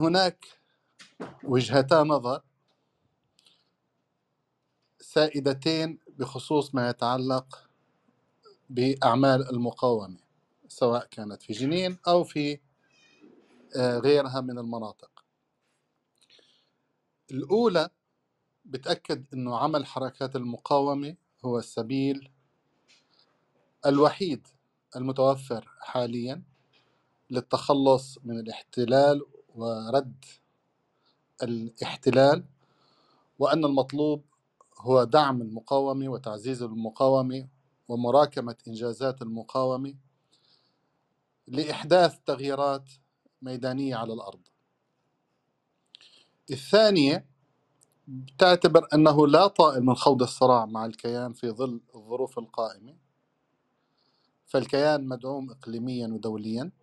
هناك وجهتا نظر سائدتين بخصوص ما يتعلق بأعمال المقاومة، سواء كانت في جنين أو في غيرها من المناطق. الأولى بتأكد أنه عمل حركات المقاومة هو السبيل الوحيد المتوفر حاليا للتخلص من الاحتلال ورد الاحتلال، وأن المطلوب هو دعم المقاومة وتعزيز المقاومة ومراكمة إنجازات المقاومة لإحداث تغييرات ميدانية على الأرض. الثانية تعتبر أنه لا طائل من خوض الصراع مع الكيان في ظل الظروف القائمة، فالكيان مدعوم إقليميا ودوليا،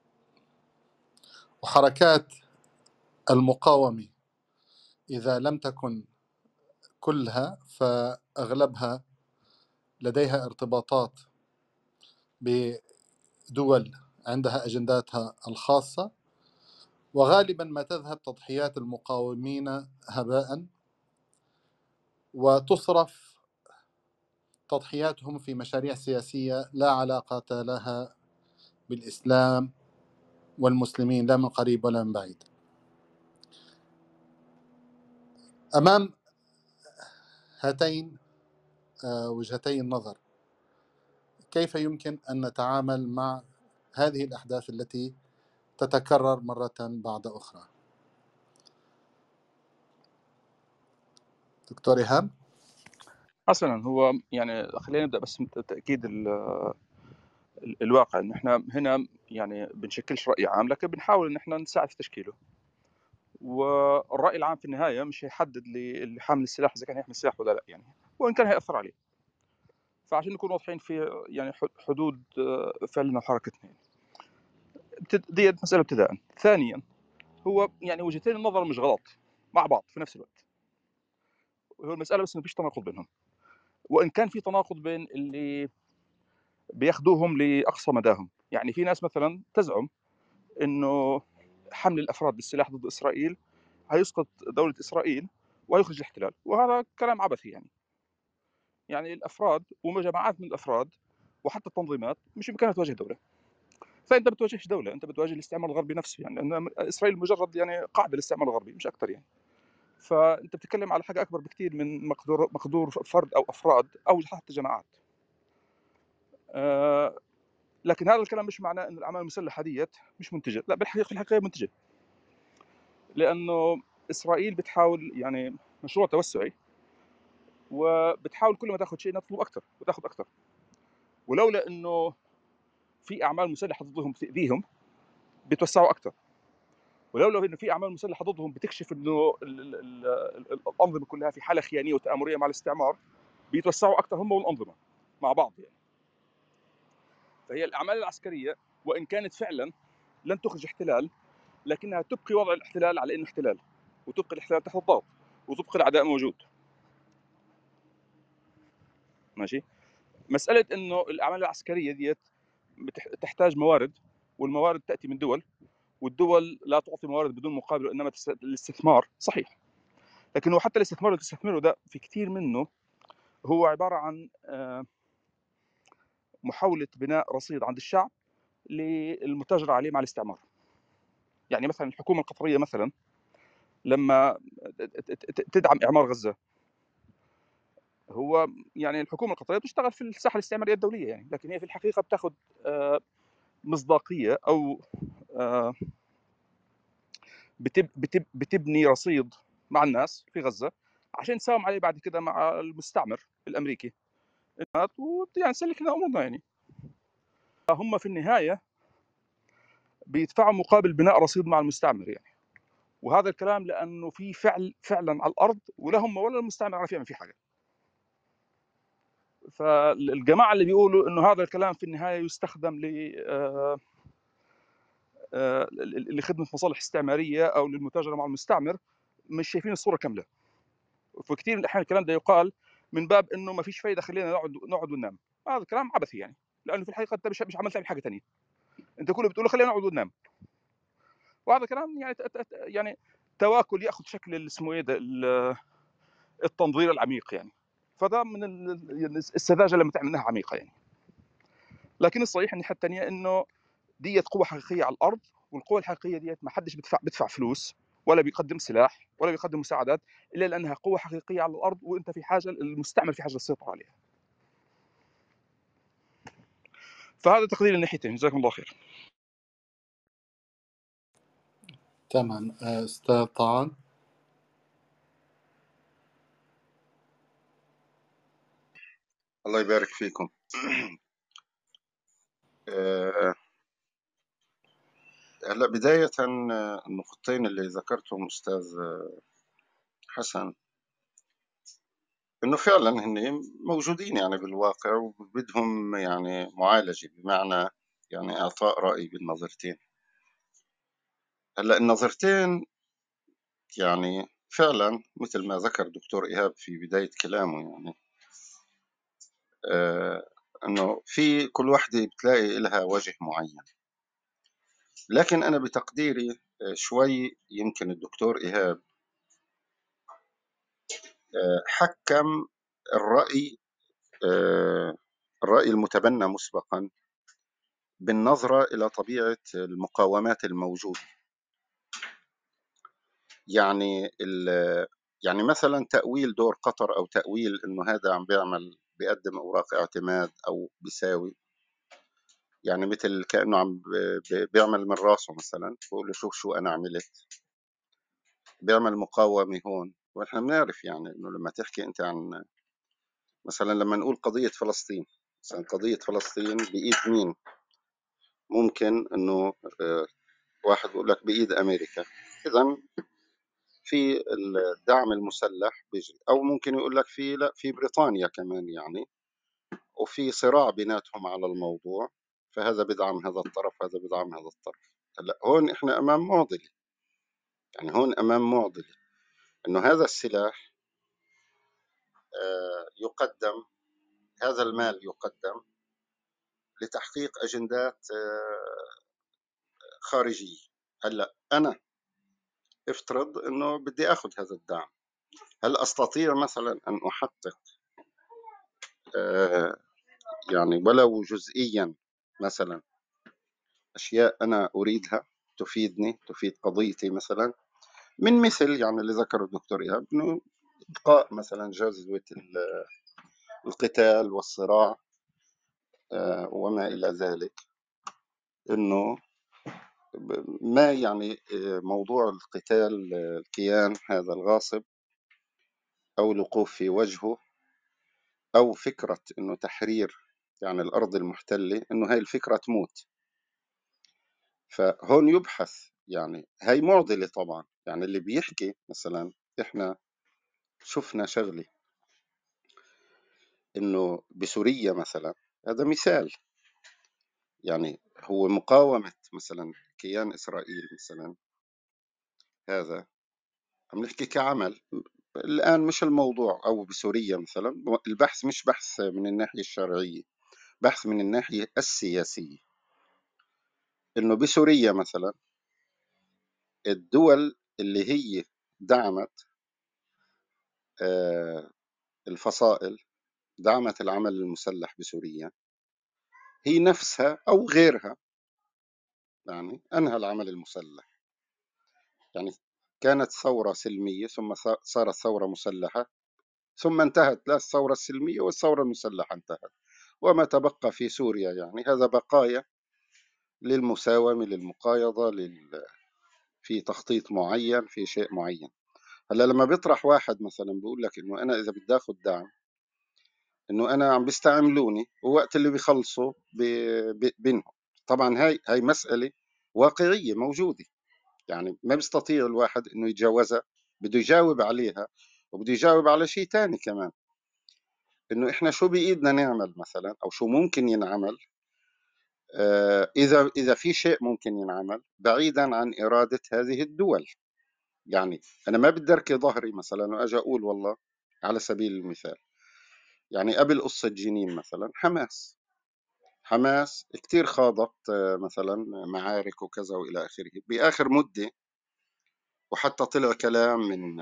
وحركات المقاومة إذا لم تكن كلها فأغلبها لديها ارتباطات بدول عندها أجنداتها الخاصة، وغالبا ما تذهب تضحيات المقاومين هباء وتصرف تضحياتهم في مشاريع سياسية لا علاقة لها بالإسلام والمسلمين لا من قريب ولا من بعيد. أمام هاتين وجهتي النظر كيف يمكن أن نتعامل مع هذه الأحداث التي تتكرر مرة بعد أخرى؟ دكتور إيهاب. حسنا، هو يعني خلينا نبدا بس تاكيد الواقع ان احنا هنا يعني بنشكلش راي عام، لكن بنحاول ان احنا نساعد في تشكيله. والراي العام في النهايه مش هيحدد اللي حامل السلاح اذا كان يحمل السلاح ولا لا، يعني وان كان هياثر عليه. فعشان نكون واضحين في يعني حدود فعلنا وحركتنا، يعني دي مساله ابتداء. ثانيا، هو يعني وجهتين النظر مش غلط مع بعض في نفس الوقت، هو المساله بس ما فيش تناقض بينهم، وان كان في تناقض بين اللي بياخدوهم لاقصى مداهم. يعني في ناس مثلا تزعم انه حمل الافراد بالسلاح ضد اسرائيل هيسقط دوله اسرائيل ويخرج الاحتلال، وهذا كلام عبثي. يعني الافراد وجماعات من الافراد وحتى التنظيمات مش بامكانها تواجه دوله، فانت بتواجهش دوله، انت بتواجه الاستعمار الغربي نفسه. يعني لان اسرائيل مجرد يعني قاعده للاستعمار الغربي مش اكثر. يعني فانت بتتكلم على حاجه اكبر بكثير من مقدور فرد او افراد او حتى جماعات. لكن هذا الكلام مش معناه ان الاعمال المسلحه ديت مش منتجه، لا، بالحقيقه في الحقيقه منتجه، لانه اسرائيل بتحاول يعني مشروع توسعي، وبتحاول كل ما تاخذ شيء تطلب اكثر وتاخذ اكثر. ولولا انه في اعمال مسلحه ضدهم بتاذيهم بيتوسعوا اكثر، ولولا انه في اعمال مسلحه ضدهم بتكشف انه الانظمه كلها في حاله خيانيه وتامريه مع الاستعمار بيتوسعوا اكثر هم والانظمه مع بعض. يعني فهي الاعمال العسكريه وان كانت فعلا لن تخرج احتلال، لكنها تبقي وضع الاحتلال على انه احتلال، وتبقي الاحتلال تحت الضغط، وتبقي العداء موجود. ماشي. مساله انه الاعمال العسكريه ديت تحتاج موارد، والموارد تاتي من دول، والدول لا تعطي موارد بدون مقابل، وانما الاستثمار صحيح. لكن هو حتى الاستثمار اللي تستثمره ده في كثير منه هو عباره عن محاوله بناء رصيد عند الشعب للمتاجره عليه مع الاستعمار. يعني مثلا الحكومه القطريه مثلا لما تدعم اعمار غزه، هو يعني الحكومه القطريه بتشتغل في الساحه الاستعماريه الدوليه، يعني لكن هي في الحقيقه بتاخذ مصداقيه او بتبني رصيد مع الناس في غزه عشان تساوم عليه بعد كده مع المستعمر الامريكي، ويعني نسلك لنا امورنا. يعني هم في النهايه بيدفعوا مقابل بناء رصيد مع المستعمر. يعني وهذا الكلام لانه في فعلا على الارض، ولا هم ولا المستعمر عارف يعمل فيه حاجه. فالجماعه اللي بيقولوا انه هذا الكلام في النهايه يستخدم لخدمه مصالح استعماريه او للمتاجره مع المستعمر، مش شايفين الصوره كامله. وفي كثير من الاحيان الكلام ده يقال من باب انه ما فيش فايده، خلينا نقعد وننام. هذا كلام عبثي، يعني لانه في الحقيقه انت مش عملت تعمل حاجه ثانيه، انت كله بتقول خلينا نقعد وننام. وهذا كلام يعني يعني تواكل ياخذ شكل اسمه ايه ده التنظير العميق يعني. فده من يعني السذاجه لما تعمل انها عميقه يعني. لكن الصحيح الناحيه الثانيه انه ديت قوه حقيقيه على الارض، والقوه الحقيقيه ديت ما حدش بيدفع فلوس ولا بيقدم سلاح ولا بيقدم مساعدات الا لانها قوه حقيقيه على الارض، وانت في حاجه، المستعمر في حاجه للسيطره عليها. فهذا تقدير الناحيتين. جزاكم الله خير. تمام. أستاذ طعن. الله يبارك فيكم. هلا بداية النقطتين اللي ذكرتهم أستاذ حسن، إنه فعلا هن موجودين يعني بالواقع وبدهم يعني معالجة، بمعنى يعني إعطاء رأي بالنظرتين. هلا النظرتين يعني فعلا مثل ما ذكر دكتور إيهاب في بداية كلامه، يعني إنه في كل واحدة بتلاقي لها وجه معين. لكن أنا بتقديري شوي يمكن الدكتور إيهاب حكم الرأي الرأي المتبنى مسبقا بالنظرة إلى طبيعة المقاومات الموجودة. يعني يعني مثلا تأويل دور قطر، أو تأويل إنه هذا عم بيقدم أوراق اعتماد أو بيساوي، يعني مثل كأنه عم بيعمل من راسه، مثلا بقول له شوف شو أنا عملت، بيعمل مقاومة هون. ونحن بنعرف يعني إنه لما تحكي أنت عن مثلا لما نقول قضية فلسطين، مثلا قضية فلسطين بإيد مين؟ ممكن إنه واحد بيقول لك بإيد أمريكا، إذا في الدعم المسلح بيجري، أو ممكن يقول لك في لا، في بريطانيا كمان يعني، وفي صراع بيناتهم على الموضوع، فهذا بدعم هذا الطرف، هذا بدعم هذا الطرف. هلا هون إحنا أمام معضلة، يعني هون أمام معضلة إنه هذا السلاح يقدم، هذا المال يقدم لتحقيق أجندات خارجية. هلا أنا افترض إنه بدي أخذ هذا الدعم، هل أستطيع مثلا أن أحقق يعني ولو جزئيا مثلا أشياء أنا أريدها تفيدني، تفيد قضيتي، مثلا من مثل يعني اللي ذكره الدكتور إيهاب، إنه إبقاء مثلا جذوة القتال والصراع وما إلى ذلك. إنه ما يعني موضوع القتال الكيان هذا الغاصب أو الوقوف في وجهه، أو فكرة إنه تحرير يعني الأرض المحتلة، إنه هاي الفكرة تموت. فهون يبحث، يعني هاي معضلة طبعا. يعني اللي بيحكي مثلا، إحنا شفنا شغلة إنه بسوريا مثلا، هذا مثال، يعني هو مقاومة مثلا كيان إسرائيل مثلا، هذا عم نحكي كعمل الآن، مش الموضوع. أو بسوريا مثلا، البحث مش بحث من الناحية الشرعية، بحث من الناحية السياسية. إنه بسوريا مثلا الدول اللي هي دعمت الفصائل، دعمت العمل المسلح بسوريا، هي نفسها أو غيرها يعني أنهى العمل المسلح. يعني كانت ثورة سلمية، ثم صارت ثورة مسلحة، ثم انتهت لا الثورة السلمية والثورة المسلحة انتهت، وما تبقى في سوريا يعني هذا بقايا للمساومة، للمقايضة، في تخطيط معين، في شيء معين. هلا لما بيطرح واحد مثلا بيقول لك انه انا اذا بدي اخذ دعم، انه انا عم بيستعملوني، ووقت اللي بيخلصوا بينهم. طبعا هاي مسألة واقعية موجودة، يعني ما بيستطيع الواحد انه يتجاوزها، بده يجاوب عليها، وبده يجاوب على شيء تاني كمان، انه احنا شو بايدنا نعمل مثلا، او شو ممكن ينعمل اذا في شيء ممكن ينعمل بعيدا عن إرادة هذه الدول. يعني انا ما بدي اركي ظهري مثلا واجي اقول والله، على سبيل المثال يعني قبل قصة جنين مثلا، حماس حماس كتير خاضت مثلا معارك وكذا وإلى آخره بآخر مدة، وحتى طلع كلام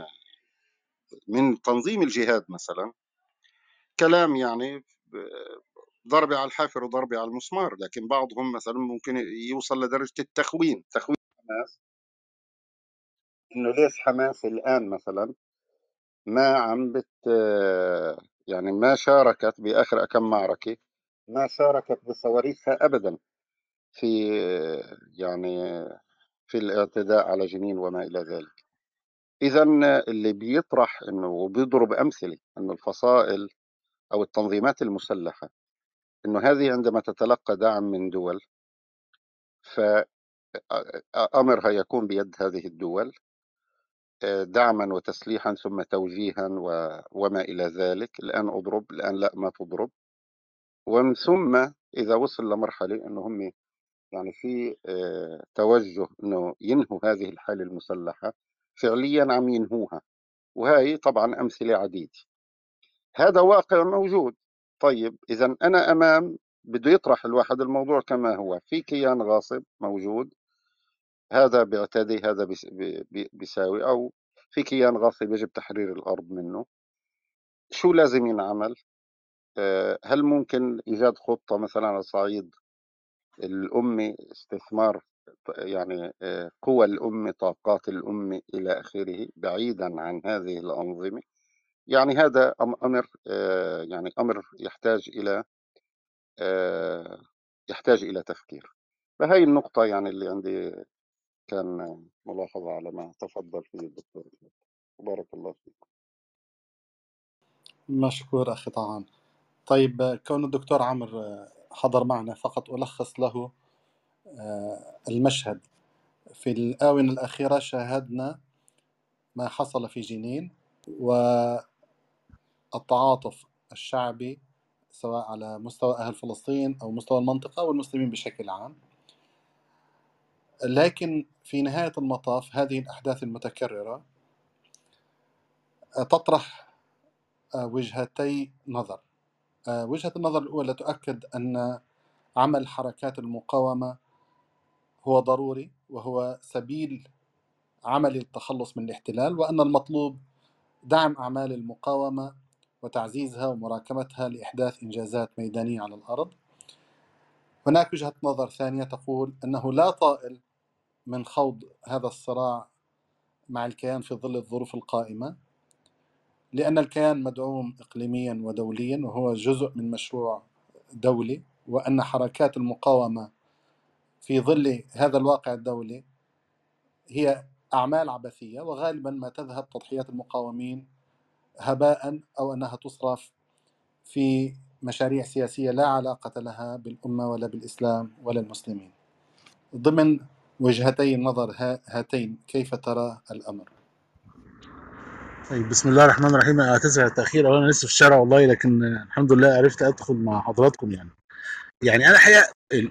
من تنظيم الجهاد مثلا، كلام يعني ضربة على الحافر وضربة على المسمار، لكن بعضهم مثلا ممكن يوصل لدرجة التخوين، تخوين حماس، إنه ليش حماس الآن مثلا ما عم يعني ما شاركت بآخر كم معركة، ما شاركت بصواريخها أبدا في يعني في الاعتداء على جنين وما إلى ذلك. إذا اللي بيطرح إنه وبيضرب أمثلة إنه الفصائل أو التنظيمات المسلحة إنه هذه عندما تتلقى دعم من دول فأمرها يكون بيد هذه الدول دعما وتسليحا ثم توجيها وما إلى ذلك، الآن أضرب الآن لا ما تضرب، ومن ثم إذا وصل لمرحلة إنه هم يعني في توجه إنه ينهوا هذه الحالة المسلحة، فعليا عم ينهوها، وهي طبعا أمثلة عديدة، هذا واقع موجود. طيب إذا أنا أمام بده يطرح الواحد الموضوع كما هو، في كيان غاصب موجود، هذا بيعتدي، هذا بيساوي، أو في كيان غاصب يجب تحرير الأرض منه. شو لازم ينعمل؟ هل ممكن إيجاد خطة مثلا على صعيد الأمة، استثمار يعني قوى الأمة، طاقات الأمة إلى آخره، بعيدا عن هذه الأنظمة؟ يعني هذا أمر يعني أمر يحتاج إلى تفكير. فهي النقطة يعني اللي عندي، كان ملاحظة على ما تفضل فيه الدكتور. بارك الله فيك. مشكور أخي طعان. طيب كون الدكتور عمرو حضر معنا، فقط ألخص له المشهد. في الآونة الأخيرة شاهدنا ما حصل في جنين والتعاطف الشعبي سواء على مستوى أهل فلسطين أو مستوى المنطقة والمسلمين بشكل عام. لكن في نهاية المطاف هذه الأحداث المتكررة تطرح وجهتي نظر. وجهة النظر الأولى تؤكد أن عمل حركات المقاومة هو ضروري وهو سبيل عملي للتخلص من الاحتلال، وأن المطلوب دعم أعمال المقاومة وتعزيزها ومراكمتها لإحداث إنجازات ميدانية على الأرض. هناك وجهة نظر ثانية تقول أنه لا طائل من خوض هذا الصراع مع الكيان في ظل الظروف القائمة، لأن الكيان مدعوم إقليميا ودوليا وهو جزء من مشروع دولي، وأن حركات المقاومة في ظل هذا الواقع الدولي هي أعمال عبثية، وغالبا ما تذهب تضحيات المقاومين هباء أو أنها تصرف في مشاريع سياسية لا علاقة لها بالأمة ولا بالإسلام ولا المسلمين. ضمن وجهتي النظر هاتين كيف ترى الأمر؟ طيب بسم الله الرحمن الرحيم. اعتذر على التاخير، انا لسه في الشارع والله، لكن الحمد لله عرفت ادخل مع حضراتكم. يعني انا حقيقه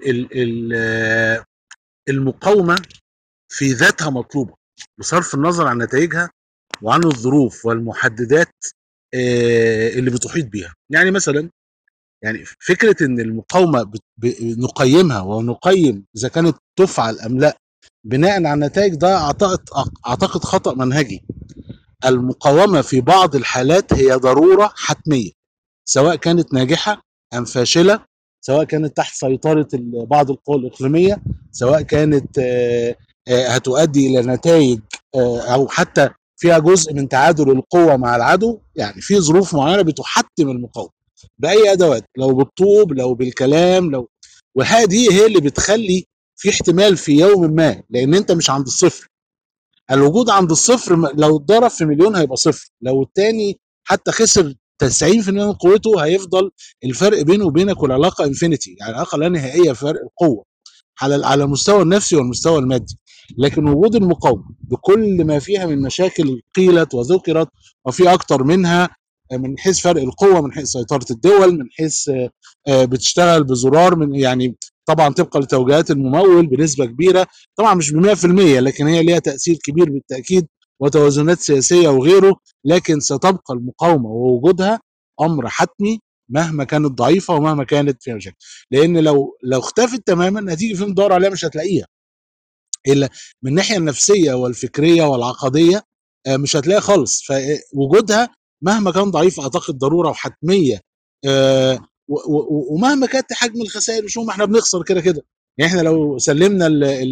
المقاومه في ذاتها مطلوبه بصرف النظر عن نتائجها وعن الظروف والمحددات اللي بتحيط بيها. يعني مثلا يعني فكره ان المقاومه نقيمها ونقيم اذا كانت تفعل ام لا بناء على النتائج، ده اعتقد خطأ منهجي. المقاومة في بعض الحالات هي ضرورة حتمية، سواء كانت ناجحة أم فاشلة، سواء كانت تحت سيطرة بعض القوى الإقليمية، سواء كانت هتؤدي إلى نتائج أو حتى فيها جزء من تعادل القوة مع العدو. يعني في ظروف معينة بتحتم المقاومة بأي أدوات، لو بالطوب لو بالكلام وهذه هي اللي بتخلي في احتمال في يوم ما، لأن أنت مش عند الصفر. الوجود عند الصفر لو اتضرب في مليون هيبقى صفر، لو التاني حتى خسر 90% من قوته هيفضل الفرق بينه وبينك والعلاقه انفينيتي، يعني علاقه لا نهائيه، فرق القوه على المستوى النفسي والمستوى المادي. لكن وجود المقاومه بكل ما فيها من مشاكل قيلت وذكرت وفي اكتر منها، من حيث فرق القوه، من حيث سيطره الدول، من حيث بتشتغل بزرار، من يعني طبعا طبقا لتوجيهات الممول بنسبه كبيره، طبعا مش ب 100%، لكن هي ليها تاثير كبير بالتاكيد وتوازنات سياسيه وغيره. لكن ستبقى المقاومه ووجودها امر حتمي مهما كانت ضعيفه ومهما كانت فيها مشاكل. لان لو اختفت تماما هتيجي فين تدور عليها مش هتلاقيها. الا من الناحيه النفسيه والفكريه والعقديه مش هتلاقيها خالص. فوجودها مهما كان ضعيف اعتقد ضروره وحتميه. ومهما كانت حجم الخسائر شو ما احنا بنخسر كده كده. يعني احنا لو سلمنا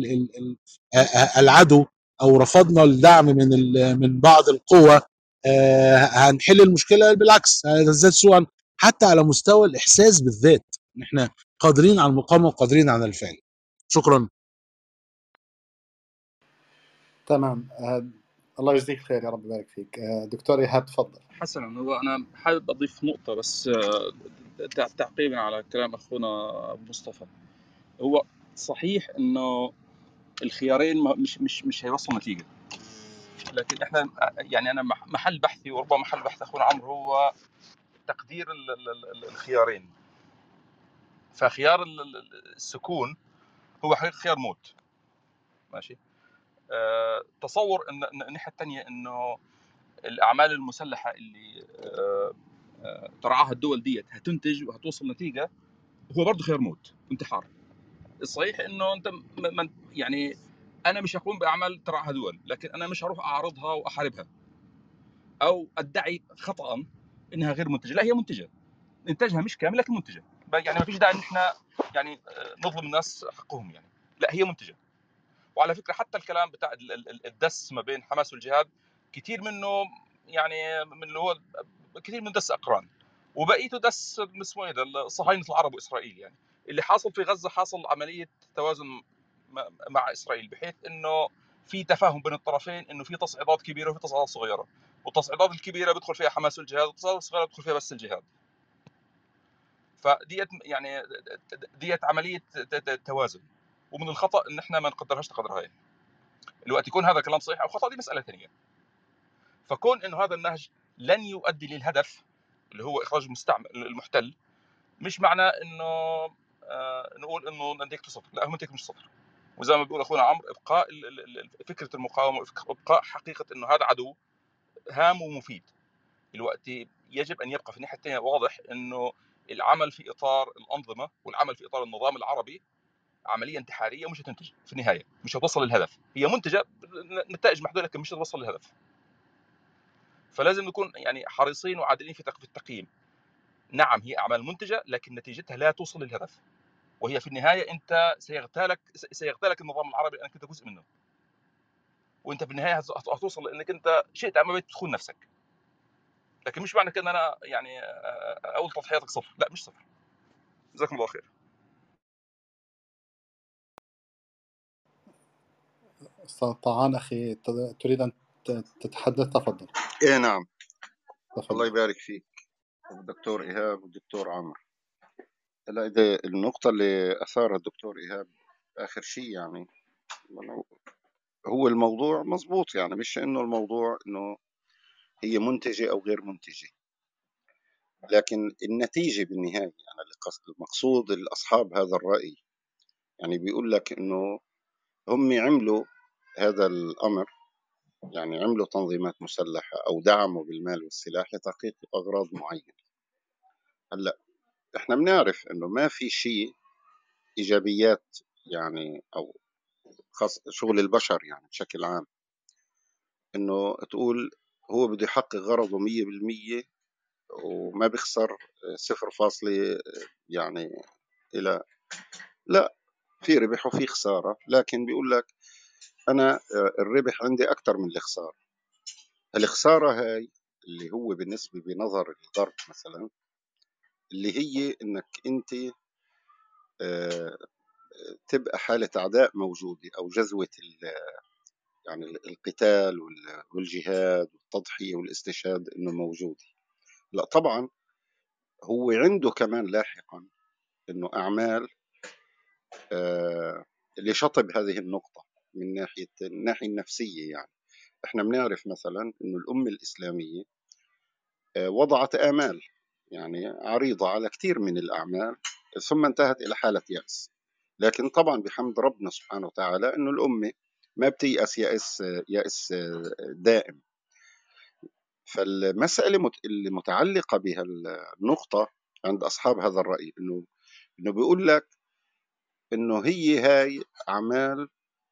العدو او رفضنا الدعم من بعض القوى هنحل المشكله بالعكس هتزداد سوءا. حتى على مستوى الاحساس بالذات احنا قادرين على المقاومه وقادرين على الفعل. شكرا. تمام. الله يجزيك خير، يا رب يبارك فيك. دكتور إيهاب تفضل. حسنا، هو انا حابب اضيف نقطه بس تعقيبا على كلام اخونا مصطفى. هو صحيح انه الخيارين مش هيوصلوا نتيجه، لكن احنا يعني انا محل بحثي وربما محل بحث اخونا عمرو هو تقدير الخيارين. فخيار السكون هو حقيقة خيار موت، ماشي. تصور ان الناحيه الثانيه انه الاعمال المسلحه اللي ترعاها الدول ديت هتنتج وهتوصل نتيجه، هو برضه خيار موت، انتحار. الصحيح انه انت يعني انا مش هقوم باعمال ترعاها دول، لكن انا مش هروح اعارضها واحاربها او ادعي خطا انها غير منتجه. لا، هي منتجه، انتاجها مش كامل لكن منتجه. يعني ما فيش داعي ان احنا يعني نظلم الناس حقهم يعني. لا، هي منتجه. وعلى فكره حتى الكلام بتاع الدس ما بين حماس والجهاد كثير منه يعني من اللي هو كثير من دس اقران، وبقيته دس اسمه ايه ده، صهاينه العرب واسرائيل. يعني اللي حاصل في غزه حاصل عمليه توازن مع اسرائيل، بحيث انه في تفاهم بين الطرفين انه في تصعيدات كبيره وفي تصعيدات صغيره، والتصعيدات الكبيره بيدخل فيها حماس والجهاد، والتصعيدات الصغيره بيدخل فيها بس الجهاد. فديت يعني ديت عمليه توازن، ومن الخطا ان احنا ما نقدرهاش تقدرها. يعني الوقت يكون هذا كلام صحيح او خطا دي مساله ثانيه. فكون انه هذا النهج لن يؤدي للهدف اللي هو اخراج المحتل، مش معناه انه نقول انه نتيجته صفر. لا، هو نتيجته مش صفر. وزي ما بيقول اخونا عمرو، ابقاء فكره المقاومه، ابقاء حقيقه انه هذا عدو هام ومفيد. الوقت يجب ان يبقى في الناحيه الثانيه واضح انه العمل في اطار الانظمه والعمل في اطار النظام العربي عمليه انتحاريه مش هتنتج في النهايه، مش هتوصل للهدف. هي منتجه نتائج محدوده لكن مش هتوصل للهدف. فلازم نكون يعني حريصين وعادلين في التقييم. نعم، هي اعمال منتجه لكن نتيجتها لا توصل للهدف، وهي في النهايه انت سيغتالك النظام العربي لانك انت جزء منه، وانت في النهايه هتوصل لانك انت شئت ام ابيت تخون نفسك. لكن مش معنى كده ان انا يعني اقول تضحياتك صفر. لا، مش صفر. جزاكم الله خير. أستاذ طعان أخي، تريد أن تتحدث؟ تفضل. إيه نعم. الله تفضل. يبارك فيك الدكتور إيهاب والدكتور عمرو. هلا إذا النقطة اللي أثارها الدكتور إيهاب آخر شيء، يعني هو الموضوع مزبوط. يعني مش إنه الموضوع إنه هي منتجة أو غير منتجة، لكن النتيجة بالنهاية. يعني المقصود أصحاب هذا الرأي يعني بيقول لك إنه هم عملوا هذا الأمر، يعني عملوا تنظيمات مسلحة أو دعموا بالمال والسلاح لتحقيق أغراض معينة. هلا إحنا بنعرف إنه ما في شيء إيجابيات، يعني أو خاص شغل البشر يعني بشكل عام، إنه تقول هو بده يحقق غرضه 100% وما بيخسر 0 يعني إلى لا، في ربح وفي خسارة. لكن بيقول لك أنا الربح عندي أكتر من الخسارة. الخسارة هاي اللي هو بالنسبة بنظر الغرب مثلا، اللي هي إنك أنت تبقى حالة عداء موجودة أو جذوة يعني القتال والجهاد والتضحية والاستشهاد إنه موجود. لا طبعا هو عنده كمان لاحقا إنه أعمال لشطب هذه النقطة من الناحية النفسية. يعني إحنا بنعرف مثلا إنه الأمة الإسلامية وضعت آمال يعني عريضة على كثير من الأعمال، ثم انتهت إلى حالة يأس. لكن طبعا بحمد ربنا سبحانه وتعالى إنه الأمة ما بتيأس يأس دائم. فالمسألة اللي متعلقة بها النقطة عند أصحاب هذا الرأي، إنه بيقول لك إنه هي هاي أعمال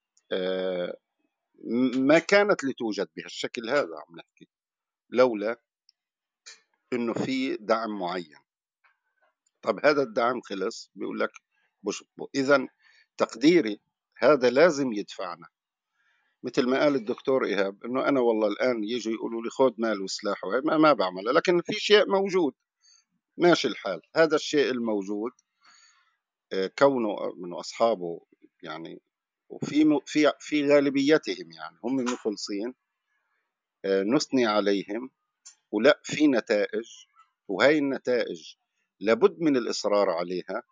ما كانت لتوجد بهالشكل هذا، عم نحكي لولا إنه في دعم معين. طب هذا الدعم خلص، بيقول لك إذا تقديري هذا لازم يدفعنا. مثل ما قال الدكتور إيهاب، إنه أنا والله الآن يجوا يقولوا لي خذ مال وسلاح وهي ما بعملها، لكن في شيء موجود ماشي الحال. هذا الشيء الموجود كونه من أصحابه يعني، وفي في غالبيتهم يعني هم مخلصين، نثني عليهم، ولا في نتائج، وهي النتائج لابد من الإصرار عليها،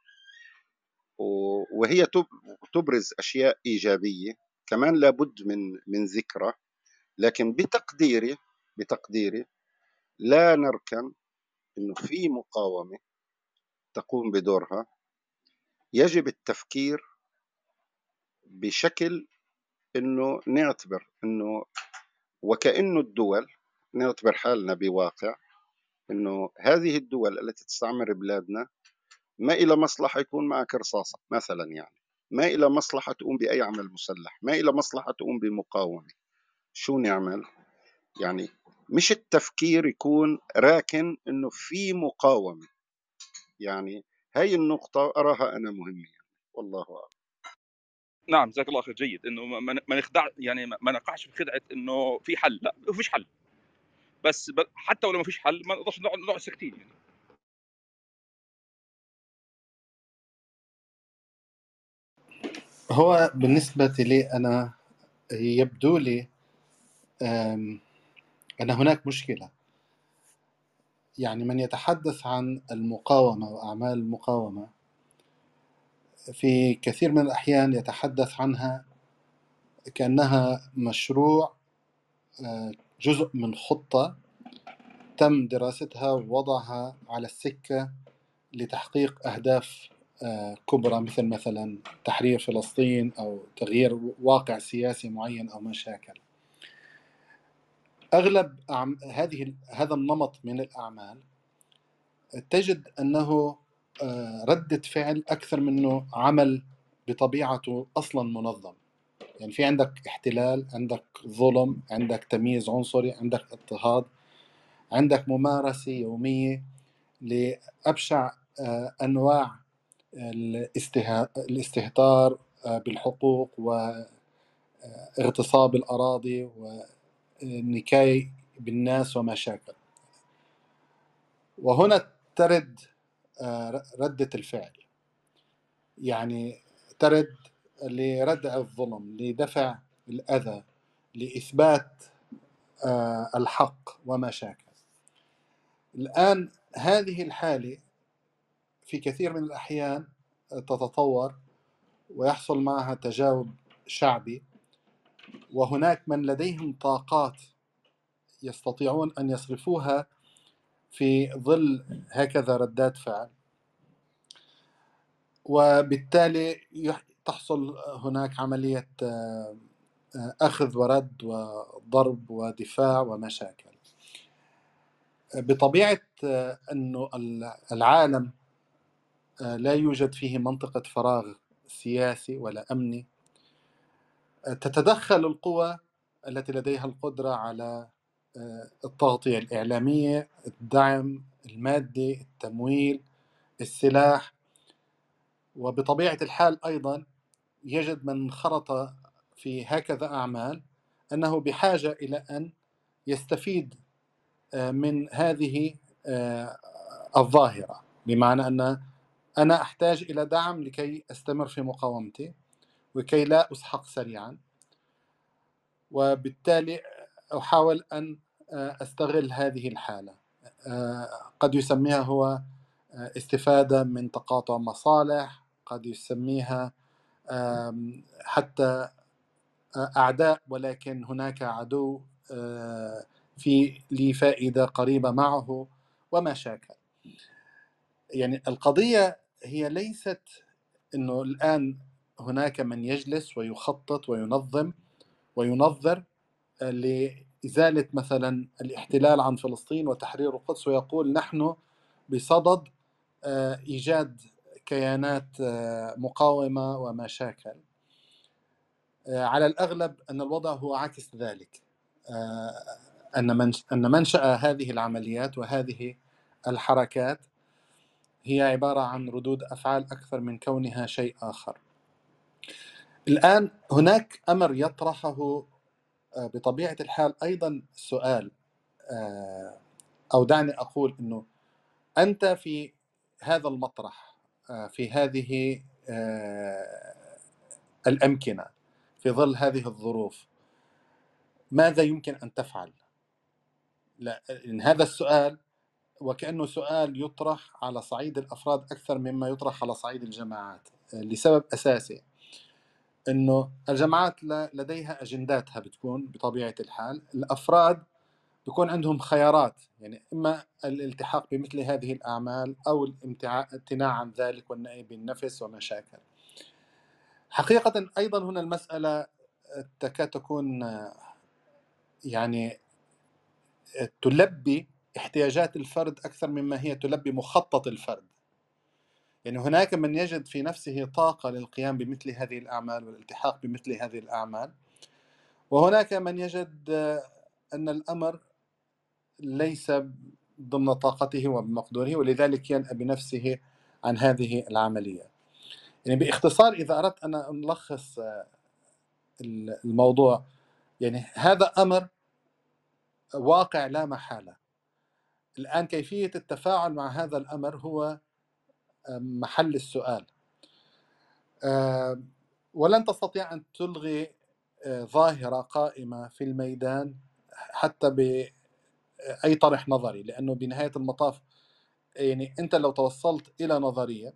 وهي تبرز أشياء إيجابية كمان لابد من ذكرى. لكن بتقديري لا نركن إنه في مقاومة تقوم بدورها. يجب التفكير بشكل إنه نعتبر إنه وكأنه الدول، نعتبر حالنا بواقع إنه هذه الدول التي تستعمر بلادنا ما إلى مصلحة يكون معك رصاصة مثلا، يعني ما إلى مصلحة تقوم بأي عمل مسلح، ما إلى مصلحة تقوم بمقاومة. شو نعمل؟ يعني مش التفكير يكون راكن إنه في مقاومة. يعني هاي النقطة أراها أنا مهمة يعني. والله أعلم. نعم جزاك الله خير، جيد انه ما نخدع، يعني ما نقعش في خدعه انه في حل. لا، ما فيش حل، بس حتى ولو ما فيش حل ما نقدرش نقعد ساكتين يعني. هو بالنسبة لي أنا يبدو لي أن هناك مشكلة. يعني من يتحدث عن المقاومة وأعمال المقاومة في كثير من الأحيان يتحدث عنها كأنها مشروع، جزء من خطة تم دراستها ووضعها على السكة لتحقيق أهداف كبرى، مثلا تحرير فلسطين أو تغيير واقع سياسي معين أو مشاكل. أغلب هذا النمط من الأعمال تجد أنه ردة فعل أكثر منه عمل بطبيعته أصلا منظم. يعني في عندك احتلال، عندك ظلم، عندك تمييز عنصري، عندك اضطهاد، عندك ممارسة يومية لأبشع أنواع الاستهتار بالحقوق واغتصاب الأراضي والنكاية بالناس ومشاكل. وهنا ترد ردة الفعل، يعني ترد لردع الظلم، لدفع الأذى، لإثبات الحق ومشاكل. الآن هذه الحالة في كثير من الأحيان تتطور ويحصل معها تجاوب شعبي، وهناك من لديهم طاقات يستطيعون أن يصرفوها في ظل هكذا ردات فعل، وبالتالي تحصل هناك عملية أخذ ورد وضرب ودفاع ومشاكل. بطبيعة أنه العالم لا يوجد فيه منطقة فراغ سياسي ولا أمني، تتدخل القوى التي لديها القدرة على التغطية الإعلامية، الدعم المادي، التمويل، السلاح. وبطبيعة الحال أيضا يجد من انخرط في هكذا أعمال أنه بحاجة إلى أن يستفيد من هذه الظاهرة، بمعنى أن أنا أحتاج إلى دعم لكي أستمر في مقاومتي وكي لا أسحق سريعا، وبالتالي أحاول أن أستغل هذه الحالة. قد يسميها هو استفادة من تقاطع مصالح، قد يسميها حتى أعداء، ولكن هناك عدو في لي فائدة قريبة معه ومشاكل. يعني القضية هي ليست أنه الآن هناك من يجلس ويخطط وينظم وينظر لإزالة مثلا الاحتلال عن فلسطين وتحرير القدس، ويقول نحن بصدد إيجاد كيانات مقاومة ومشاكل. على الأغلب أن الوضع هو عكس ذلك، أن منشأ هذه العمليات وهذه الحركات هي عبارة عن ردود أفعال أكثر من كونها شيء آخر. الآن هناك أمر يطرحه بطبيعة الحال أيضا سؤال، أو دعني أقول أنه أنت في هذا المطرح، في هذه الأمكنة، في ظل هذه الظروف، ماذا يمكن أن تفعل؟ لأن هذا السؤال وكأنه سؤال يطرح على صعيد الأفراد أكثر مما يطرح على صعيد الجماعات، لسبب أساسي أنه الجماعات لديها أجنداتها بتكون بطبيعة الحال، الأفراد بيكون عندهم خيارات، يعني إما الالتحاق بمثل هذه الأعمال أو الامتناع عن ذلك والنأي بالنفس ومشاكل. حقيقة أيضا هنا المسألة تكاد تكون يعني تلبي احتياجات الفرد أكثر مما هي تلبي مخطط الفرد. يعني هناك من يجد في نفسه طاقة للقيام بمثل هذه الأعمال والالتحاق بمثل هذه الأعمال، وهناك من يجد أن الأمر ليس ضمن طاقته وبمقدوره، ولذلك ينأى بنفسه عن هذه العملية. يعني باختصار إذا أردت أن نلخص الموضوع، يعني هذا أمر واقع لا محالة. الآن كيفية التفاعل مع هذا الأمر هو محل السؤال. ولن تستطيع أن تلغي ظاهرة قائمة في الميدان حتى بأي طرح نظري، لأنه بنهاية المطاف يعني أنت لو توصلت إلى نظرية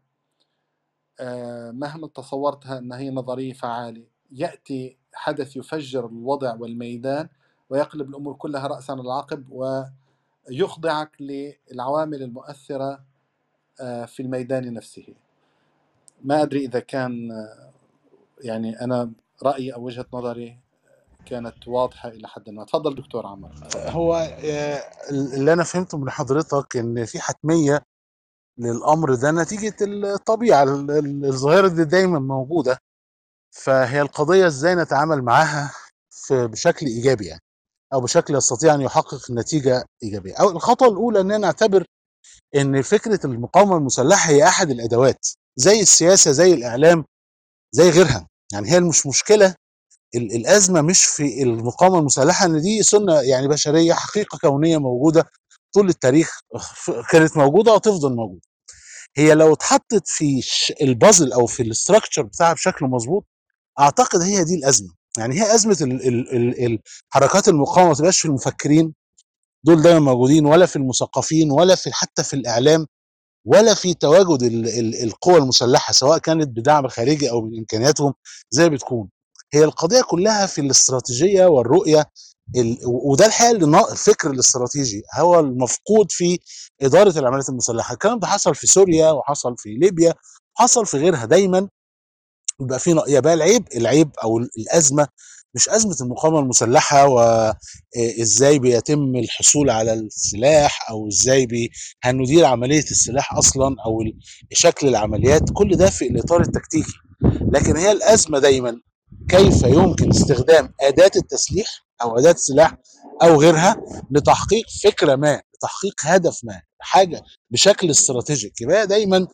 مهما تصورتها أنها هي نظرية فعالة، يأتي حدث يفجر الوضع والميدان ويقلب الأمور كلها رأسا على عقب ويخضعك للعوامل المؤثرة في الميدان نفسه. ما أدري إذا كان يعني أنا رأيي أو وجهة نظري كانت واضحة إلى حد ما. تفضل دكتور عمر. هو اللي انا فهمته من حضرتك ان في حتميه للامر ده نتيجه الطبيعه الظاهره دي دايما موجوده، فهي القضيه ازاي نتعامل معاها بشكل ايجابي يعني، او بشكل يستطيع ان يحقق نتيجه ايجابيه. او الخطوه الاولى ان نعتبر ان فكره المقاومه المسلحه هي احد الادوات، زي السياسه زي الاعلام زي غيرها. يعني هي مش مشكله، الازمه مش في المقاومه المسلحه، ان دي سنه يعني بشريه، حقيقه كونيه موجوده طول التاريخ، كانت موجوده وتفضل موجوده. هي لو اتحطت في البازل او في الاستراكشر بتاعها بشكل مظبوط، اعتقد هي دي الازمه. يعني هي ازمه حركات المقاومه ما تبقاش في المفكرين دول دايما موجودين، ولا في المثقفين، ولا في حتى في الاعلام، ولا في تواجد القوى المسلحه، سواء كانت بدعم خارجي او بامكانياتهم زي بتكون. هي القضيه كلها في الاستراتيجيه والرؤيه، وده الحقيقه الفكر الاستراتيجي هو المفقود في اداره العمليات المسلحه. الكلام ده حصل في سوريا وحصل في ليبيا، حصل في غيرها. دايما يبقى في يبقى العيب او الازمه مش ازمه المقاومه المسلحه وازاي بيتم الحصول على السلاح، او ازاي هندير عمليه السلاح اصلا، او شكل العمليات. كل ده في الاطار التكتيكي. لكن هي الازمه دايما كيف يمكن استخدام اداه التسليح او اداه السلاح او غيرها لتحقيق فكره ما، لتحقيق هدف ما، حاجه بشكل استراتيجي. يبقى دايما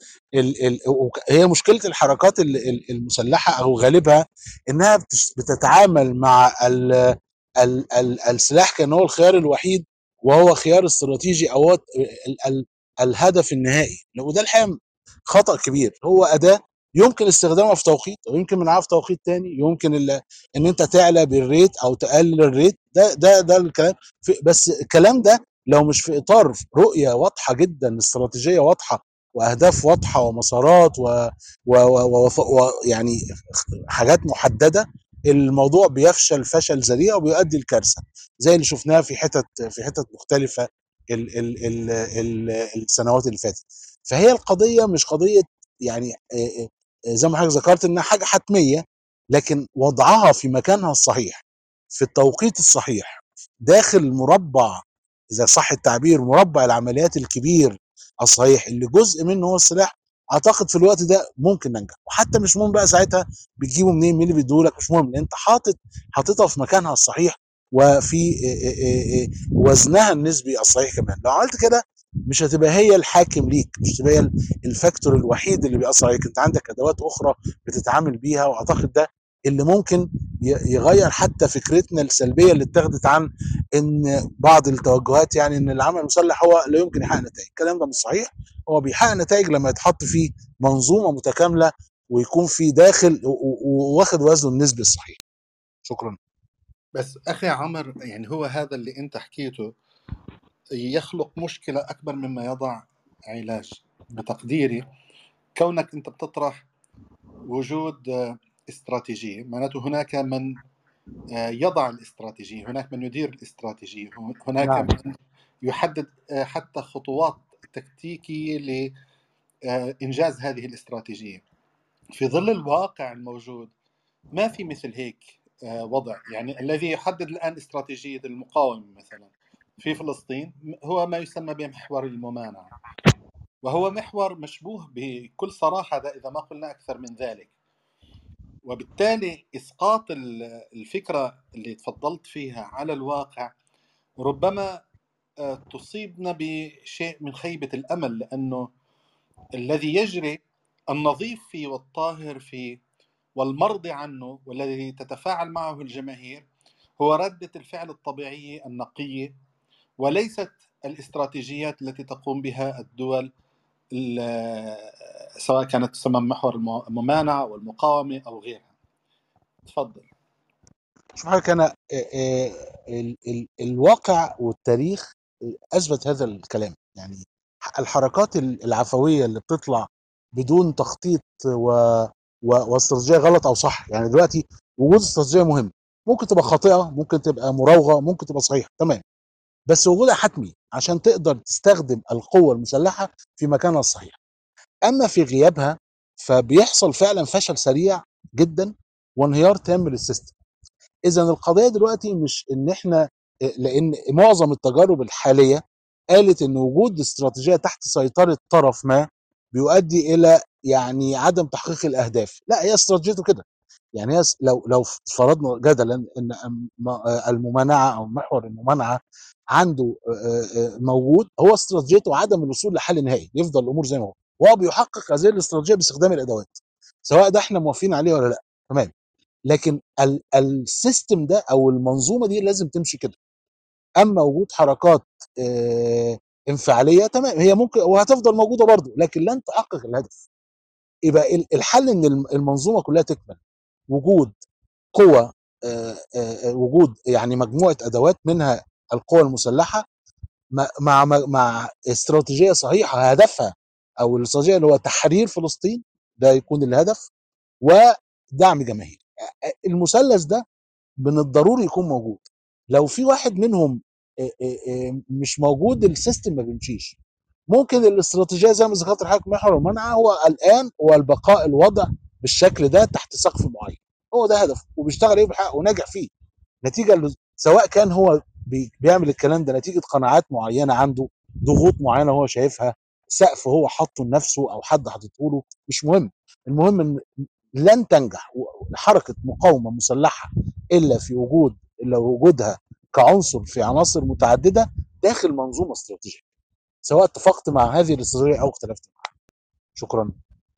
هي مشكله الحركات المسلحه او غالبها انها بتتعامل مع السلاح كان هو الخيار الوحيد، وهو خيار استراتيجي، او هو الهدف النهائي. وده الحقيقه خطأ كبير. هو اداه يمكن استخدامها في توقيت، ويمكن منعها في توقيت تاني. يمكن ان انت تعلى بالريت او تقلل الريت، ده الكلام. بس الكلام ده لو مش في اطار رؤيه واضحه جدا، استراتيجيه واضحه، واهداف واضحه، ومسارات يعني حاجات محدده، الموضوع بيفشل فشل ذريع وبيؤدي لكارثه، زي اللي شفناها في حتت مختلفه السنوات اللي فاتت. فهي القضيه مش قضيه يعني زي ما حضرتك ذكرت انها حاجه حتميه، لكن وضعها في مكانها الصحيح في التوقيت الصحيح داخل مربع، اذا صح التعبير، مربع العمليات الكبير الصحيح اللي جزء منه هو السلاح، اعتقد في الوقت ده ممكن ننجح. وحتى مش مهم بقى ساعتها بتجيبه منين، مين اللي بيديهولك، مش مهم، لان انت حاططها في مكانها الصحيح وفي وزنها النسبي الصحيح كمان. لو عملت كده مش هتبقى هي الحاكم ليك، مش هتبقى هي الفاكتور الوحيد اللي بيأثر عليك، انت عندك ادوات اخرى بتتعامل بيها. واعتقد ده اللي ممكن يغير حتى فكرتنا السلبيه اللي اتخذت عن ان بعض التوجهات، يعني ان العمل المسلح هو لا يمكن يحقق نتائج. الكلام ده مش صحيح، هو بيحقق نتائج لما يتحط فيه منظومه متكامله ويكون في داخل واخد وزنه النسبي الصحيح. شكرا. بس أخي عمر، يعني هو هذا اللي أنت حكيته يخلق مشكلة أكبر مما يضع علاج بتقديري. كونك أنت بتطرح وجود استراتيجية، معناته هناك من يضع الاستراتيجية، هناك من يدير الاستراتيجية، هناك نعم. من يحدد حتى خطوات تكتيكية لإنجاز هذه الاستراتيجية. في ظل الواقع الموجود ما في مثل هيك وضع. يعني الذي يحدد الآن استراتيجية المقاومة مثلا في فلسطين هو ما يسمى بمحور الممانعة، وهو محور مشبوه بكل صراحة إذا ما قلنا أكثر من ذلك. وبالتالي إسقاط الفكرة اللي تفضلت فيها على الواقع ربما تصيبنا بشيء من خيبة الأمل، لأنه الذي يجري النظيف فيه والطاهر فيه والمرضي عنه والذي تتفاعل معه الجماهير هو ردة الفعل الطبيعية النقية، وليست الاستراتيجيات التي تقوم بها الدول سواء كانت تسمى محور الممانعة والمقاومة أو غيرها. تفضل. شوف حضرتك، انا الواقع والتاريخ اثبت هذا الكلام. يعني الحركات العفويه اللي بتطلع بدون تخطيط واستراتيجيه غلط او صح. يعني دلوقتي وجود استراتيجيه مهم، ممكن تبقى خاطئه، ممكن تبقى مراوغه، ممكن تبقى صحيحه، تمام، بس وجودها حتمي عشان تقدر تستخدم القوه المسلحه في مكانها الصحيح. اما في غيابها فبيحصل فعلا فشل سريع جدا وانهيار تام للسيستم. اذا القضيه دلوقتي مش ان احنا، لان معظم التجارب الحاليه قالت ان وجود استراتيجيه تحت سيطره طرف ما بيؤدي الى يعني عدم تحقيق الاهداف. لا، هي استراتيجيته كده. يعني هي لو فرضنا جدلا ان الممانعه او محور الممانعه عنده موجود، هو استراتيجيته عدم الوصول لحل نهائي، يفضل الامور زي ما هو، وهو بيحقق هذه الاستراتيجيه باستخدام الادوات، سواء ده احنا موافقين عليه ولا لا، تمام. لكن السيستم ده او المنظومه دي لازم تمشي كده. اما وجود حركات انفعاليه، تمام، هي ممكن وهتفضل موجوده برضه، لكن لن تحقق الهدف. يبقى الحل ان المنظومه كلها تكمل. وجود قوة، وجود يعني مجموعة أدوات منها القوى المسلحة مع استراتيجية صحيحة هدفها، أو الاستراتيجية اللي هو تحرير فلسطين، ده يكون الهدف، ودعم جماهيري. المثلث ده من الضروري يكون موجود. لو في واحد منهم مش موجود، السيستم ما بيمشيش. ممكن الاستراتيجيه زي ما ذكرت لحضرتك محور المنع هو الان هو البقاء الوضع بالشكل ده تحت سقف معين، هو ده هدفه وبيشتغل ايه بحقه وناجح فيه. نتيجه سواء كان هو بيعمل الكلام ده نتيجه قناعات معينه عنده، ضغوط معينه هو شايفها، سقف هو حاطه لنفسه او حد حاطته له، مش مهم. المهم ان لن تنجح حركه مقاومه مسلحه الا وجودها كعنصر في عناصر متعدده داخل منظومه استراتيجيه، سواء اتفقت مع هذه الاستراتيجيه او اختلفت معها. شكرا.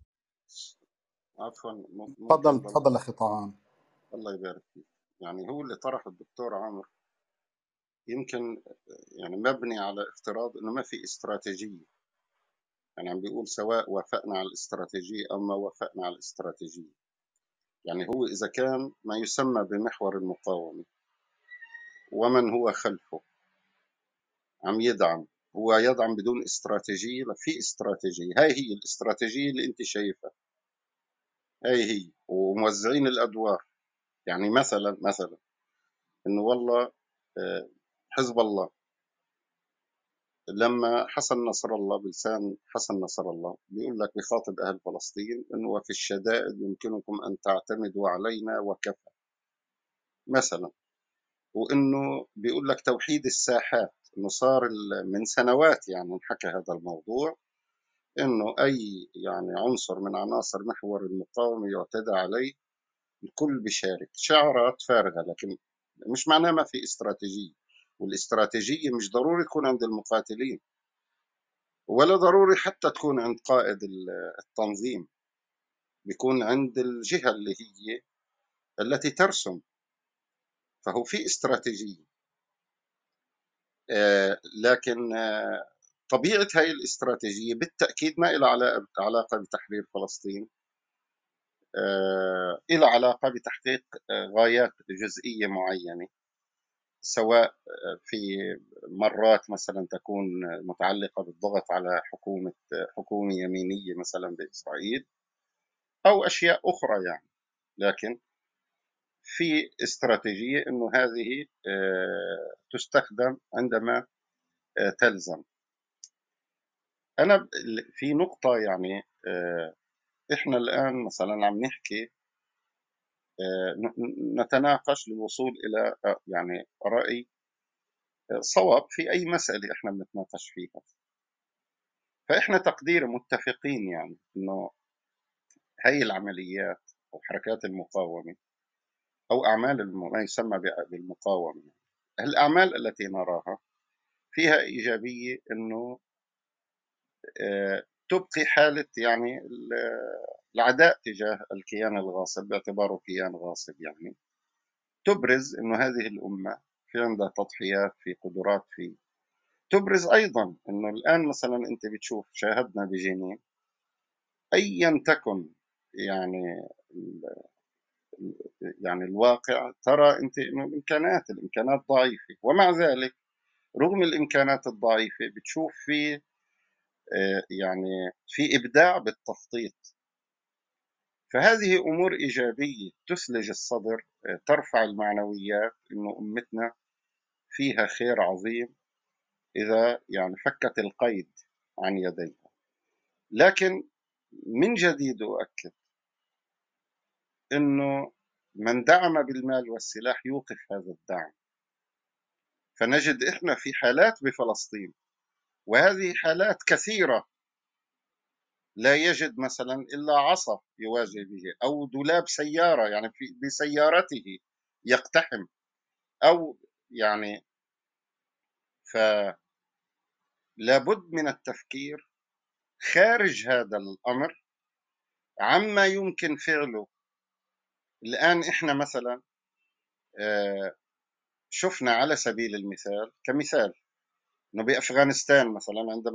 عفوا، تفضل ممكن تفضل أخي طعام. الله يبارك فيك. يعني هو اللي طرح الدكتور عامر يمكن يعني مبني على افتراض انه ما في استراتيجيه. يعني عم بيقول سواء وافقنا على الاستراتيجيه او ما وافقنا على الاستراتيجيه. يعني هو اذا كان ما يسمى بمحور المقاومه ومن هو خلفه عم يدعم، هو يدعم بدون استراتيجيه؟ لا، في استراتيجيه. هاي هي الاستراتيجيه اللي انت شايفها، هاي هي، وموزعين الادوار. يعني مثلا انه والله حزب الله لما حسن نصر الله بلسان حسن نصر الله بيقول لك بخاطب أهل فلسطين إنه وفي الشدائد يمكنكم أن تعتمدوا علينا وكفى مثلا، وإنه بيقول لك توحيد الساحات إنه صار من سنوات يعني انحكى هذا الموضوع، إنه أي يعني عنصر من عناصر محور المقاومة يعتدى عليه الكل بيشارك. شعارات فارغة، لكن مش معناه ما في استراتيجية، والاستراتيجية مش ضروري تكون عند المقاتلين، ولا ضروري حتى تكون عند قائد التنظيم، بيكون عند الجهة اللي هي التي ترسم. فهو في استراتيجية، لكن طبيعة هاي الاستراتيجية بالتأكيد ما إلها علاقة بتحرير فلسطين، إلها علاقة بتحقيق غايات جزئية معينة، سواء في مرات مثلا تكون متعلقة بالضغط على حكومة يمينية مثلا بإسرائيل، أو أشياء أخرى يعني. لكن في استراتيجية إنه هذه تستخدم عندما تلزم. أنا في نقطة يعني إحنا الآن مثلا عم نحكي نتناقش للوصول إلى يعني رأي صواب في أي مسألة إحنا بنتناقش فيها. فإحنا تقدير متفقين يعني إنه هاي العمليات أو حركات المقاومة أو أعمال ما يسمى بالمقاومة، الأعمال التي نراها فيها إيجابية، إنه تبقي حالة يعني العداء تجاه الكيان الغاصب باعتباره كيان غاصب، يعني تبرز إنه هذه الأمة في عندها تضحيات، في قدرات، في تبرز أيضا إنه الآن مثلا أنت بتشوف، شاهدنا بجنين أيا تكن يعني يعني الواقع، ترى أنت إنه الإمكانات ضعيفة، ومع ذلك رغم الإمكانات الضعيفة بتشوف في يعني في إبداع بالتخطيط. فهذه أمور إيجابية تثلج الصدر، ترفع المعنويات، إنه أمتنا فيها خير عظيم إذا يعني فكت القيد عن يديها. لكن من جديد أؤكد إنه من دعم بالمال والسلاح يوقف هذا الدعم. فنجد إحنا في حالات بفلسطين، وهذه حالات كثيرة، لا يجد مثلا إلا عصا يواجه به، أو دولاب سيارة يعني بسيارته يقتحم، أو يعني فلا بد من التفكير خارج هذا الأمر عما يمكن فعله. الآن إحنا مثلا شفنا على سبيل المثال، كمثال، إنه بأفغانستان مثلا عندما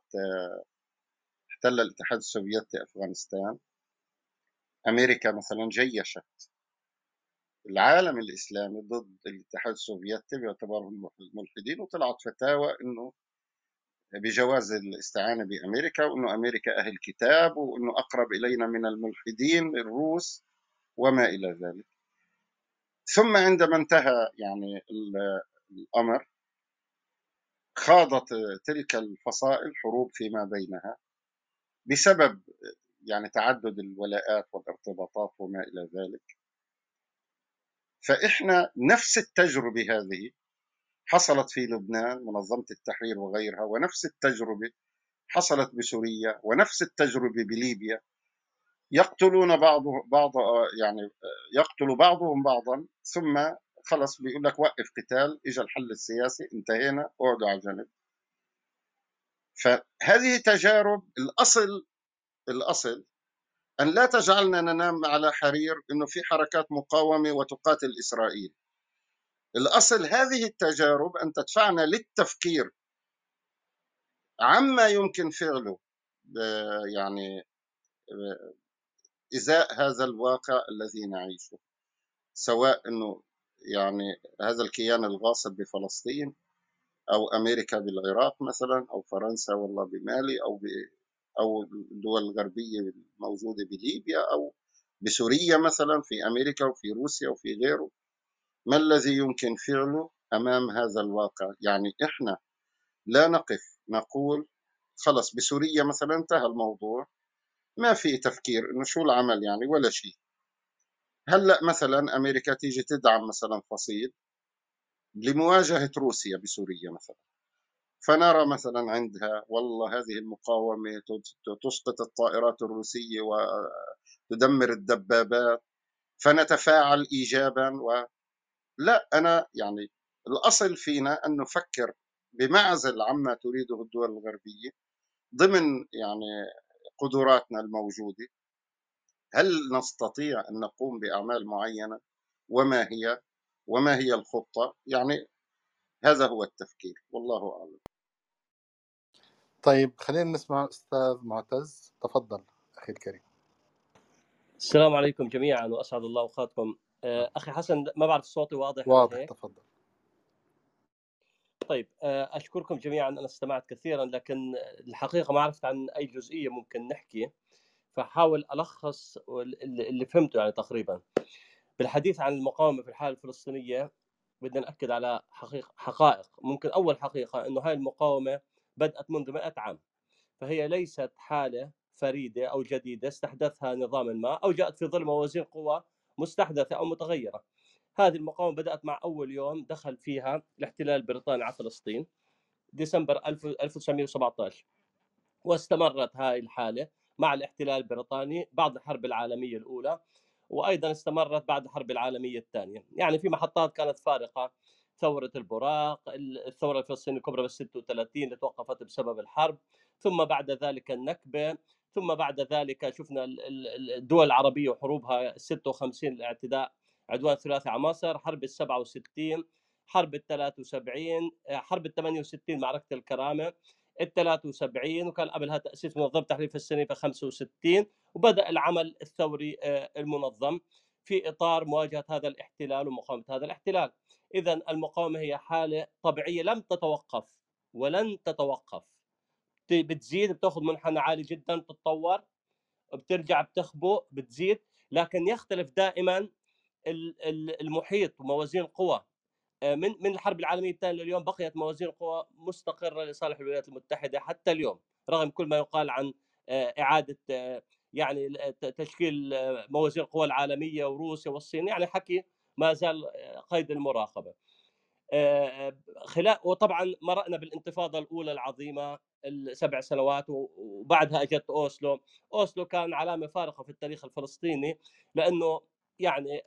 احتل الاتحاد السوفيتي أفغانستان، أمريكا مثلا جيشت العالم الإسلامي ضد الاتحاد السوفيتي باعتبارهم ملحدين، وطلعت فتاوى إنه بجواز الاستعانة بأمريكا، وإنه أمريكا أهل كتاب، وإنه أقرب إلينا من الملحدين الروس وما إلى ذلك. ثم عندما انتهى يعني الأمر، خاضت تلك الفصائل حروب فيما بينها بسبب يعني تعدد الولاءات والارتباطات وما إلى ذلك. فإحنا نفس التجربة هذه حصلت في لبنان، منظمة التحرير وغيرها، ونفس التجربة حصلت بسوريا، ونفس التجربة بليبيا. يقتلون بعض يعني يقتل بعضهم بعضا، ثم خلص بيقول لك وقف قتال، اجى الحل السياسي، انتهينا، اقعدوا على جنب. فهذه تجارب الأصل أن لا تجعلنا ننام على حرير إنه في حركات مقاومة وتقاتل إسرائيل. الأصل هذه التجارب أن تدفعنا للتفكير عما يمكن فعله يعني إزاء هذا الواقع الذي نعيشه، سواء أنه يعني هذا الكيان الغاصب بفلسطين، أو أمريكا بالعراق مثلا، أو فرنسا والله بمالي، أو الدول الغربية الموجودة بليبيا، أو بسوريا مثلا، في أمريكا وفي روسيا وفي غيره. ما الذي يمكن فعله أمام هذا الواقع؟ يعني إحنا لا نقف نقول خلص بسوريا مثلا انتهى الموضوع، ما في تفكير إنه شو العمل يعني ولا شيء. هلأ مثلا أمريكا تيجي تدعم مثلا فصيل لمواجهة روسيا بسوريا مثلا، فنرى مثلا عندها والله هذه المقاومة تسقط الطائرات الروسية وتدمر الدبابات، فنتفاعل إيجابا. لا، أنا يعني الأصل فينا أن نفكر بمعزل عما تريده الدول الغربية ضمن يعني قدراتنا الموجودة. هل نستطيع أن نقوم بأعمال معينة؟ وما هي الخطة؟ يعني هذا هو التفكير، والله أعلم. طيب خلينا نسمع أستاذ معتز، تفضل أخي الكريم. السلام عليكم جميعا وأسعد الله أوقاتكم. أخي حسن، ما بعرف صوتي واضح ولا واضح، هيك؟ تفضل. طيب، أشكركم جميعا. أنا استمعت كثيرا لكن الحقيقة ما عرفت عن أي جزئية ممكن نحكي، فحاول ألخص اللي فهمته يعني تقريبا. بالحديث عن المقاومة في الحالة الفلسطينية بدنا نأكد على حقائق. ممكن أول حقيقة أنه هاي المقاومة بدأت منذ 100 عام، فهي ليست حالة فريدة أو جديدة استحدثها نظام ما أو جاءت في ظل موازين قوى مستحدثة أو متغيرة. هذه المقاومة بدأت مع أول يوم دخل فيها الاحتلال البريطاني على فلسطين ديسمبر 1917، واستمرت هاي الحالة مع الاحتلال البريطاني بعد الحرب العالمية الأولى، وأيضا استمرت بعد الحرب العالمية الثانية. يعني في محطات كانت فارقة: ثورة البراق، الثورة الفلسطينية الكبرى بال 36 اللي توقفت بسبب الحرب، ثم بعد ذلك النكبة، ثم بعد ذلك شفنا الدول العربية وحروبها 56 الاعتداء عدوان ثلاثي على مصر، حرب ال 67، حرب ال 73، حرب ال 68 معركة الكرامة، ال 73، وكان قبلها تأسيس منظمة تحرير فلسطين في 65، وبدأ العمل الثوري المنظم في إطار مواجهة هذا الاحتلال ومقاومة هذا الاحتلال. إذا المقاومة هي حالة طبيعية لم تتوقف ولن تتوقف، بتزيد، بتاخذ منحنى عالي جدا، بتتطور، بترجع بتخبو، بتزيد، لكن يختلف دائما المحيط وموازين القوى. من الحرب العالميه الثانيه لليوم بقيت موازين القوى مستقره لصالح الولايات المتحده حتى اليوم، رغم كل ما يقال عن اعاده يعني تشكيل موازين القوى العالميه وروسيا والصين، يعني حكي ما زال قيد المراقبه. خلال، وطبعا مرقنا بالانتفاضه الاولى العظيمه ال7 سنوات، وبعدها اجت اوسلو. اوسلو كان علامه فارقه في التاريخ الفلسطيني، لانه يعني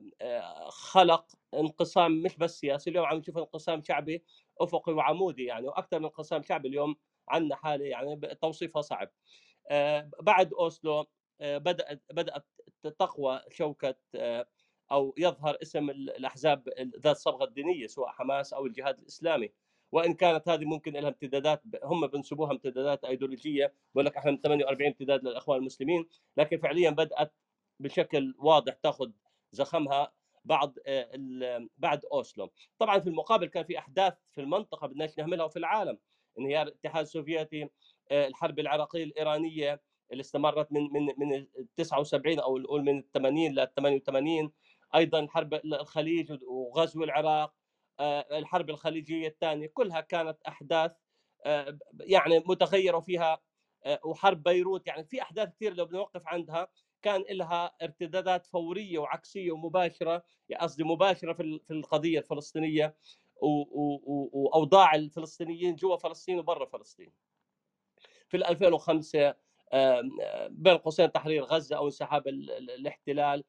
خلق انقسام مش بس سياسي. اليوم عم نشوف انقسام شعبي افقي وعمودي يعني، واكثر من انقسام شعبي اليوم عندنا حاله يعني توصيفها صعب. بعد اوسلو بدات تقوى شوكه او يظهر اسم الاحزاب ذات الصبغه الدينيه، سواء حماس او الجهاد الاسلامي، وان كانت هذه ممكن لها امتدادات، هم بنسبوها امتدادات ايديولوجيه، بقول لك احنا من 48 امتداد للاخوان المسلمين، لكن فعليا بدات بشكل واضح تاخذ زخمها بعد اوسلو. طبعا في المقابل كان في احداث في المنطقه بدناش نهملها وفي العالم: انهيار الاتحاد السوفيتي، الحرب العراقيه الايرانيه اللي استمرت من 79 او نقول من 80 ل 88، ايضا حرب الخليج وغزو العراق، الحرب الخليجيه الثانيه، كلها كانت احداث يعني متغيره فيها، وحرب بيروت. يعني في احداث كثير لو بنوقف عندها كان لها ارتدادات فوريه وعكسيه ومباشره، قصدي مباشره في القضيه الفلسطينيه واوضاع الفلسطينيين جوا فلسطين وبرا فلسطين. في 2005 بين قوسين تحرير غزه او انسحاب الاحتلال،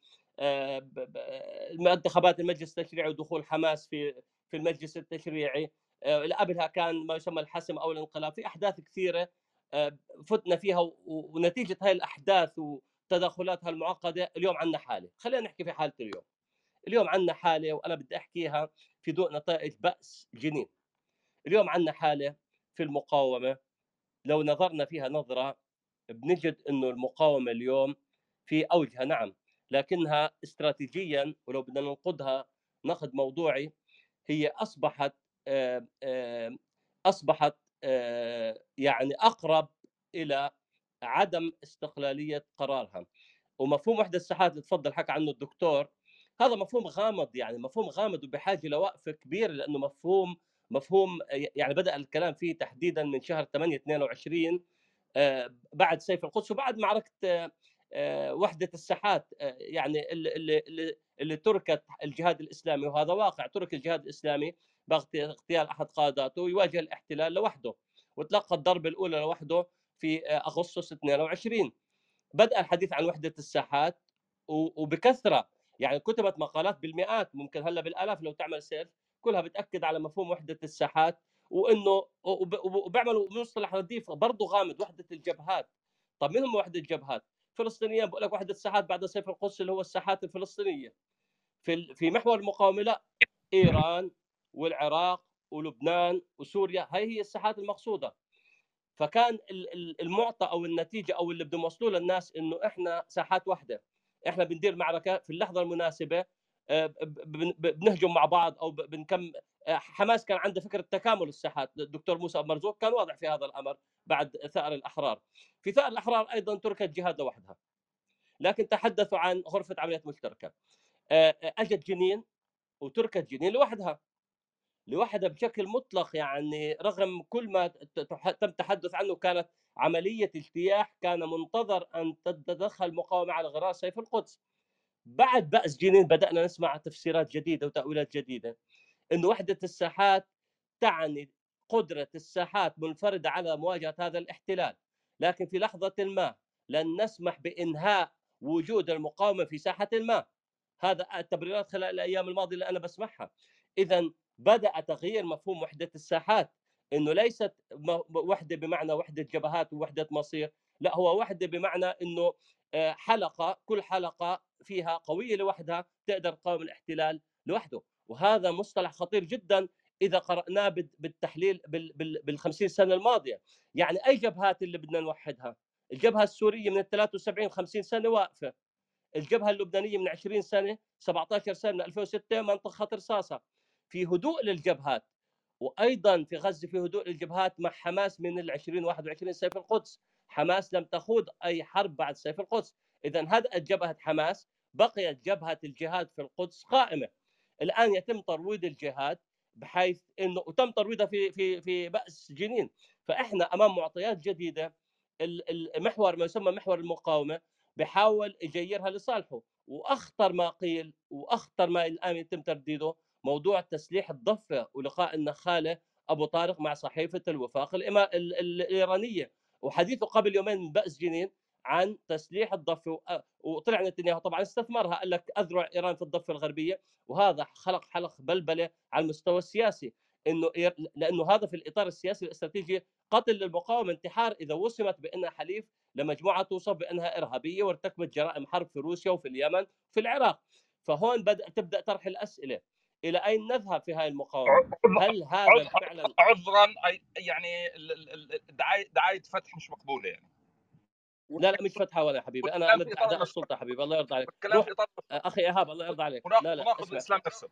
انتخابات المجلس التشريعي ودخول حماس في المجلس التشريعي، اللي قبلها كان ما يسمى الحسم او الانقلاب. في احداث كثيره فتنا فيها، ونتيجه هاي الاحداث وتدخلاتها المعقده اليوم عندنا حاله. خلينا نحكي في حاله اليوم عندنا حاله، وانا بدي احكيها في ضوء نتائج بأس جنين. اليوم عندنا حاله في المقاومه لو نظرنا فيها نظرة بنجد أنه المقاومة اليوم في أوجها، نعم، لكنها استراتيجيا ولو بدنا ننقدها نقد موضوعي هي أصبحت يعني أقرب إلى عدم استقلالية قرارها. ومفهوم وحدة الساحات اللي تفضل حكى عنه الدكتور، هذا مفهوم غامض، يعني مفهوم غامض وبحاجة لوقفة كبيرة، لأنه مفهوم يعني بدأ الكلام فيه تحديدا من شهر 8/22 بعد سيف القدس وبعد معركة وحدة الساحات، يعني اللي تركت الجهاد الإسلامي، وهذا واقع، ترك الجهاد الإسلامي باغتيال أحد قاداته ويواجه الاحتلال لوحده، وتلقى الضربة الأولى لوحده في أغسطس 22. بدأ الحديث عن وحدة الساحات وبكثرة، يعني كتبت مقالات بالمئات، ممكن هلا بالآلاف لو تعمل سيرش، كلها بتأكد على مفهوم وحدة الساحات، وإنه وبيعملوا مصطلح رديف برضه غامض، وحدة الجبهات. طب مين هم وحدة الجبهات؟ فلسطينيين بقول لك وحدة الساحات بعد سيف القدس اللي هو الساحات الفلسطينية. في محور المقاومة لا، إيران والعراق ولبنان وسوريا، هي الساحات المقصودة. فكان المعطى او النتيجه او اللي بدهم يوصلوه للناس انه احنا ساحات واحده، احنا بندير معركه في اللحظه المناسبه، بنهجم مع بعض او بنكم. حماس كان عنده فكره تكامل الساحات، الدكتور موسى مرزوق كان واضح في هذا الامر بعد ثأر الاحرار. في ثأر الاحرار ايضا تركت جهاد لوحدها، لكن تحدثوا عن غرفه عمليات مشتركه. اجت جنين وتركت جنين لوحدها بشكل مطلق، يعني رغم كل ما تم التحدث عنه، كانت عملية اجتياح كان منتظر أن تتدخل المقاومة على غرار سيف القدس. بعد بأس جنين بدأنا نسمع تفسيرات جديدة وتأويلات جديدة، أن وحدة الساحات تعني قدرة الساحات منفردة على مواجهة هذا الاحتلال، لكن في لحظة ما لن نسمح بإنهاء وجود المقاومة في ساحة ما. هذا التبريرات خلال الأيام الماضية اللي أنا بسمعها. إذا بدأ تغيير مفهوم وحدة الساحات، إنه ليست وحدة بمعنى وحدة جبهات ووحدة مصير، لا، هو وحدة بمعنى إنه حلقة، كل حلقة فيها قوية لوحدها تقدر تقاوم الاحتلال لوحده. وهذا مصطلح خطير جدا إذا قرأناه بالتحليل بال50 سنة الماضية. يعني أي جبهات اللي بدنا نوحدها؟ الجبهة السورية من 73 50 سنة واقفة، الجبهه اللبنانيه من 20 سنه 17 سنه من 2006 منطقه خط رصاصه. في هدوء للجبهات، وايضا في غزه في هدوء للجبهات مع حماس من ال 2021 سيف القدس. حماس لم تخوض اي حرب بعد سيف القدس، اذا هدأت جبهه حماس، بقيت جبهه الجهاد في القدس قائمه. الان يتم ترويض الجهاد بحيث انه وتم ترويضها في بأس جنين. فاحنا امام معطيات جديده. المحور ما يسمى محور المقاومه بحاول يجيرها لصالحه. واخطر ما قيل واخطر ما الان يتم ترديده موضوع تسليح الضفه ولقاء النخاله ابو طارق مع صحيفه الوفاق الايرانيه، وحديثه قبل يومين من بأس جنين عن تسليح الضفه. وطلع نتنياهو طبعا استثمرها، قال لك اذرع ايران في الضفه الغربيه، وهذا خلق حلق بلبله على المستوى السياسي. انه لانه هذا في الاطار السياسي الاستراتيجي قتل للمقاومه، انتحار اذا وصمت بانها حليف لمجموعه توصف بانها ارهابيه وارتكبت جرائم حرب في روسيا وفي اليمن وفي العراق. فهون تبدا طرح الاسئله، الى اين نذهب في هاي المقاومه؟ هل هذا فعلا عذرا يعني دعايه فتح مش مقبوله يعني؟ لا مش فتحه ولا حبيبي، انا ضد اعداء السلطه حبيبي، الله يرضى عليك. روح اخي ايهاب الله يرضى عليك. لا وناخذ اسمع الاسلام نفسه.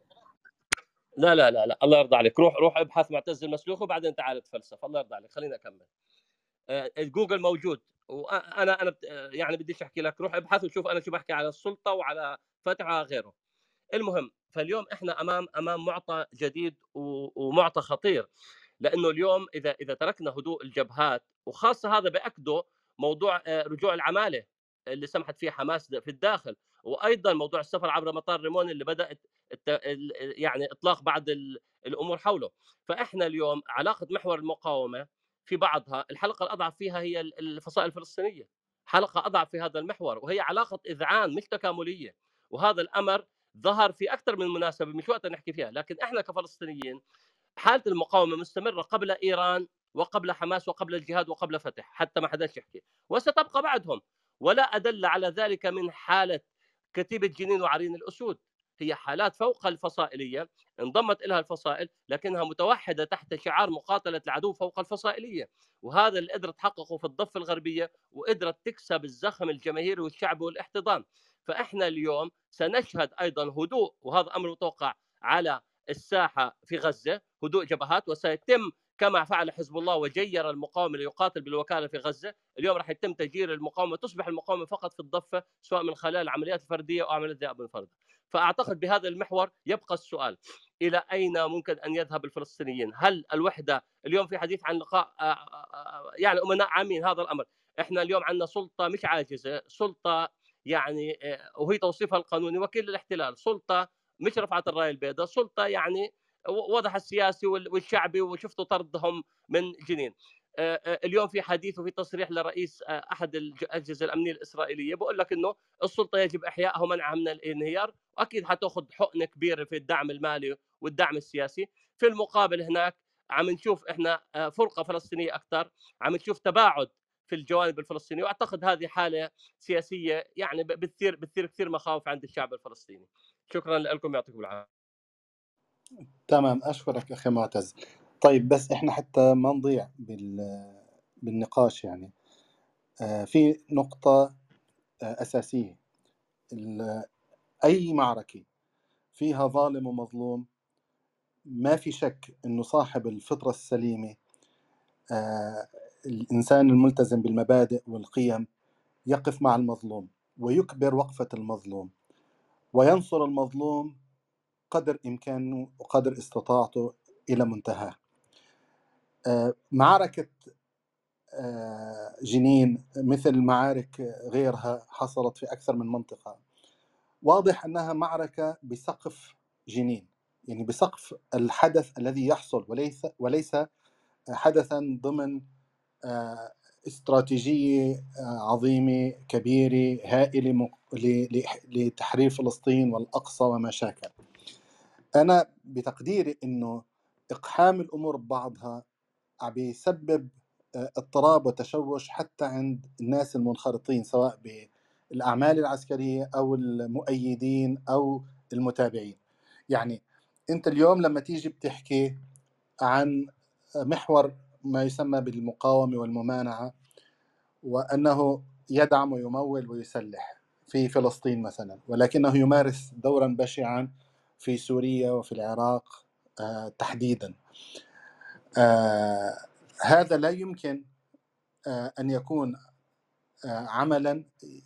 لا الله يرضى عليك، روح ابحث معتز المسلوخ وبعدين تعال تفلسف. الله يرضى عليك، خليني اكمل. جوجل موجود، وانا يعني بديش احكي لك، روح ابحث وشوف انا شو بحكي على السلطه وعلى فتح وعلى غيره. المهم، فاليوم احنا امام معطى جديد ومعطى خطير، لانه اليوم اذا تركنا هدوء الجبهات، وخاصه هذا باكده موضوع رجوع العماله اللي سمحت فيه حماس في الداخل، وايضا موضوع السفر عبر مطار ريمون اللي بدات يعني اطلاق بعض الامور حوله. فاحنا اليوم علاقه محور المقاومه في بعضها، الحلقه الاضعف فيها هي الفصائل الفلسطينيه، حلقه اضعف في هذا المحور، وهي علاقه اذعان مش تكامليه. وهذا الامر ظهر في اكثر من مناسبه مش وقت نحكي فيها، لكن احنا كفلسطينيين حاله المقاومه مستمره قبل ايران وقبل حماس وقبل الجهاد وقبل فتح، حتى ما حداش يحكي، وستبقى بعدهم. ولا ادل على ذلك من حاله كتيبه جنين وعرين الاسود، هي حالات فوق الفصائليه، انضمت لها الفصائل لكنها متوحده تحت شعار مقاتله العدو فوق الفصائليه. وهذا اللي قدرت تحققه في الضفه الغربيه، وقدرت تكسب الزخم الجماهيري والشعبي والاحتضان. فاحنا اليوم سنشهد ايضا هدوء، وهذا امر متوقع على الساحه في غزه، هدوء جبهات، وسيتم كما فعل حزب الله وجير المقاومه ليقاتل بالوكاله في غزه. اليوم راح يتم تجيير المقاومه، تصبح المقاومه فقط في الضفه، سواء من خلال العمليات الفرديه او عمليات ذئاب منفرده. فاعتقد بهذا المحور يبقى السؤال، الى اين ممكن ان يذهب الفلسطينيين؟ هل الوحده؟ اليوم في حديث عن لقاء يعني امناء عامين هذا الامر. احنا اليوم عندنا سلطه مش عاجزه، سلطه يعني وهي توصيفها القانوني وكيل الاحتلال، سلطه مش رفعت الرايه البيضاء، سلطه يعني وضع السياسي والشعبي، وشفتوا طردهم من جنين. اليوم في حديث وفي تصريح لرئيس احد الاجهزه الامنيه الاسرائيليه بقول لك انه السلطه يجب احيائها ومنعها من الانهيار، واكيد حتاخذ حقنه كبيره في الدعم المالي والدعم السياسي. في المقابل هناك عم نشوف احنا فرقه فلسطينيه اكثر، عم نشوف تباعد في الجوانب الفلسطينيه، واعتقد هذه حاله سياسيه يعني بتثير كثير مخاوف عند الشعب الفلسطيني. شكرا لكم، يعطيكم العافيه. تمام، أشكرك أخي معتز. طيب بس إحنا حتى ما نضيع بالنقاش يعني في نقطة أساسية. أي معركة فيها ظالم ومظلوم ما في شك أنه صاحب الفطرة السليمة الإنسان الملتزم بالمبادئ والقيم يقف مع المظلوم ويكبر وقفة المظلوم وينصر المظلوم قدر إمكانه وقدر استطاعته إلى منتهاه. معركة جنين مثل معارك غيرها حصلت في أكثر من منطقة، واضح أنها معركة بسقف جنين، يعني بسقف الحدث الذي يحصل، وليس حدثا ضمن استراتيجية عظيمة كبيرة هائلة لتحرير فلسطين والأقصى وما شاكل. أنا بتقديري أنه إقحام الأمور ببعضها عم بيسبب اضطراب وتشوش حتى عند الناس المنخرطين، سواء بالأعمال العسكرية أو المؤيدين أو المتابعين. يعني أنت اليوم لما تيجي بتحكي عن محور ما يسمى بالمقاومة والممانعة، وأنه يدعم ويمول ويسلح في فلسطين مثلا، ولكنه يمارس دورا بشعا في سوريا وفي العراق تحديدا، هذا لا يمكن أن يكون عملا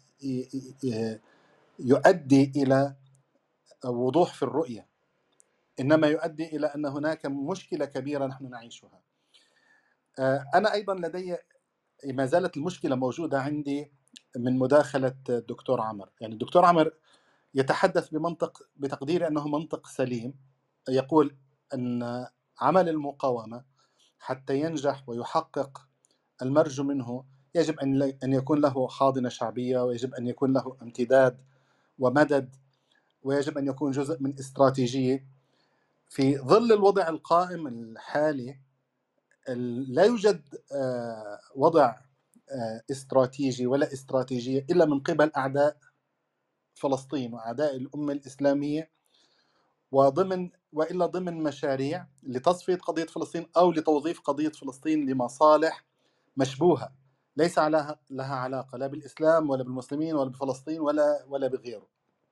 يؤدي إلى وضوح في الرؤية، إنما يؤدي إلى أن هناك مشكلة كبيرة نحن نعيشها. أنا أيضا لدي ما زالت المشكلة موجودة عندي من مداخلة الدكتور عمر. يعني الدكتور عمر يتحدث بمنطق بتقديري أنه منطق سليم، يقول أن عمل المقاومة حتى ينجح ويحقق المرجو منه يجب أن يكون له حاضنة شعبية، ويجب أن يكون له امتداد ومدد، ويجب أن يكون جزء من استراتيجية. في ظل الوضع القائم الحالي لا يوجد وضع استراتيجي ولا استراتيجية إلا من قبل أعداء فلسطين وأعداء الأمة الإسلامية، وإلا ضمن مشاريع لتصفية قضية فلسطين أو لتوظيف قضية فلسطين لمصالح مشبوهة ليس لها علاقة لا بالإسلام ولا بالمسلمين ولا بفلسطين ولا بغيره.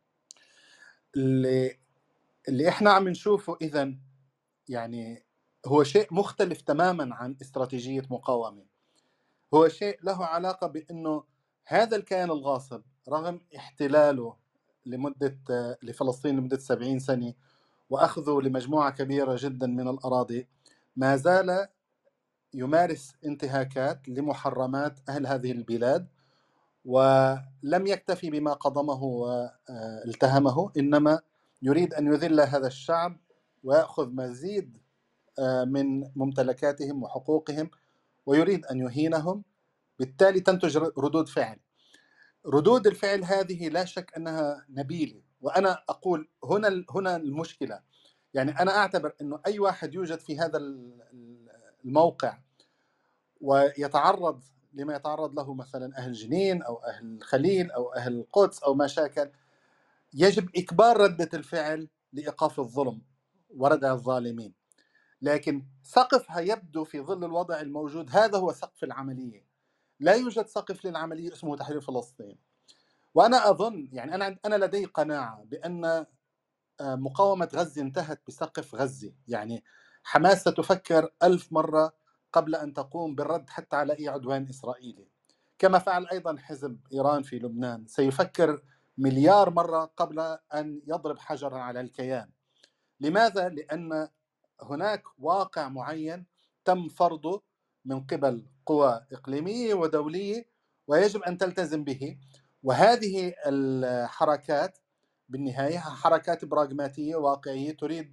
اللي إحنا عم نشوفه إذن يعني هو شيء مختلف تماما عن استراتيجية مقاومة. هو شيء له علاقة بأنه هذا الكيان الغاصب رغم احتلاله لفلسطين لمدة 70 سنة وأخذه لمجموعة كبيرة جدا من الأراضي، ما زال يمارس انتهاكات لمحرمات أهل هذه البلاد، ولم يكتفي بما قضمه والتهمه، إنما يريد أن يذل هذا الشعب ويأخذ مزيد من ممتلكاتهم وحقوقهم، ويريد أن يهينهم. بالتالي تنتج ردود فعل. ردود الفعل هذه لا شك أنها نبيلة، وأنا أقول هنا المشكلة. يعني أنا أعتبر أنه أي واحد يوجد في هذا الموقع ويتعرض لما يتعرض له مثلا أهل جنين أو أهل الخليل أو أهل القدس أو ما شاكل، يجب إكبار ردة الفعل لإيقاف الظلم وردع الظالمين. لكن سقفها يبدو في ظل الوضع الموجود هذا هو سقف العملية. لا يوجد سقف للعملية اسمه تحرير فلسطين. وأنا أظن يعني أنا لدي قناعة بأن مقاومة غزة انتهت بسقف غزة. يعني حماس ستفكر 1000 مرة قبل أن تقوم بالرد حتى على أي عدوان إسرائيلي، كما فعل أيضا حزب إيران في لبنان، سيفكر مليار مرة قبل أن يضرب حجرا على الكيان. لماذا؟ لأن هناك واقع معين تم فرضه من قبل قوى إقليمية ودولية ويجب أن تلتزم به، وهذه الحركات بالنهاية حركات براغماتية واقعية تريد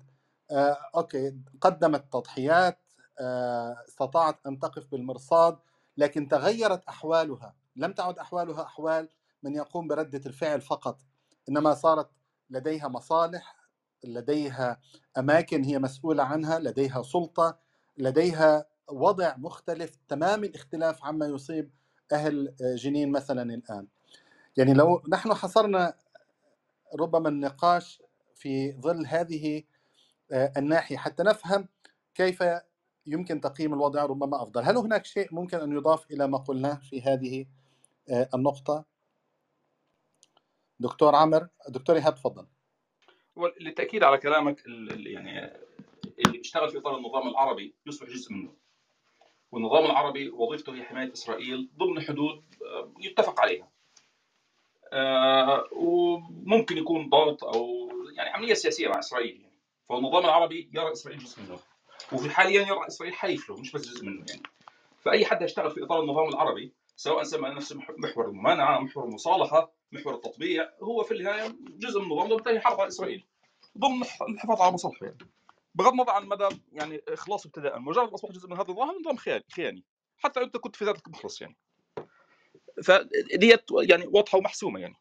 أوكي، قدمت تضحيات، استطاعت أن تقف بالمرصاد، لكن تغيرت أحوالها. لم تعد أحوالها أحوال من يقوم بردة الفعل فقط، إنما صارت لديها مصالح، لديها أماكن هي مسؤولة عنها، لديها سلطة، لديها وضع مختلف تمام الاختلاف عما يصيب أهل جنين مثلا الآن. يعني لو نحن حصرنا ربما النقاش في ظل هذه الناحية حتى نفهم كيف يمكن تقييم الوضع ربما أفضل. هل هناك شيء ممكن أن يضاف إلى ما قلناه في هذه النقطة؟ دكتور عمر، دكتور إيهاب تفضل. للتاكيد على كلامك، يعني اللي بيشتغل في اطار النظام العربي يصبح جزء منه، والنظام العربي وظيفته هي حمايه اسرائيل ضمن حدود يتفق عليها، وممكن يكون ضغط او يعني عمليه سياسيه مع اسرائيل يعني. فالنظام العربي يرى اسرائيل جزء منه، وفي حاليا يرى اسرائيل حليف له مش بس جزء منه يعني. فاي حد يشتغل في اطار النظام العربي سواء سمى نفسه محور الممانعه، محور المصالحه، محور التطبيع، هو في النهايه جزء من النظام وبالتالي حرب على اسرائيل ضمن الحفاظ على مصالحه يعني. بغض النظر عن مدى يعني اخلاصه ابتداء، مجرد اصبح جزء من هذا النظام خياني حتى انت كنت في ذاتك مخلص يعني. فديت يعني واضحه ومحسومه يعني.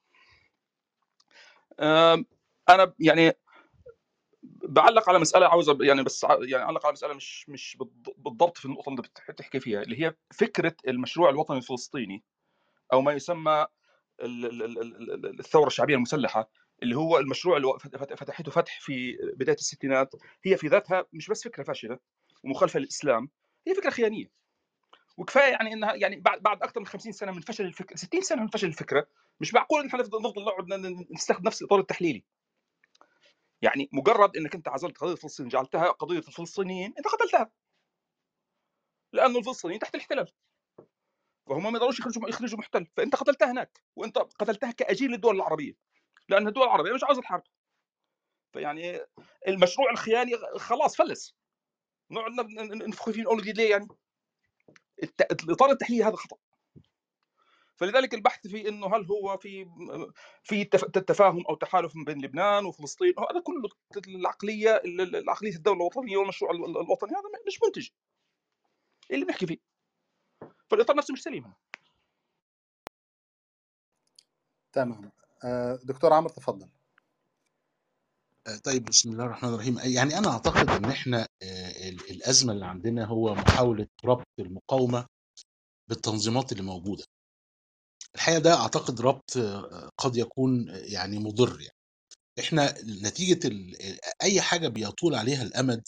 انا يعني بعلق على مساله عاوز يعني بس يعني اعلق على مساله مش بالضبط في النقطه اللي بتحكي فيها، اللي هي فكره المشروع الوطني الفلسطيني او ما يسمى الثوره الشعبيه المسلحه، اللي هو المشروع اللي فتحته فتح في بدايه الستينات. هي في ذاتها مش بس فكره فاشله ومخالفه للاسلام، هي فكره خيانيه. وكفايه يعني انها يعني بعد اكثر من 50 سنه من فشل الفكره، 60 سنه من فشل الفكره، مش معقول ان احنا نفضل نقعد نستخدم نفس الاطار التحليلي. يعني مجرد انك انت عزلت قضيه فلسطين جعلتها قضيه الفلسطينيين، انت قتلتها، لانه الفلسطينيين تحت الاحتلال وهم ما يقدروش يخرجوا محتل، فانت قتلتها هناك، وانت قتلتها كاجيل للدول العربيه، لان الدول العربيه مش عاوزه الحرب. فيعني المشروع الخياني خلاص فلس، نقعد نفخ فيه نقول ليه يعني. الاطار التحليلي هذا خطا. فلذلك البحث في انه هل هو في تفاهم او تحالف بين لبنان وفلسطين، هذا كله العقليه الدوله الوطنيه والمشروع الوطني، هذا مش منتج اللي بنحكي فيه. فالاطار نفسه مش سليم. تمام. دكتور عمرو تفضل. طيب، بسم الله الرحمن الرحيم. يعني انا اعتقد ان احنا الازمه اللي عندنا هو محاوله ربط المقاومه بالتنظيمات اللي موجوده. الحقيقه ده اعتقد ربط قد يكون يعني مضر. يعني احنا نتيجه اي حاجه بيطول عليها الامد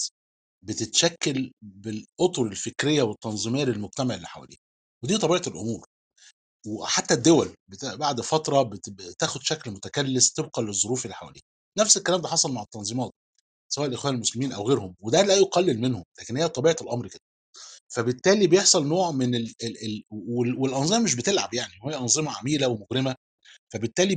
بتتشكل بالاطر الفكريه والتنظيميه للمجتمع اللي حواليها، ودي طبيعه الامور. وحتى الدول بعد فتره بتاخد شكل متكلس طبقا للظروف اللي حواليها. نفس الكلام ده حصل مع التنظيمات سواء الاخوان المسلمين او غيرهم، وده لا يقلل منهم، لكن هي طبيعه الامر كده. فبالتالي بيحصل نوع من والانظمه مش بتلعب، يعني وهي انظمه عميله ومجرمه. فبالتالي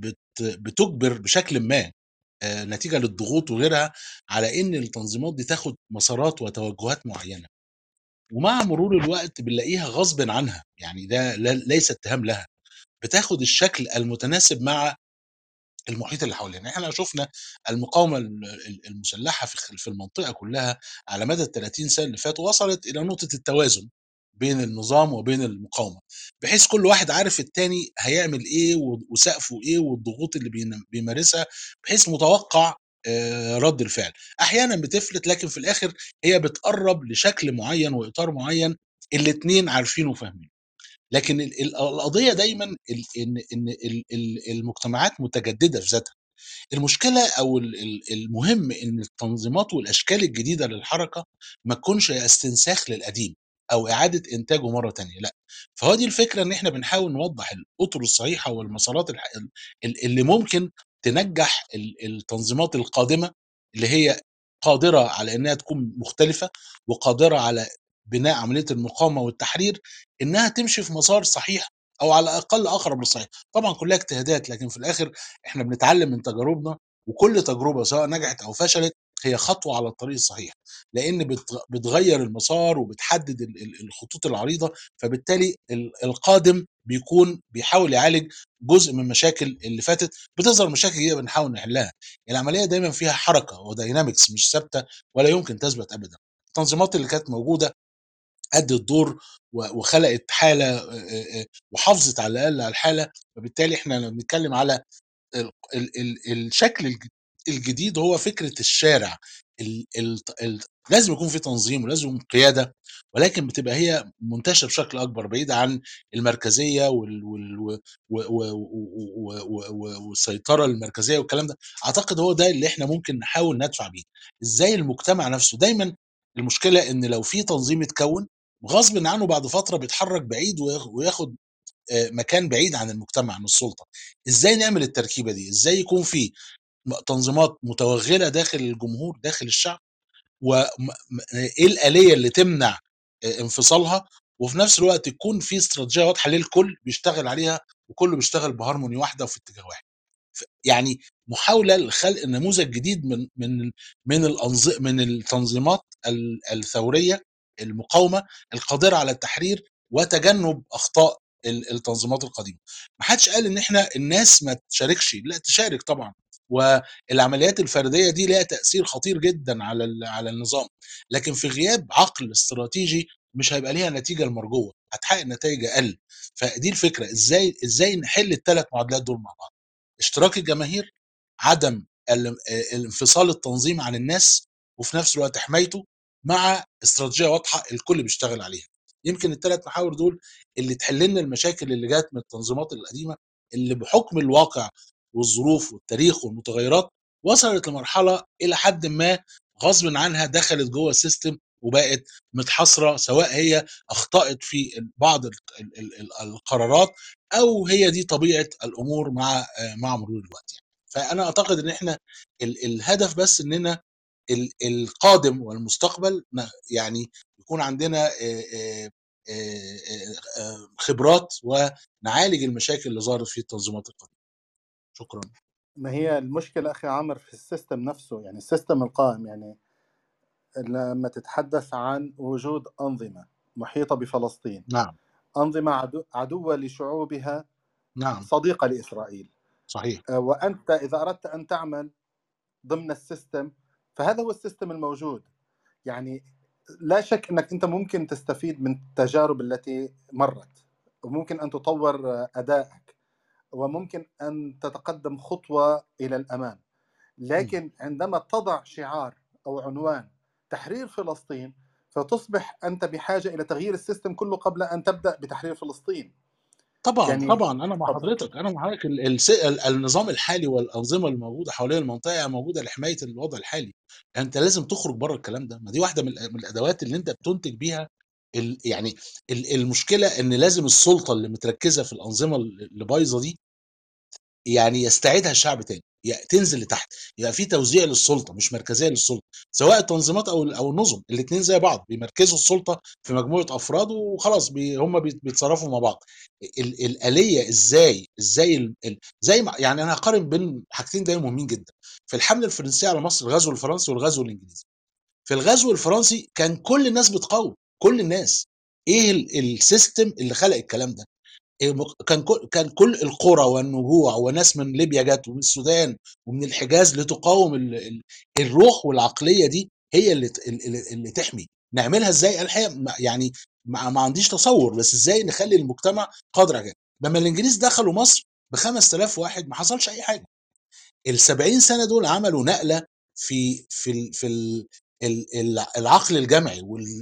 بتجبر بشكل ما نتيجه للضغوط وغيرها على ان التنظيمات دي تاخد مسارات وتوجهات معينه، ومع مرور الوقت بنلاقيها غصب عنها. يعني ده ليس اتهام لها، بتاخد الشكل المتناسب مع المحيط اللي حوالينا. احنا شفنا المقاومه المسلحه في المنطقه كلها على مدى ال 30 سنه اللي فاتوا وصلت الى نقطه التوازن بين النظام وبين المقاومه، بحيث كل واحد عارف التاني هيعمل ايه وسقفه ايه والضغوط اللي بيمارسها، بحيث متوقع رد الفعل. احيانا بتفلت، لكن في الاخر هي بتقرب لشكل معين واطار معين الاتنين عارفينه وفاهمينه. لكن القضيه دايما ان المجتمعات متجدده في ذاتها. المشكله او المهم ان التنظيمات والاشكال الجديده للحركه ما تكونش استنساخ للقديم او اعاده انتاجه مره تانية، لا. فهو دي الفكره، ان احنا بنحاول نوضح الاطر الصحيحه والمسارات اللي ممكن تنجح التنظيمات القادمه، اللي هي قادره على انها تكون مختلفه وقادره على بناء عمليه المقاومه والتحرير، انها تمشي في مسار صحيح او على الاقل اقرب للصحيح. طبعا كلها اجتهادات، لكن في الاخر احنا بنتعلم من تجاربنا، وكل تجربه سواء نجحت او فشلت هي خطوه على الطريق الصحيح، لان بتغير المسار وبتحدد الخطوط العريضه. فبالتالي القادم بيكون بيحاول يعالج جزء من المشاكل اللي فاتت، بتظهر مشاكل جديده بنحاول نحلها. العمليه دايما فيها حركه وداينامكس مش ثابته ولا يمكن تثبت ابدا. التنظيمات اللي كانت موجوده ادت دور وخلقت حاله وحافظت على الاقل على الحاله. فبالتالي احنا لما بنتكلم على الشكل الجديد هو فكره الشارع. ال ال ال لازم يكون في تنظيم ولازم يكون قياده، ولكن بتبقى هي منتشره بشكل اكبر بعيد عن المركزيه والسيطره المركزيه والكلام ده. اعتقد هو ده اللي احنا ممكن نحاول ندفع بيه. ازاي المجتمع نفسه دايما المشكله ان لو في تنظيم اتكون غصب عنه بعد فتره بيتحرك بعيد وياخد مكان بعيد عن المجتمع عن السلطه. ازاي نعمل التركيبه دي؟ ازاي يكون في تنظيمات متوغله داخل الجمهور داخل الشعب، وايه الآلية اللي تمنع انفصالها، وفي نفس الوقت يكون في استراتيجيه واضحه للكل بيشتغل عليها وكله بيشتغل بهارموني واحده وفي اتجاه واحد. يعني محاوله لخلق نموذج جديد من التنظيمات الثوريه المقاومه القادره على التحرير وتجنب اخطاء التنظيمات القديمه. ما حدش قال ان احنا الناس ما تشاركش، لا تشارك طبعا، والعمليات الفرديه دي لها تاثير خطير جدا على النظام، لكن في غياب عقل استراتيجي مش هيبقى ليها نتيجه المرجوه، هتحقق نتائج اقل. فدي الفكره، ازاي نحل الثلاث معادلات دول مع بعض: اشتراك الجماهير، عدم انفصال التنظيم عن الناس، وفي نفس الوقت حمايته، مع استراتيجيه واضحه الكل بيشتغل عليها. يمكن الثلاث محاور دول اللي تحل لنا المشاكل اللي جات من التنظيمات القديمه، اللي بحكم الواقع والظروف والتاريخ والمتغيرات وصلت لمرحله الى حد ما غصب عنها دخلت جوه السيستم وبقت متحصره، سواء هي اخطات في بعض القرارات او هي دي طبيعه الامور مع مرور الوقت يعني. فانا اعتقد ان احنا الهدف بس اننا القادم والمستقبل يعني يكون عندنا خبرات ونعالج المشاكل اللي ظهرت في التنظيمات القديمه. شكرا. ما هي المشكلة أخي عامر في السيستم نفسه، يعني السيستم القائم. يعني لما تتحدث عن وجود أنظمة محيطة بفلسطين، نعم. أنظمة عدوة لشعوبها، نعم. صديقة لإسرائيل، صحيح. وأنت إذا أردت أن تعمل ضمن السيستم فهذا هو السيستم الموجود. يعني لا شك أنك أنت ممكن تستفيد من التجارب التي مرت، وممكن أن تطور أدائك، وممكن أن تتقدم خطوة إلى الأمام. لكن عندما تضع شعار أو عنوان تحرير فلسطين، فتصبح أنت بحاجة إلى تغيير السيستم كله قبل أن تبدأ بتحرير فلسطين. طبعا يعني طبعا انا مع حضرتك، النظام الحالي والانظمه الموجوده حوالين المنطقه موجوده لحمايه الوضع الحالي. انت لازم تخرج بره الكلام ده، ما دي واحده من الادوات اللي انت بتنتج بيها يعني المشكله ان لازم السلطه اللي متركزه في الانظمه اللي بايظه دي يعني يستعيدها الشعب تاني، تنزل لتحت، يبقى في توزيع للسلطه مش مركزيه للسلطه، سواء التنظيمات او النظم، الاثنين زي بعض بيمركزوا السلطه في مجموعه افراد وخلاص هم بيتصرفوا مع بعض. الاليه ازاي زي ما يعني انا هقارن بين حاجتين دايما مهمين جدا في الحمله الفرنسيه على مصر: الغزو الفرنسي والغزو الانجليزي. في الغزو الفرنسي كان كل الناس بتقاوم، كل الناس. ايه السيستم اللي خلق الكلام ده؟ كان كل القرى والنجوع وناس من ليبيا جت ومن السودان ومن الحجاز لتقاوم الروح والعقليه دي هي اللي تحمي. نعملها ازاي؟ الحقيقه يعني ما عنديش تصور، بس ازاي نخلي المجتمع قادر على كده؟ لما الانجليز دخلوا مصر ب 5000 واحد ما حصلش اي حاجه. ال 70 سنه دول عملوا نقله في العقل الجمعي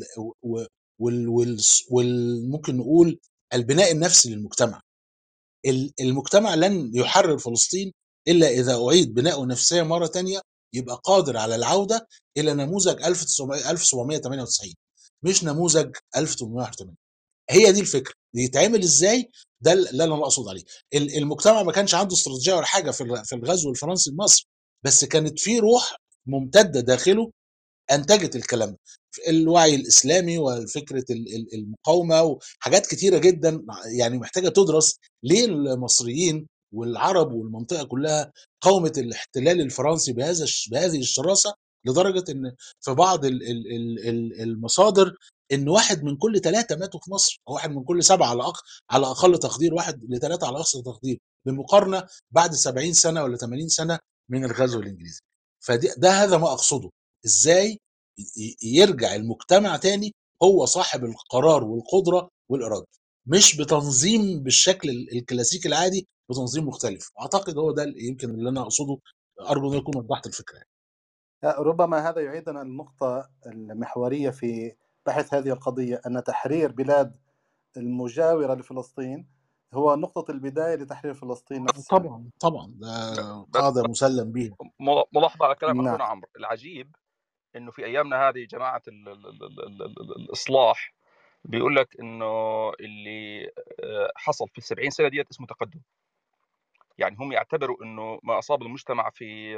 ممكن نقول البناء النفسي للمجتمع. المجتمع لن يحرر فلسطين الا اذا اعيد بناؤه نفسيا مره تانية، يبقى قادر على العوده الى نموذج 1798 مش نموذج 1881. هي دي الفكره، يتعمل ازاي؟ ده اللي انا اقصد عليه. المجتمع ما كانش عنده استراتيجيه ولا حاجه في الغزو الفرنسي لمصر، بس كانت في روح ممتده داخله انتجت الكلام ده. الوعي الاسلامي وفكره المقاومه وحاجات كتيره جدا يعني محتاجه تدرس. ليه المصريين والعرب والمنطقه كلها قاومت الاحتلال الفرنسي بهذه الشراسه، لدرجه ان في بعض المصادر ان 1 من كل 3 ماتوا في مصر، او 1 من كل 7 على اقل تقدير، 1 ل3 على اقصى تقدير، بمقارنه بعد 70 سنه ولا 80 سنه من الغزو الانجليزي. هذا ما اقصده. ازاي يرجع المجتمع تاني هو صاحب القرار والقدره والاراده، مش بتنظيم بالشكل الكلاسيكي العادي، بتنظيم مختلف. اعتقد هو ده يمكن اللي انا اقصده. ارجو ان اكون وضحت الفكره. ربما هذا يعيدنا النقطة المحورية في بحث هذه القضية، أن تحرير بلاد المجاورة لفلسطين هو نقطة البداية لتحرير فلسطين نفسها. طبعا ده قاعده مسلم بيها. ملاحظة على كلام نعم. أخونا عمرو. العجيب إنه في أيامنا هذه جماعة الإصلاح بيقول لك إنه اللي حصل في ال70 سنة ديت اسمه تقدم. يعني هم يعتبروا إنه ما أصاب المجتمع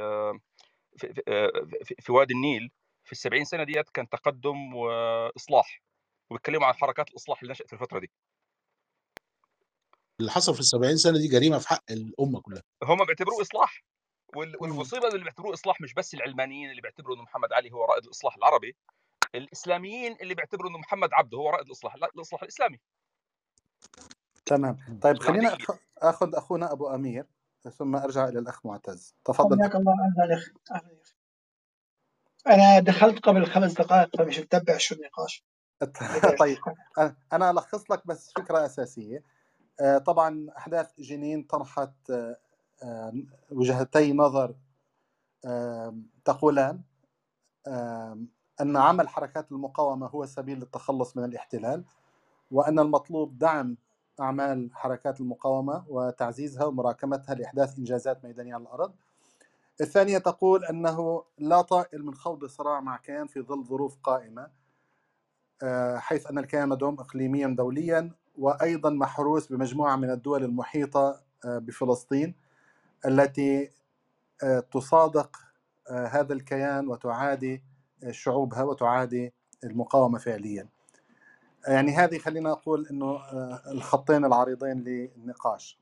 في وادي النيل في ال70 سنة ديت كان تقدم وإصلاح، وبيتكلموا عن حركات الإصلاح اللي نشأت في الفترة دي. اللي حصل في ال70 سنه دي جريمه في حق الامه كلها. هم بيعتبروه إصلاح، والمصيبة اللي بيعتبروه إصلاح مش بس العلمانيين اللي بيعتبروا إنه محمد علي هو رائد الإصلاح العربي، الإسلاميين اللي بيعتبروا إنه محمد عبده هو رائد الإصلاح الإسلامي. تمام. طيب خلينا يعني أخذ أخونا أبو أمير ثم أرجع إلى الأخ معتز. تفضل. حياك الله. أهلا أخي. أنا دخلت قبل 5 دقائق فمش متبع شو النقاش. طيب أنا ألخص لك بس فكرة أساسية. طبعا أحداث جنين طرحت وجهتي نظر تقولان أن عمل حركات المقاومة هو السبيل للتخلص من الاحتلال، وأن المطلوب دعم أعمال حركات المقاومة وتعزيزها ومراكمتها لإحداث إنجازات ميدانية على الأرض. الثانية تقول أنه لا طائل من خوض صراع مع كيان في ظل ظروف قائمة، حيث أن الكيان مدعوم إقليميا دوليا، وأيضا محروس بمجموعة من الدول المحيطة بفلسطين التي تصادق هذا الكيان وتعادي شعوبها وتعادي المقاومة فعليا. يعني هذه خلينا أقول أنه الخطين العريضين للنقاش.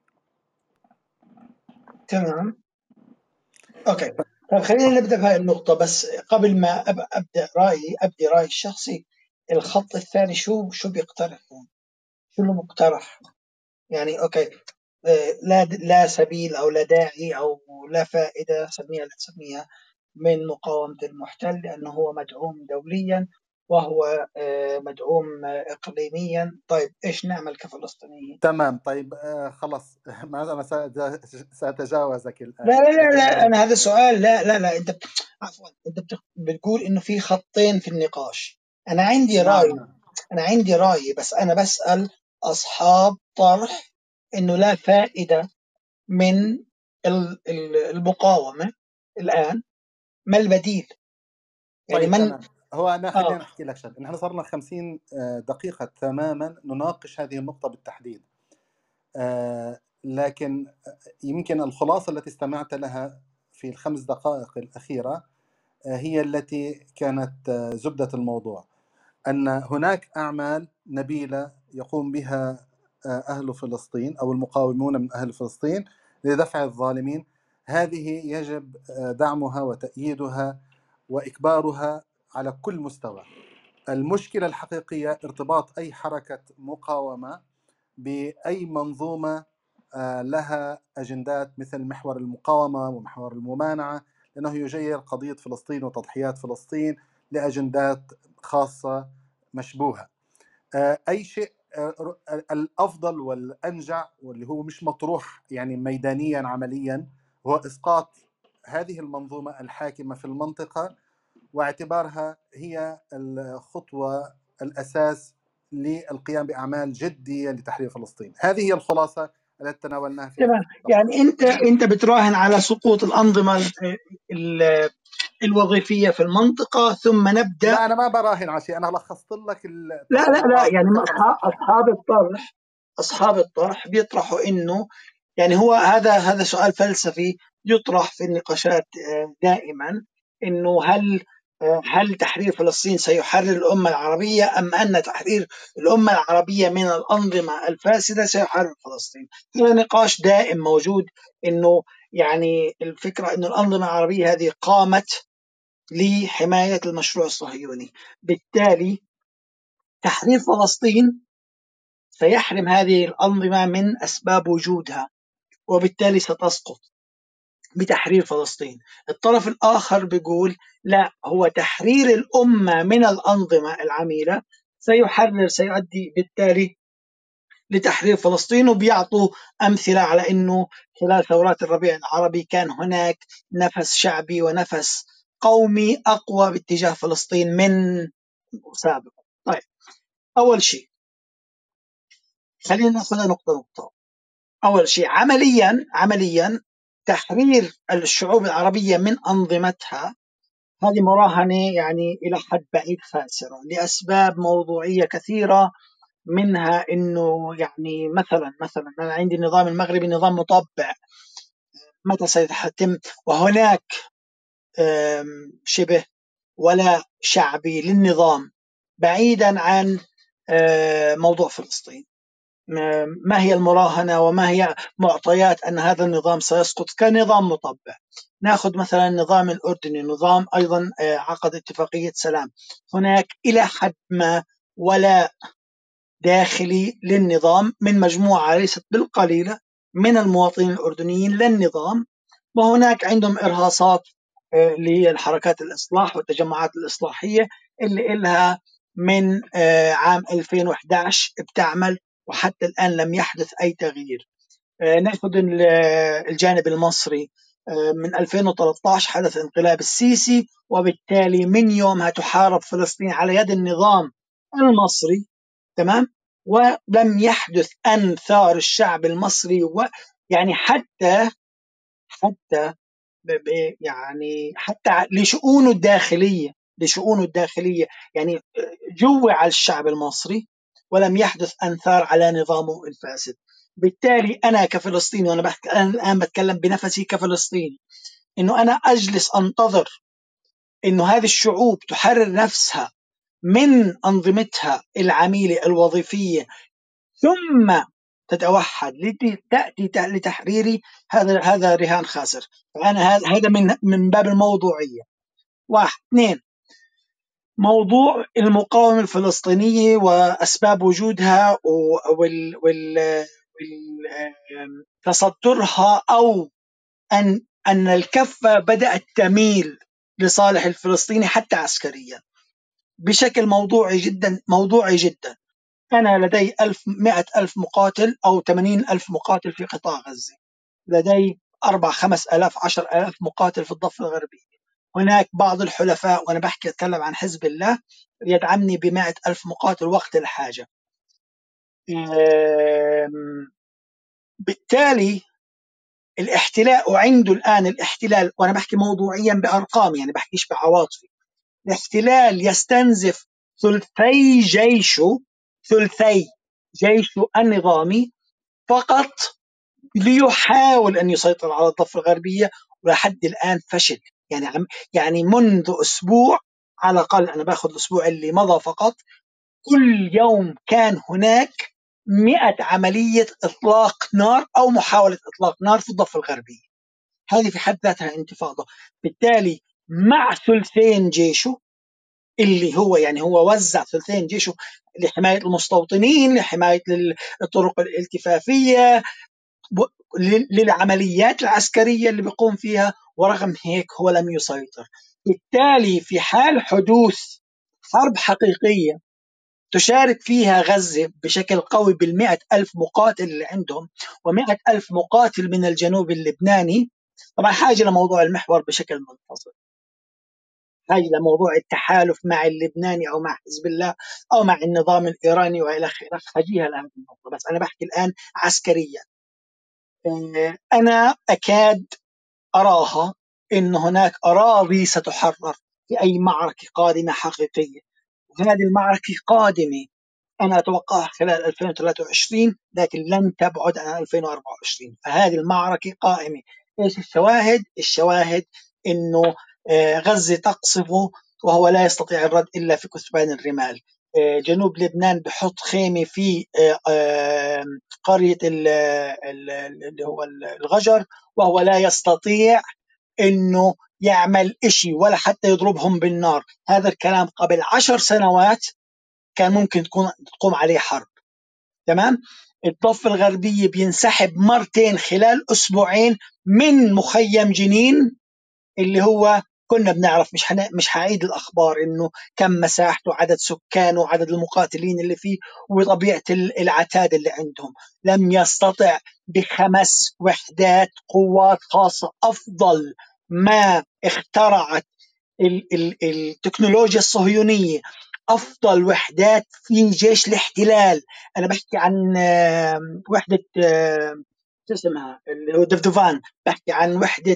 تمام. أوكي. طيب خلينا نبدأ بهاي النقطة، بس قبل ما أبدي رأيي الشخصي. الخط الثاني شو بيقترحون؟ شو اللي مقترح؟ يعني أوكي، لا سبيل أو لا داعي أو لا فائدة، سميها لا تسميها، من مقاومة المحتل، لأنه هو مدعوم دوليا وهو مدعوم إقليميا. طيب إيش نعمل كفلسطينيين؟ تمام. طيب خلاص أنا سأتجاوزك الآن. لا أنا هذا سؤال. لا أنت عفوا، أنت بتقول إنه في خطين في النقاش. أنا عندي رأي. نعم. أنا عندي رأي، بس أنا بسأل أصحاب طرح إنه لا فائدة من المقاومة الآن. ما البديل؟ يعني طيب من تمام. هو أنا خلينا نحكي لك شغله. نحن صرنا 50 دقيقة تماما نناقش هذه النقطة بالتحديد، لكن يمكن الخلاصة التي استمعت لها في ال5 دقائق الأخيرة هي التي كانت زبدة الموضوع، أن هناك أعمال نبيلة يقوم بها أهل فلسطين أو المقاومون من أهل فلسطين لدفع الظالمين. هذه يجب دعمها وتأييدها وإكبارها على كل مستوى. المشكلة الحقيقية ارتباط أي حركة مقاومة بأي منظومة لها أجندات مثل محور المقاومة ومحور الممانعة، لأنه يجير قضية فلسطين وتضحيات فلسطين لأجندات خاصة مشبوهة. أي شيء الأفضل والأنجع واللي هو مش مطروح يعني ميدانيا عمليا هو إسقاط هذه المنظومة الحاكمة في المنطقة واعتبارها هي الخطوة الأساس للقيام بأعمال جدية لتحرير فلسطين. هذه هي الخلاصة التي تناولناها في تمام. يعني أنت بتراهن على سقوط الأنظمة الوظيفية في المنطقة ثم نبدأ. لا أنا ما براهن على شيء، أنا لخصت لك لا التصورات يعني بكذا صفحة. أصحاب الطرح بيطرحوا إنه، يعني هو هذا سؤال فلسفي يطرح في النقاشات دائما، إنه هل تحرير فلسطين سيحرر الأمة العربية، أم أن تحرير الأمة العربية من الأنظمة الفاسدة سيحرر فلسطين؟ هذا نقاش دائم موجود، إنه يعني الفكرة إنه الأنظمة العربية هذه قامت لحماية المشروع الصهيوني، بالتالي تحرير فلسطين سيحرم هذه الأنظمة من أسباب وجودها، وبالتالي ستسقط بتحرير فلسطين. الطرف الآخر بيقول لا، هو تحرير الأمة من الأنظمة العميلة سيؤدي بالتالي لتحرير فلسطين، وبيعطوا أمثلة على أنه خلال ثورات الربيع العربي كان هناك نفس شعبي ونفس قومي أقوى باتجاه فلسطين من سابقا. طيب، أول شيء خلينا نأخذها نقطة نقطة. أول شيء عمليا تحرير الشعوب العربية من أنظمتها هذه مراهنة يعني إلى حد بعيد خاسرة لأسباب موضوعية كثيرة، منها إنه يعني مثلا أنا عندي النظام المغربي نظام مطبع، متى سيتم؟ وهناك شبه ولا شعبي للنظام بعيدا عن موضوع فلسطين. ما هي المراهنة وما هي معطيات أن هذا النظام سيسقط كنظام مطبع؟ نأخذ مثلا النظام الأردني، نظام أيضا عقد اتفاقية سلام. هناك إلى حد ما ولاء داخلي للنظام من مجموعة ليست بالقليلة من المواطنين الأردنيين للنظام، وهناك عندهم إرهاصات للحركات الإصلاح والتجمعات الإصلاحية اللي إلها من عام 2011 بتعمل، وحتى الآن لم يحدث أي تغيير. نأخذ الجانب المصري، من 2013 حدث انقلاب السيسي، وبالتالي من يومها تحارب فلسطين على يد النظام المصري، تمام، ولم يحدث أن ثار الشعب المصري يعني حتى يعني حتى لشؤونه الداخلية يعني جوع الشعب المصري ولم يحدث أنثار على نظامه الفاسد. بالتالي أنا كفلسطيني، وأنا الآن بتكلم بنفسي كفلسطيني، إنه أنا أجلس أنتظر إنه هذه الشعوب تحرر نفسها من أنظمتها العميلة الوظيفية ثم تتوحد تأتي لتحريري، هذا رهان خاسر. فأنا هذا من باب الموضوعية. واحد. اثنين، موضوع المقاومة الفلسطينية وأسباب وجودها وتصدرها، أو أن الكفة بدأت تميل لصالح الفلسطيني حتى عسكريا بشكل موضوعي جدا. أنا لدي 100,000 مقاتل أو 80,000 مقاتل في قطاع غزة، لدي 4-5,000 10,000 مقاتل في الضفة الغربية. هناك بعض الحلفاء، وأنا أتكلم عن حزب الله، يدعمني ب100,000 مقاتل وقت الحاجة. بالتالي الاحتلال، وعنده الآن الاحتلال، وأنا بحكي موضوعيا بأرقام، يعني بحكيش بعواطفي، الاحتلال يستنزف ثلثي جيشه النظامي فقط ليحاول أن يسيطر على الضفة الغربية، ولحد الآن فشل. يعني منذ أسبوع على الأقل، أنا باخذ الأسبوع اللي مضى فقط، كل يوم كان هناك 100 عملية إطلاق نار أو محاولة إطلاق نار في الضفة الغربية. هذه في حد ذاتها انتفاضة. بالتالي مع ثلثين جيشه، اللي هو يعني هو وزع ثلثين جيشه لحماية المستوطنين، لحماية الطرق الالتفافية، للعمليات العسكرية اللي بيقوم فيها، ورغم هيك هو لم يسيطر. بالتالي في حال حدوث حرب حقيقية تشارك فيها غزة بشكل قوي بال100,000 مقاتل اللي عندهم، و100,000 مقاتل من الجنوب اللبناني، طبعا حاجة لموضوع المحور بشكل منفصل، حاجة لموضوع التحالف مع اللبناني أو مع حزب الله أو مع النظام الإيراني وإلى آخره، حاجيها لهذه النقطة، بس أنا بحكي الآن عسكريا. أنا أكاد أراها إن هناك أراضي ستحرر في أي معركة قادمة حقيقية، وهذه المعركة قادمة أنا أتوقعها خلال 2023، لكن لن تبعد عن 2024. فهذه المعركة قائمة. إيش الشواهد؟ الشواهد إنه غزة تقصفه وهو لا يستطيع الرد إلا في كثبان الرمال. جنوب لبنان بحط خيمة في قرية اللي هو الغجر، وهو لا يستطيع إنه يعمل إشي ولا حتى يضربهم بالنار. هذا الكلام قبل 10 سنوات كان ممكن تقوم عليه حرب. تمام. الضفة الغربية بينسحب مرتين خلال أسبوعين من مخيم جنين، اللي هو كنا بنعرف، مش هعيد الأخبار إنه كم مساحته، عدد سكانه، عدد المقاتلين اللي فيه، وطبيعة العتاد اللي عندهم. لم يستطع ب5 وحدات قوات خاصة أفضل ما اخترعت التكنولوجيا الصهيونية، أفضل وحدات في جيش الاحتلال. أنا بحكي عن وحدة شو اسمها اللي هو دفدفان، بحكي عن وحدة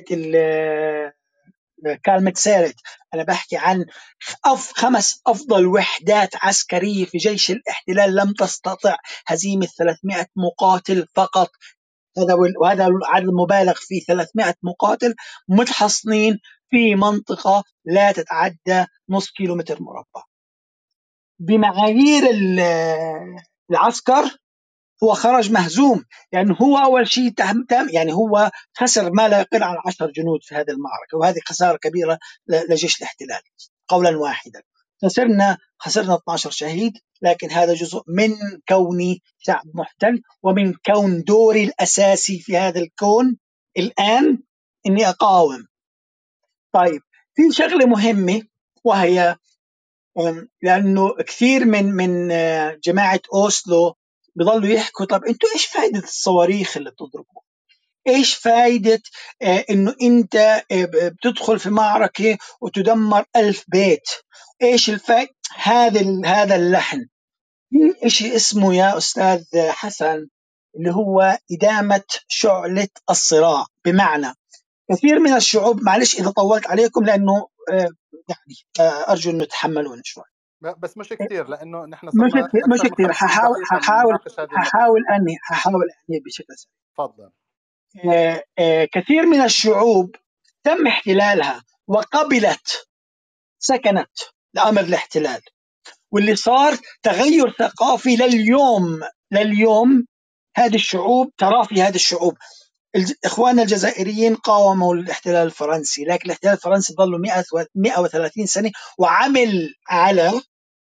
كالمت سيرت، أنا بحكي عن 5 أفضل وحدات عسكرية في جيش الاحتلال لم تستطع هزيمة 300 مقاتل فقط. وهذا العدد مبالغ فيه، 300 مقاتل متحصنين في منطقة لا تتعدى نص كيلومتر مربع. بمعايير العسكر هو خرج مهزوم، لأنه هو أول شيء يعني هو خسر ما لا يقل عن 10 جنود في هذه المعركة، وهذه خسارة كبيرة لجيش الاحتلال. قولا واحدا خسرنا 12 شهيد، لكن هذا جزء من كوني شعب محتل، ومن كون دوري الأساسي في هذا الكون الآن إني أقاوم. طيب، في شغلة مهمة، وهي لأنه كثير من جماعة أوسلو بيضلوا يحكوا طب أنتوا إيش فائدة الصواريخ اللي بتضربوا؟ إيش فائدة إنه أنت بتدخل في معركة وتدمر 1000 بيت؟ إيش الفائدة؟ هذا اللحن. في إشي اسمه يا أستاذ حسن اللي هو إدامة شعلة الصراع. بمعنى كثير من الشعوب، معلش إذا طولت عليكم لأنه يعني أرجو أن تتحملون شوي، بس مش كثير، لانه نحن مش صرنا كثير اكثر من 50 دقيقه بنناقش هذه النقطه. هحاول أنهي بشكل سريع. تفضل. كثير من الشعوب تم احتلالها وقبلت، سكنت لأمر الاحتلال، واللي صار تغير ثقافي لليوم. هذه الشعوب، ترافي هذه الشعوب، إخواننا الجزائريين قاوموا الاحتلال الفرنسي، لكن الاحتلال الفرنسي ظل 130 سنة، وعمل على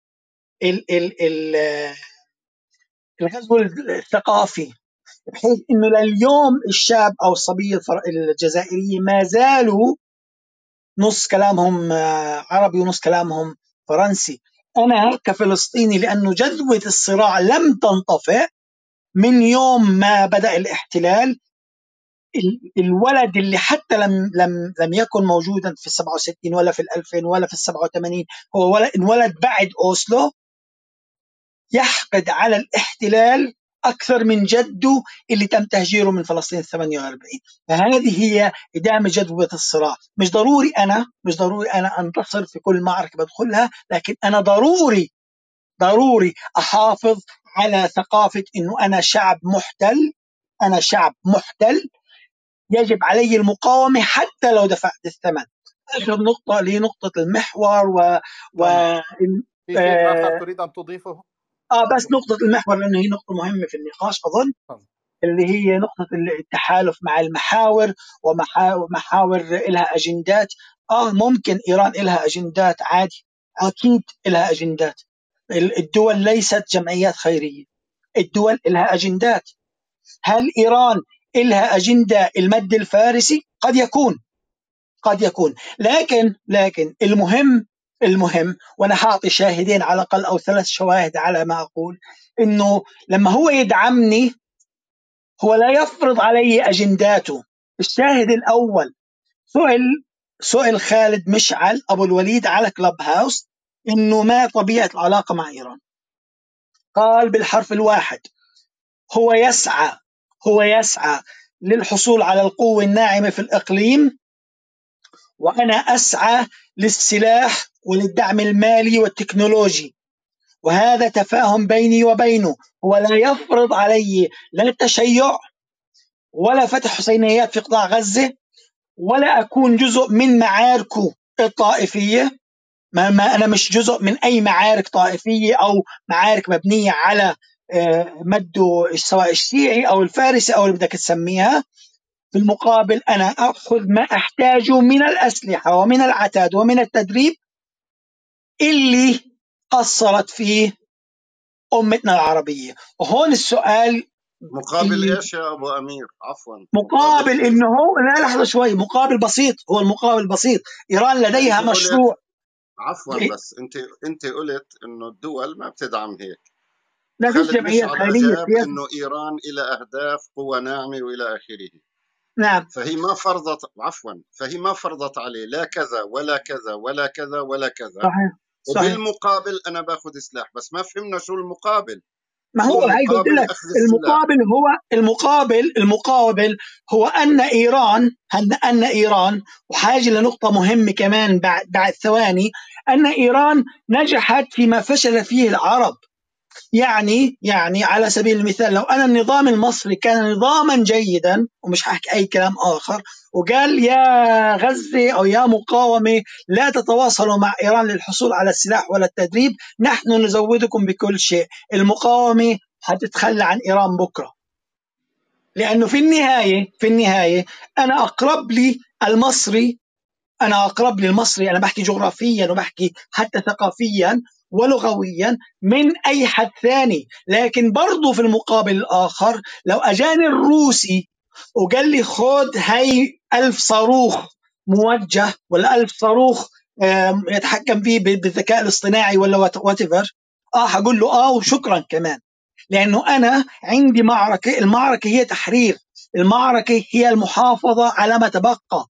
الغزو الثقافي، بحيث انه لليوم الشاب او الصبيه الجزائريه ما زالوا نص كلامهم عربي ونص كلامهم فرنسي. انا كفلسطيني، لانه جذوه الصراع لم تنطفئ من يوم ما بدأ الاحتلال، الولد اللي حتى لم يكن موجودا في 67 ولا في 2000 ولا في 87، هو انولد بعد أوسلو، يحقد على الاحتلال أكثر من جده اللي تم تهجيره من فلسطين 48. فهذه هي إدامة جذوة الصراع. مش ضروري أنا أنتصر في كل معركة بدخلها، لكن أنا ضروري أحافظ على ثقافة إنه أنا شعب محتل، يجب علي المقاومة حتى لو دفعت الثمن. آخر نقطة اللي هي نقطة المحور في شيء آخر تريد أن تضيفه؟ بس نقطة المحور، لأنه هي نقطة مهمة في النقاش أظن، اللي هي نقطة التحالف مع المحاور، ومحاور إلها أجندات. ممكن إيران إلها أجندات عادي، أكيد إلها أجندات. الدول ليست جمعيات خيرية، الدول إلها أجندات. هل إيران إلها أجندة المد الفارسي؟ قد يكون، لكن المهم، وانا حاعطي شاهدين على الاقل او 3 شواهد على ما اقول، انه لما هو يدعمني هو لا يفرض علي اجنداته. الشاهد الاول، سئل خالد مشعل ابو الوليد على كلب هاوس انه ما طبيعة العلاقة مع ايران، قال بالحرف الواحد: هو يسعى للحصول على القوة الناعمة في الإقليم، وأنا أسعى للسلاح وللدعم المالي والتكنولوجي، وهذا تفاهم بيني وبينه. هو لا يفرض علي لا التشيع ولا فتح حسينيات في قطاع غزة، ولا أكون جزء من معاركه الطائفية. ما أنا مش جزء من أي معارك طائفية أو معارك مبنية على مده سواء الشيعي أو الفارسي أو اللي بدك تسميها. في المقابل أنا أخذ ما أحتاجه من الأسلحة ومن العتاد ومن التدريب اللي قصرت فيه أمتنا العربية. وهون السؤال مقابل اللي ايش يا ابو امير؟ عفوا، مقابل ايش؟ إنه هو، لا لحظة شوي، مقابل بسيط، هو المقابل بسيط. إيران ما انت لديها قلت، مشروع. عفوا بس انت قلت انه الدول ما بتدعم هيك. لا فيش خالد جمعيات مشعل خيرية اجاب سياسة. انه ايران الى اهداف قوة ناعمة والى اخره. نعم فهي ما فرضت، عفوا، فهي ما فرضت عليه لا كذا ولا كذا ولا كذا ولا كذا. صحيح صحيح. وبالمقابل انا باخذ سلاح، بس ما فهمنا شو المقابل. ما شو هو هي قلت مقابل لك، اخذ السلاح؟ المقابل هو أن إيران وحاجة لنقطة مهمة كمان بعد ثواني، أن إيران نجحت فيما فشل فيه العرب. يعني على سبيل المثال، لو أنا النظام المصري كان نظاما جيدا، ومش هحكي أي كلام آخر، وقال يا غزة أو يا مقاومة لا تتواصلوا مع إيران للحصول على السلاح ولا التدريب، نحن نزودكم بكل شيء، المقاومة هتتخلى عن إيران بكرة. لأنه في النهاية أنا أقرب لي المصري، أنا بحكي جغرافيا وبحكي حتى ثقافيا ولغويا من أي حد ثاني. لكن برضو في المقابل الآخر، لو أجاني الروسي وقال لي خذ هاي 1000 صاروخ موجه، ولا 1000 صاروخ يتحكم فيه بالذكاء الاصطناعي ولا whatever، هقول له وشكرا كمان. لأنه أنا عندي معركة، المعركة هي تحرير، المعركة هي المحافظة على ما تبقى.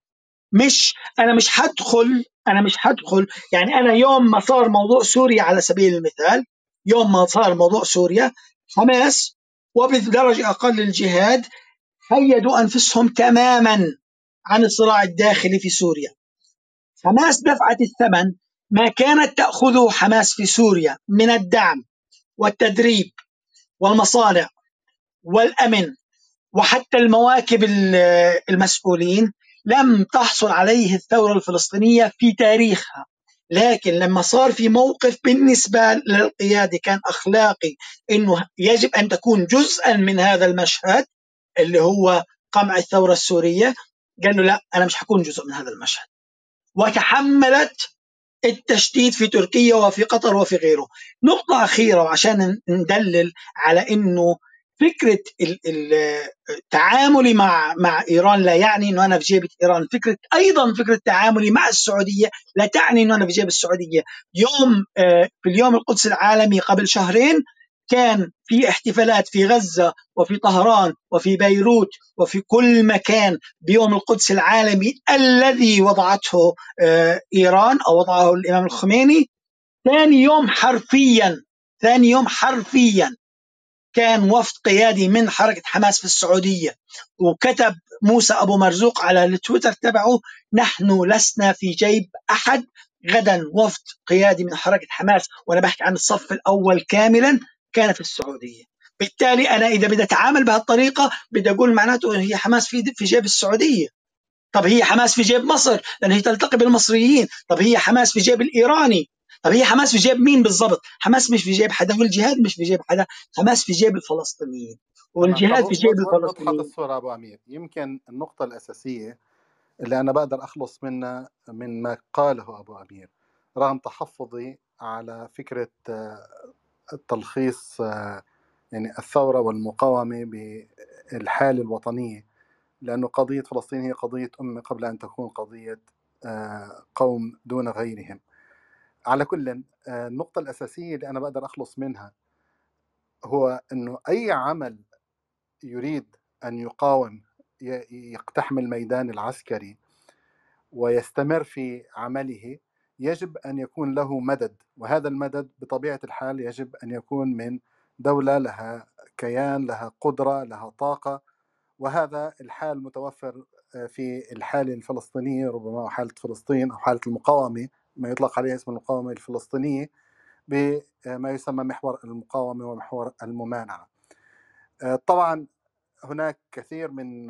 انا مش هدخل. يعني انا يوم ما صار موضوع سوريا على سبيل المثال، يوم ما صار موضوع سوريا، حماس وبدرجه اقل الجهاد حيدوا انفسهم تماما عن الصراع الداخلي في سوريا. حماس دفعت الثمن ما كانت تاخذه حماس في سوريا من الدعم والتدريب والمصانع والامن وحتى المواكب المسؤولين، لم تحصل عليه الثورة الفلسطينية في تاريخها. لكن لما صار في موقف بالنسبة للقيادة كان أخلاقي، أنه يجب أن تكون جزءا من هذا المشهد اللي هو قمع الثورة السورية، قال له لا، أنا مش حكون جزء من هذا المشهد. وتحملت التشتيت في تركيا وفي قطر وفي غيره. نقطة أخيرة عشان ندلل على أنه فكرة تعاملي مع إيران لا يعني أنه أنا في جيبة إيران. أيضا فكرة تعاملي مع السعودية لا تعني أنه أنا في جيب السعودية. في اليوم القدس العالمي قبل شهرين كان في احتفالات في غزة وفي طهران وفي بيروت وفي كل مكان بيوم القدس العالمي الذي وضعته إيران أو وضعه الإمام الخميني. ثاني يوم حرفيا كان وفد قيادي من حركة حماس في السعودية، وكتب موسى أبو مرزوق على التويتر تبعه: نحن لسنا في جيب أحد، غدا وفد قيادي من حركة حماس، وأنا بحكي عن الصف الأول كاملا، كان في السعودية. بالتالي أنا إذا بدي أتعامل بهالطريقة بدي أقول معناته هي حماس في جيب السعودية. طب هي حماس في جيب مصر لأن هي تلتقي بالمصريين. طب هي حماس في جيب الإيراني. طب هي حماس في جيب مين بالضبط؟ حماس مش في جيب حدا، والجهاد مش في جيب حدا، حماس في جيب الفلسطينيين، تمام. طب والجهاد في جيب وضحت الفلسطينيين. الصورة أبو أمير. يمكن النقطة الأساسية اللي أنا بقدر أخلص منها من ما قاله أبو أمير، رغم تحفظي على فكرة التلخيص يعني الثورة والمقاومة بالحالة الوطنية، لأنه قضية فلسطين هي قضية أمة قبل أن تكون قضية قوم دون غيرهم. على كل، النقطة الأساسية اللي أنا بقدر أخلص منها هو أنه أي عمل يريد أن يقاوم يقتحم الميدان العسكري ويستمر في عمله يجب أن يكون له مدد، وهذا المدد بطبيعة الحال يجب أن يكون من دولة لها كيان، لها قدرة، لها طاقة. وهذا الحال متوفر في الحالة الفلسطينية، ربما حالة فلسطين أو حالة المقاومة، ما يطلق عليه اسم المقاومة الفلسطينية، بما يسمى محور المقاومة ومحور الممانعة. طبعا هناك كثير من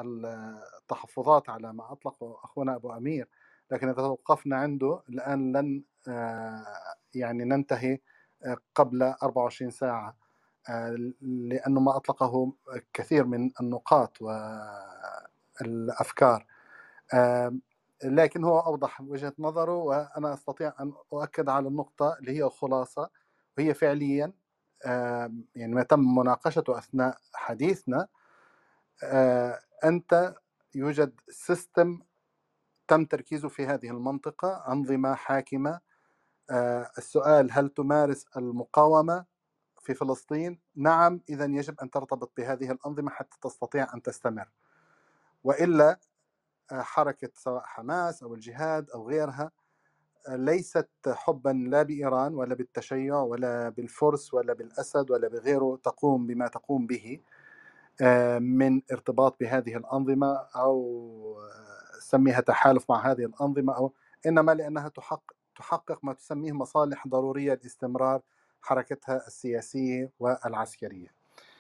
التحفظات على ما أطلقه أخونا أبو أمير، لكن إذا توقفنا عنده الآن لن يعني ننتهي قبل 24 ساعة، لأنه ما أطلقه كثير من النقاط والأفكار، لكن هو أوضح وجهة نظره، وأنا أستطيع أن أؤكد على النقطة اللي هي خلاصة، وهي فعليا يعني ما تم مناقشته أثناء حديثنا، أنت يوجد سيستم تم تركيزه في هذه المنطقة، أنظمة حاكمة. السؤال: هل تمارس المقاومة في فلسطين؟ نعم، إذا يجب أن ترتبط بهذه الأنظمة حتى تستطيع أن تستمر، وإلا حركة سواء حماس أو الجهاد أو غيرها ليست حبا لا بإيران ولا بالتشيع ولا بالفرس ولا بالأسد ولا بغيره تقوم بما تقوم به من ارتباط بهذه الأنظمة أو سميها تحالف مع هذه الأنظمة، أو إنما لأنها تحقق ما تسميه مصالح ضرورية لاستمرار حركتها السياسية والعسكرية.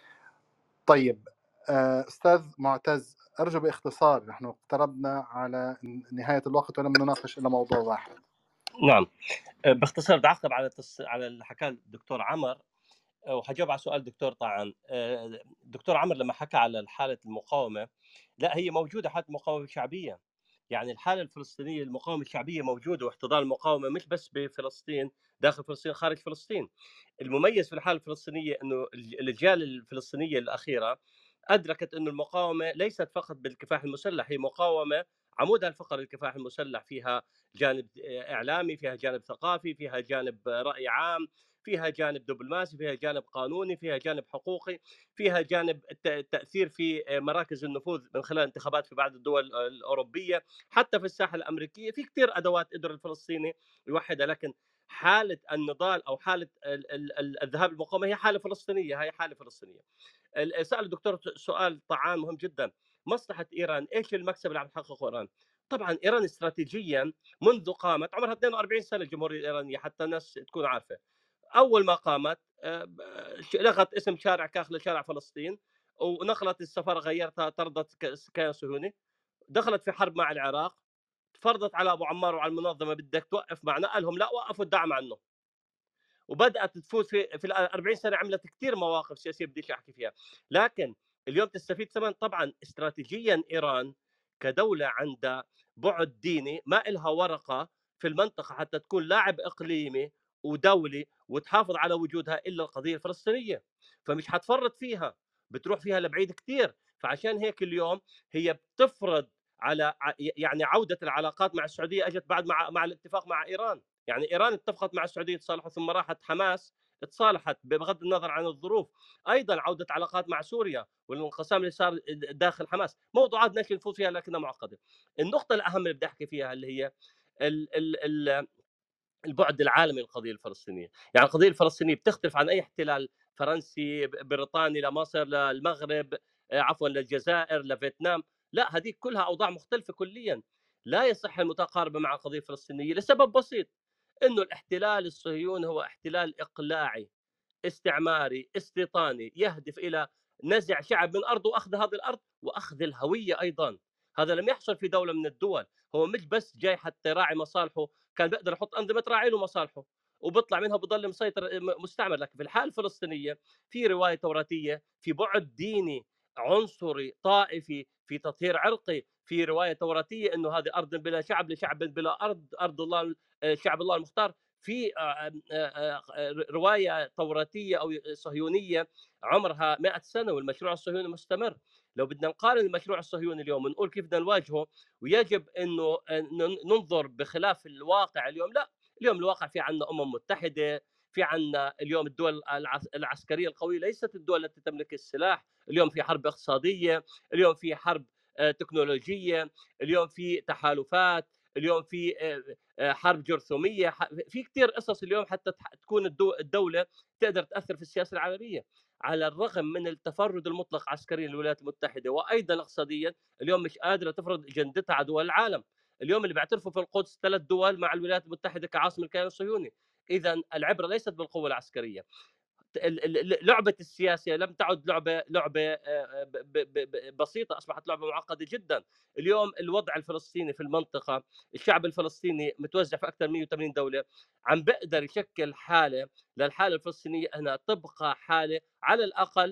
طيب أستاذ معتز، أرجو باختصار، نحن اقتربنا على نهاية الوقت ولم نناقش إلا موضوع واحد. نعم، باختصار بدي أعقب على اللي حكاه الدكتور عمر، وحجاوب على سؤال دكتور طعن. دكتور عمر لما حكى على حالة المقاومة، لا، هي موجودة حالة مقاومة شعبية. يعني الحالة الفلسطينية المقاومة الشعبية موجودة، واحتضان المقاومة مش بس بفلسطين، داخل فلسطين خارج فلسطين. المميز في الحالة الفلسطينية أنه الأجيال الفلسطينية الأخيرة أدركت أن المقاومة ليست فقط بالكفاح المسلح، هي مقاومة عمودها الفقري الكفاح المسلح، فيها جانب إعلامي، فيها جانب ثقافي، فيها جانب رأي عام، فيها جانب دبلوماسي، فيها جانب قانوني، فيها جانب حقوقي، فيها جانب التأثير في مراكز النفوذ من خلال انتخابات في بعض الدول الأوروبية، حتى في الساحة الأمريكية. في كثير أدوات قدر الفلسطيني يوحدها، لكن حالة النضال أو حالة الذهاب للمقاومة هي حالة فلسطينية، هي حالة فلسطينية. سأل الدكتور سؤال طعام مهم جدا: مصلحة إيران، إيش المكسب اللي عم تحققه إيران؟ طبعا إيران استراتيجيا منذ قامت، عمرها 42 سنة الجمهورية الإيرانية حتى الناس تكون عارفة، أول ما قامت لغت اسم شارع كاخ لشارع فلسطين، ونقلت السفارة، غيرتها، طردت كيان صهيوني، دخلت في حرب مع العراق، فرضت على أبو عمار وعلى المنظمة بدك توقف معنا، قال لهم لا، وقفوا الدعم عنه، وبدات تفوز في ال 40 سنه، عملت كثير مواقف سياسيه بديش احكي فيها. لكن اليوم تستفيد ثمن. طبعا استراتيجيا ايران كدوله عندها بعد ديني، ما إلها ورقه في المنطقه حتى تكون لاعب اقليمي ودولي وتحافظ على وجودها الا القضيه الفلسطينيه، فمش حتفرط فيها، بتروح فيها لبعيد كثير. فعشان هيك اليوم هي بتفرض على يعني عوده العلاقات مع السعوديه اجت بعد مع الاتفاق مع ايران. يعني ايران اتفقت مع السعوديه تصالحوا، ثم راحت حماس تصالحت بغض النظر عن الظروف. ايضا عوده علاقات مع سوريا والانقسام اللي صار داخل حماس، موضوعات بدناش نفوت فيها لكنها معقده. النقطه الاهم اللي بدي احكي فيها اللي هي ال ال ال البعد العالمي للقضيه الفلسطينيه. يعني القضيه الفلسطينيه بتختلف عن اي احتلال فرنسي، بريطاني، لمصر، للمغرب، عفوا للجزائر، لفيتنام. لا، هذه كلها اوضاع مختلفه كليا. لا يصح المتقاربه مع القضيه الفلسطينيه لسبب بسيط: انه الاحتلال الصهيوني هو احتلال اقلاعي استعماري استيطاني يهدف الى نزع شعب من ارضه واخذ هذه الارض واخذ الهويه ايضا. هذا لم يحصل في دوله من الدول. هو مش بس جاي حتى يراعي مصالحه، كان بيقدر يحط انظمه تراعي له مصالحه وبيطلع منها بضل مسيطر مستعمر. لكن في الحاله الفلسطينيه في روايه توراتيه، في بعد ديني عنصري طائفي، في تطهير عرقي، في روايه توراتيه انه هذه ارض بلا شعب لشعب بلا ارض، ارض الله شعب الله المختار. في روايه توراتيه او صهيونيه عمرها 100 سنه، والمشروع الصهيوني مستمر. لو بدنا نقارن المشروع الصهيوني اليوم ونقول كيف بدنا نواجهه، ويجب انه ننظر بخلاف الواقع اليوم، لا، اليوم الواقع في عندنا متحده، في عندنا اليوم الدول العسكريه القويه ليست الدول التي تملك السلاح. اليوم في حرب اقتصاديه، اليوم في حرب تكنولوجيه، اليوم في تحالفات، اليوم في حرب جرثوميه، في كثير قصص اليوم حتى تكون الدوله تقدر تاثر في السياسه العالميه. على الرغم من التفرد المطلق عسكريا للولايات المتحده وايضا اقتصاديا، اليوم مش قادره تفرض اجندتها على دول العالم. اليوم اللي بيعترفوا في القدس 3 دول مع الولايات المتحده كعاصمه الكيان الصهيوني. اذا العبره ليست بالقوه العسكريه. لعبه السياسه لم تعد لعبه بسيطه، اصبحت لعبه معقده جدا. اليوم الوضع الفلسطيني في المنطقه، الشعب الفلسطيني متوزع في اكثر من 180 دوله، عم بقدر يشكل حاله للحاله الفلسطينيه انها تبقى حاله على الاقل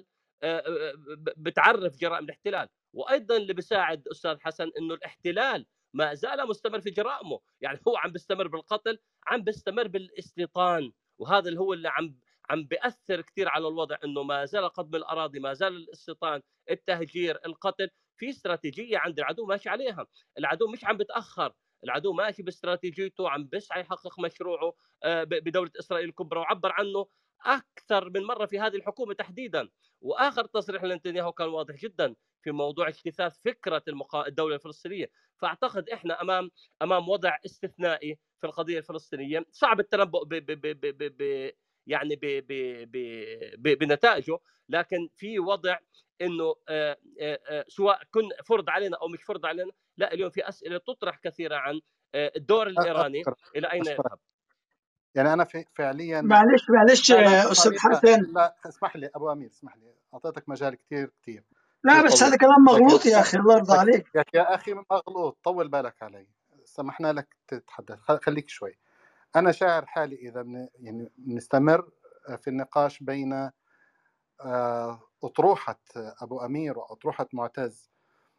بتعرف جرائم الاحتلال. وايضا اللي بيساعد استاذ حسن انه الاحتلال ما زال مستمر في جرائمه. يعني هو عم بيستمر بالقتل، عم بيستمر بالاستيطان، وهذا اللي هو اللي عم بيأثر كثير على الوضع، انه ما زال قطب الاراضي، ما زال الاستيطان، التهجير، القتل، في استراتيجيه عند العدو ماشي عليها. العدو مش عم بتاخر، العدو ماشي باستراتيجيته، عم بيسعى يحقق مشروعه بدوله اسرائيل الكبرى، وعبر عنه اكثر من مره في هذه الحكومه تحديدا. واخر تصريح لنتنياهو كان واضح جدا في موضوع اجتثاث فكره الدوله الفلسطينيه. فاعتقد احنا امام وضع استثنائي في القضيه الفلسطينيه، صعب التنبؤ يعني بنتائجه، لكن في وضع انه سواء كن فرض علينا او مش فرض علينا، لا اليوم في اسئله تطرح كثيره عن الدور الايراني اشكرك الى اين اشكرك. يذهب. يعني انا فعليا معلش لا لا استاذ طريقه، حسن. لا اسمح لي ابو امير، اسمح لي، اعطيتك مجال كثير كثير لا كثير بس طويل، هذا كلام لكن مغلوط يا اخي، الله يرضى عليك. يا اخي مغلوط، طول بالك علي، سمحنا لك تتحدث، خليك شوي. انا شاعر حالي اذا يعني نستمر في النقاش بين اطروحه ابو امير واطروحه معتز،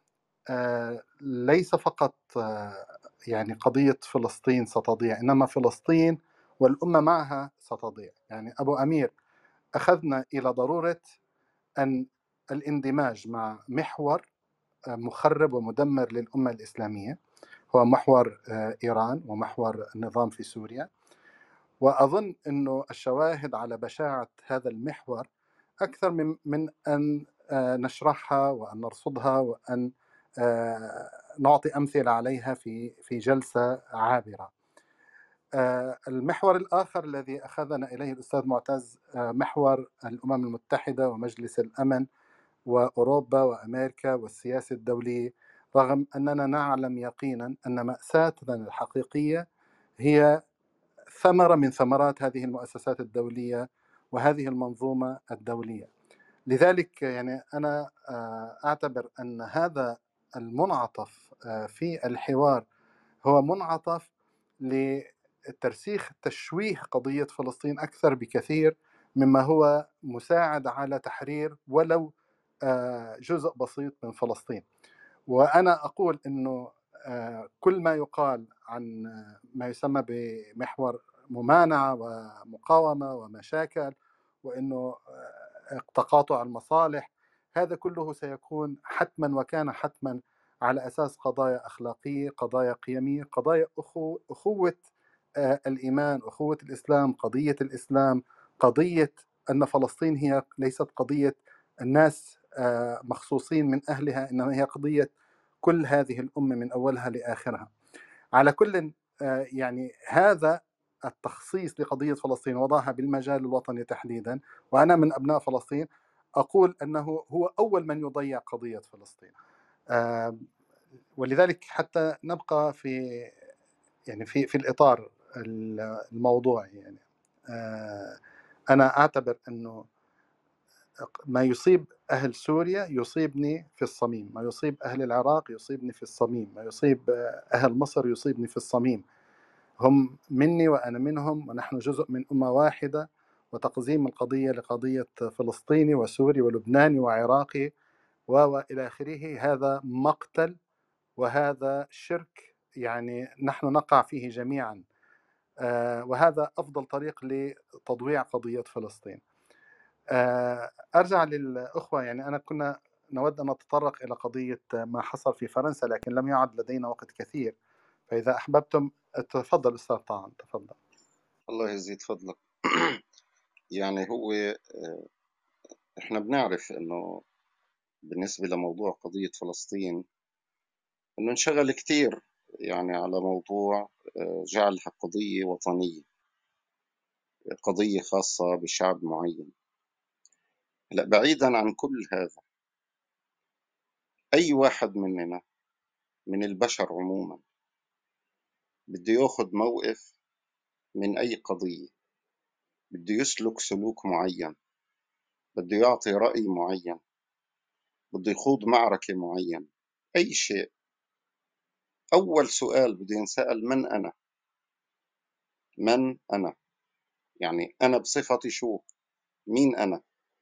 ليس فقط يعني قضيه فلسطين ستضيع، انما فلسطين والامه معها ستضيع. يعني ابو امير اخذنا الى ضروره ان الاندماج مع محور مخرب ومدمر للامه الاسلاميه، هو محور ايران ومحور النظام في سوريا. وأظن أنه الشواهد على بشاعة هذا المحور أكثر من أن نشرحها وأن نرصدها وأن نعطي أمثلة عليها في جلسة عابرة. المحور الآخر الذي أخذنا إليه الأستاذ معتز محور الأمم المتحدة ومجلس الأمن وأوروبا وأمريكا والسياسة الدولية، رغم أننا نعلم يقينا أن مأساتنا الحقيقية هي ثمرة من ثمرات هذه المؤسسات الدولية وهذه المنظومة الدولية. لذلك يعني أنا أعتبر أن هذا المنعطف في الحوار هو منعطف لترسيخ تشويه قضية فلسطين أكثر بكثير مما هو مساعد على تحرير ولو جزء بسيط من فلسطين. وأنا أقول أنه كل ما يقال عن ما يسمى بمحور ممانعة ومقاومة ومشاكل وأنه تقاطع المصالح، هذا كله سيكون حتما وكان حتما على أساس قضايا أخلاقية، قضايا قيمية، قضايا أخوة الإيمان، أخوة الإسلام، قضية الإسلام، قضية أن فلسطين هي ليست قضية الناس مخصوصين من أهلها، إنما هي قضية كل هذه الأمة من أولها لآخرها. على كل يعني هذا التخصيص لقضية فلسطين وضعها بالمجال الوطني تحديدا، وأنا من أبناء فلسطين أقول أنه هو أول من يضيع قضية فلسطين. ولذلك حتى نبقى في يعني في الإطار الموضوعي، يعني أنا أعتبر أنه ما يصيب أهل سوريا يصيبني في الصميم، ما يصيب أهل العراق يصيبني في الصميم، ما يصيب أهل مصر يصيبني في الصميم. هم مني وأنا منهم، ونحن جزء من أمة واحدة، وتقزيم القضية لقضية فلسطيني وسوري ولبناني وعراقي وإلى آخره هذا مقتل وهذا شرك، يعني نحن نقع فيه جميعا، وهذا أفضل طريق لتضويع قضية فلسطين. أرجع للأخوة، يعني أنا كنا نود أن نتطرق إلى قضية ما حصل في فرنسا، لكن لم يعد لدينا وقت كثير، فإذا أحببتم تفضل أستاذ طعن، تفضل. الله يزيد فضلك. يعني هو احنا بنعرف انه بالنسبة لموضوع قضية فلسطين انه انشغل كتير يعني على موضوع جعلها قضية وطنية، قضية خاصة بشعب معين. لا، بعيدا عن كل هذا، أي واحد مننا من البشر عموما بده ياخد موقف من أي قضية، بده يسلك سلوك معين، بده يعطي رأي معين، بده يخوض معركة معينة، أي شيء، أول سؤال بده ينسأل: من أنا؟ من أنا؟ يعني أنا بصفتي شو؟ مين أنا؟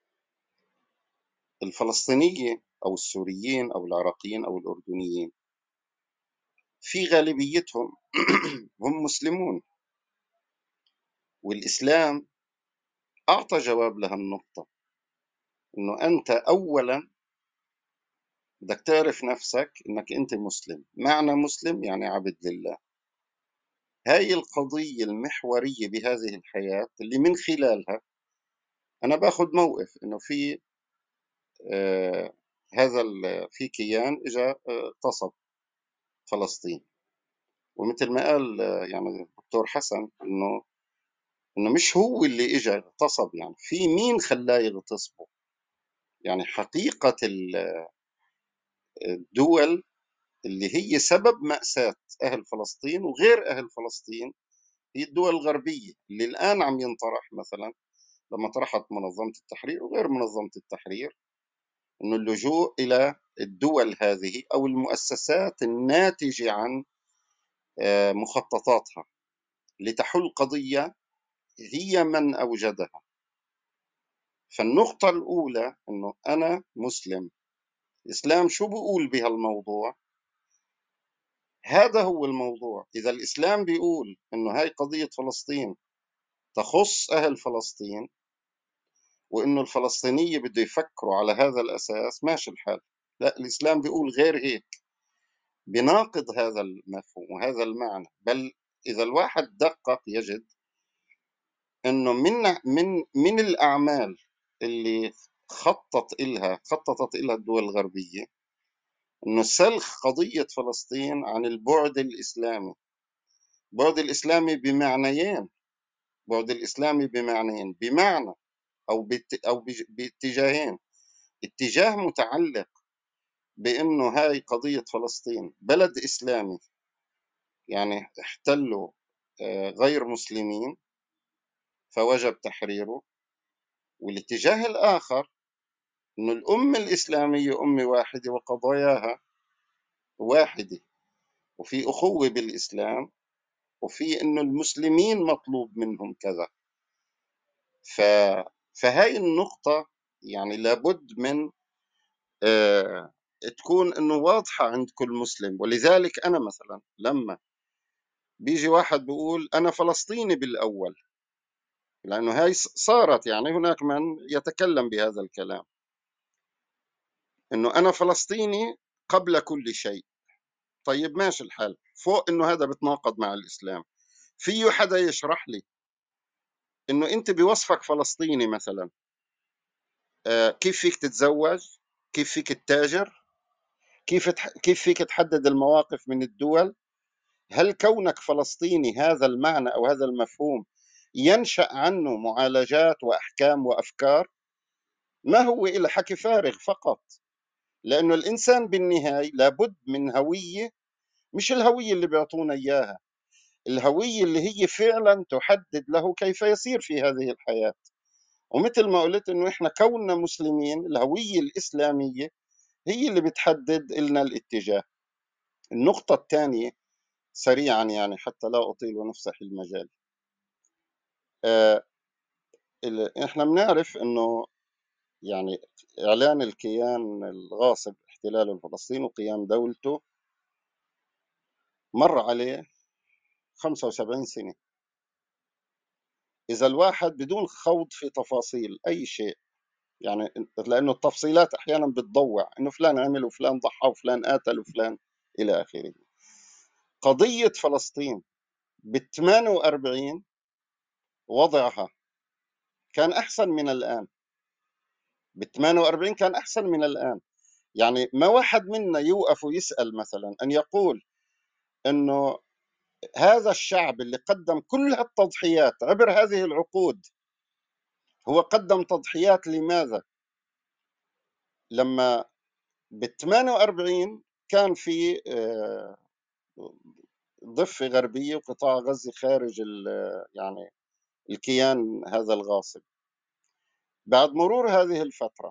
الفلسطينية أو السوريين أو العراقيين أو الأردنيين في غالبيتهم هم مسلمون، والإسلام أعطى جواب لهالنقطة، إنه أنت أولا بدك تعرف نفسك إنك أنت مسلم. معنى مسلم يعني عبد لله. هاي القضية المحورية بهذه الحياة اللي من خلالها أنا باخذ موقف إنه في آه هذا في كيان إجا اغتصب فلسطين. ومثل ما قال يعني الدكتور حسن إنه مش هو اللي إجا اغتصب، يعني في مين خلاه يغتصبه. يعني حقيقة الدول اللي هي سبب مأساة أهل فلسطين وغير أهل فلسطين هي الدول الغربية اللي الآن عم ينطرح، مثلا لما طرحت منظمة التحرير وغير منظمة التحرير، إنه اللجوء إلى الدول هذه أو المؤسسات الناتجة عن مخططاتها لتحل قضية هي من أوجدها. فالنقطة الأولى إنه أنا مسلم. الإسلام شو بيقول بهالموضوع؟ هذا هو الموضوع. إذا الإسلام بيقول إنه هاي قضية فلسطين تخص أهل فلسطين وإنه الفلسطينية بده يفكروا على هذا الأساس، ماشي الحال. لا، الإسلام بيقول غير هيك، بناقض هذا المفهوم وهذا المعنى. بل إذا الواحد دقق يجد إنه من الأعمال اللي خططت إلها الدول الغربية إنه سلخ قضية فلسطين عن البعد الإسلامي. البعد الإسلامي بمعنيين، بعد الإسلامي بمعنيين، بمعنى أو باتجاهين. اتجاه متعلق بأنه هاي قضية فلسطين بلد إسلامي، يعني احتلوا غير مسلمين فوجب تحريره. والاتجاه الآخر أنه الأمة الإسلامية أمة واحدة وقضاياها واحدة، وفي أخوة بالإسلام، وفي أنه المسلمين مطلوب منهم كذا. فهاي النقطة يعني لابد من تكون أنه واضحة عند كل مسلم. ولذلك أنا مثلا لما بيجي واحد بيقول أنا فلسطيني بالأول، لأنه هاي صارت، يعني هناك من يتكلم بهذا الكلام أنه أنا فلسطيني قبل كل شيء. طيب ماشي الحال، فوق أنه هذا بتناقض مع الإسلام، فيه حدا يشرح لي أنه أنت بوصفك فلسطيني مثلا كيف فيك تتزوج، كيف فيك تتاجر، كيف فيك تحدد المواقف من الدول؟ هل كونك فلسطيني هذا المعنى أو هذا المفهوم ينشأ عنه معالجات وأحكام وأفكار؟ ما هو إلا حكي فارغ فقط. لأنه الإنسان بالنهاية لابد من هوية، مش الهوية اللي بيعطونا إياها، الهوية اللي هي فعلا تحدد له كيف يسير في هذه الحياة. ومثل ما قلت إنه إحنا كوننا مسلمين، الهوية الإسلامية هي اللي بتحدد لنا الاتجاه. النقطة الثانية سريعا يعني حتى لا أطيل ونفسح المجال، إحنا بنعرف إنه يعني إعلان الكيان الغاصب احتلال فلسطين وقيام دولته مر عليه 75 سنة. إذا الواحد بدون خوض في تفاصيل أي شيء، يعني لأنه التفصيلات أحيانا بتضوع إنه فلان عمل وفلان ضحى وفلان قاتل وفلان إلى آخره. قضية فلسطين بال48 وضعها كان أحسن من الآن. بال48 كان أحسن من الآن. يعني ما واحد منا يوقف ويسأل مثلا أن يقول أنه هذا الشعب اللي قدم كل هالتضحيات عبر هذه العقود، هو قدم تضحيات لماذا؟ لما بال48 كان في ضفة غربية وقطاع غزة خارج يعني الكيان هذا الغاصب. بعد مرور هذه الفترة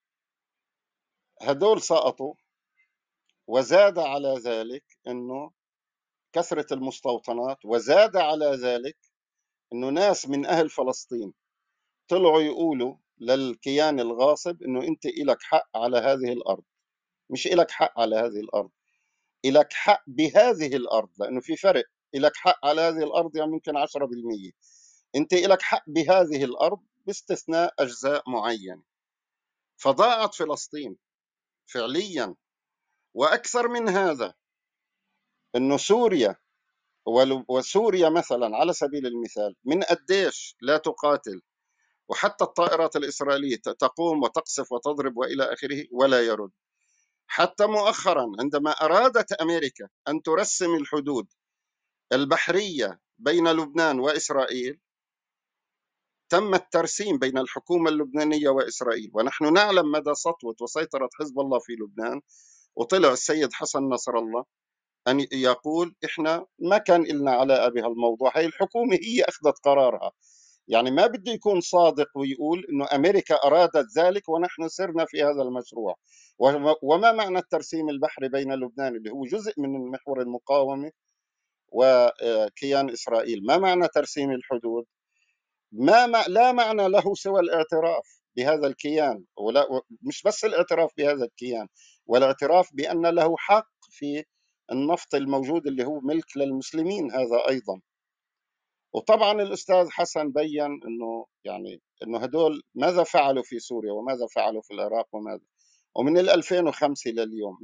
هدول سقطوا، وزاد على ذلك أنه كثرة المستوطنات، وزاد على ذلك أنه ناس من أهل فلسطين طلعوا يقولوا للكيان الغاصب أنه أنت إلك حق على هذه الأرض. مش إلك حق على هذه الأرض، إلك حق بهذه الأرض، لأنه في فرق. إلك حق على هذه الأرض يعني ممكن 10%، أنت إلك حق بهذه الأرض باستثناء أجزاء معينة. فضاعت فلسطين فعليا. وأكثر من هذا، أنه سوريا وسوريا مثلا على سبيل المثال من قديش لا تقاتل، وحتى الطائرات الإسرائيلية تقوم وتقصف وتضرب وإلى آخره ولا يرد. حتى مؤخرا عندما أرادت أمريكا أن ترسم الحدود البحرية بين لبنان وإسرائيل، تم الترسيم بين الحكومة اللبنانية وإسرائيل، ونحن نعلم مدى سطوة وسيطرة حزب الله في لبنان. وطلع السيد حسن نصر الله أن يقول إحنا ما كان إلنا علاقة بهالموضوع، هاي الحكومة هي أخذت قرارها. يعني ما بده يكون صادق ويقول إنه أمريكا أرادت ذلك ونحن سرنا في هذا المشروع. وما معنى الترسيم البحري بين لبنان اللي هو جزء من المحور المقاومة وكيان إسرائيل؟ ما معنى ترسيم الحدود؟ لا معنى له سوى الاعتراف بهذا الكيان، مش بس الاعتراف بهذا الكيان، والاعتراف بأن له حق في النفط الموجود اللي هو ملك للمسلمين هذا أيضا. وطبعا الأستاذ حسن بيّن أنه هدول ماذا فعلوا في سوريا وماذا فعلوا في العراق ومن 2005 لليوم،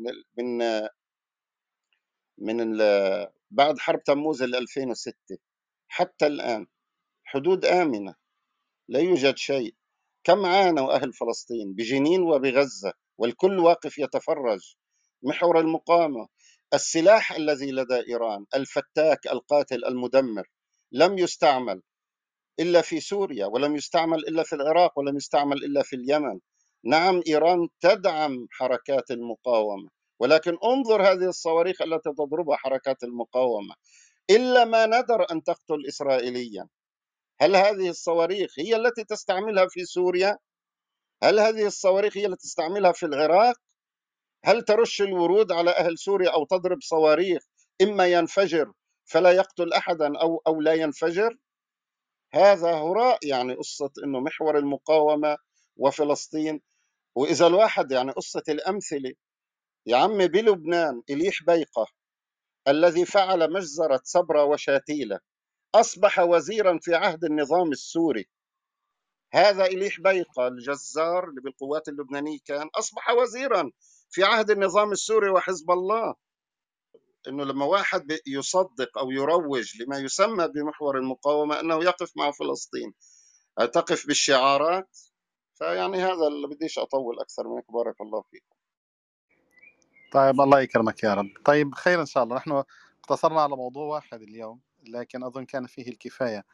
من بعد حرب تموز 2006 حتى الآن حدود آمنة، لا يوجد شيء. كم عانوا أهل فلسطين بجنين وبغزة والكل واقف يتفرج. محور المقاومة، السلاح الذي لدى إيران الفتاك القاتل المدمر لم يستعمل إلا في سوريا، ولم يستعمل إلا في العراق، ولم يستعمل إلا في اليمن. نعم إيران تدعم حركات المقاومة، ولكن انظر هذه الصواريخ التي تضربها حركات المقاومة، إلا ما ندر أن تقتل إسرائيليا. هل هذه الصواريخ هي التي تستعملها في سوريا؟ هل هذه الصواريخ هي التي تستعملها في العراق؟ هل ترش الورود على أهل سوريا أو تضرب صواريخ إما ينفجر فلا يقتل أحدا أو لا ينفجر؟ هذا هراء. قصة إنه محور المقاومة وفلسطين. وإذا الواحد قصة الأمثلة، يا عمي بلبنان إليح بيقة الذي فعل مجزرة صبرا وشاتيلة أصبح وزيرا في عهد النظام السوري. هذا إليح بيقة الجزار اللي بالقوات اللبنانية كان أصبح وزيرا في عهد النظام السوري وحزب الله. إنه لما واحد يصدق أو يروج لما يسمى بمحور المقاومة أنه يقف مع فلسطين، تقف بالشعارات، هذا اللي بديش أطول أكثر من هيك. بارك الله فيكم. طيب الله يكرمك يا رب. طيب خير إن شاء الله. نحن اقتصرنا على موضوع واحد اليوم، لكن أظن كان فيه الكفاية.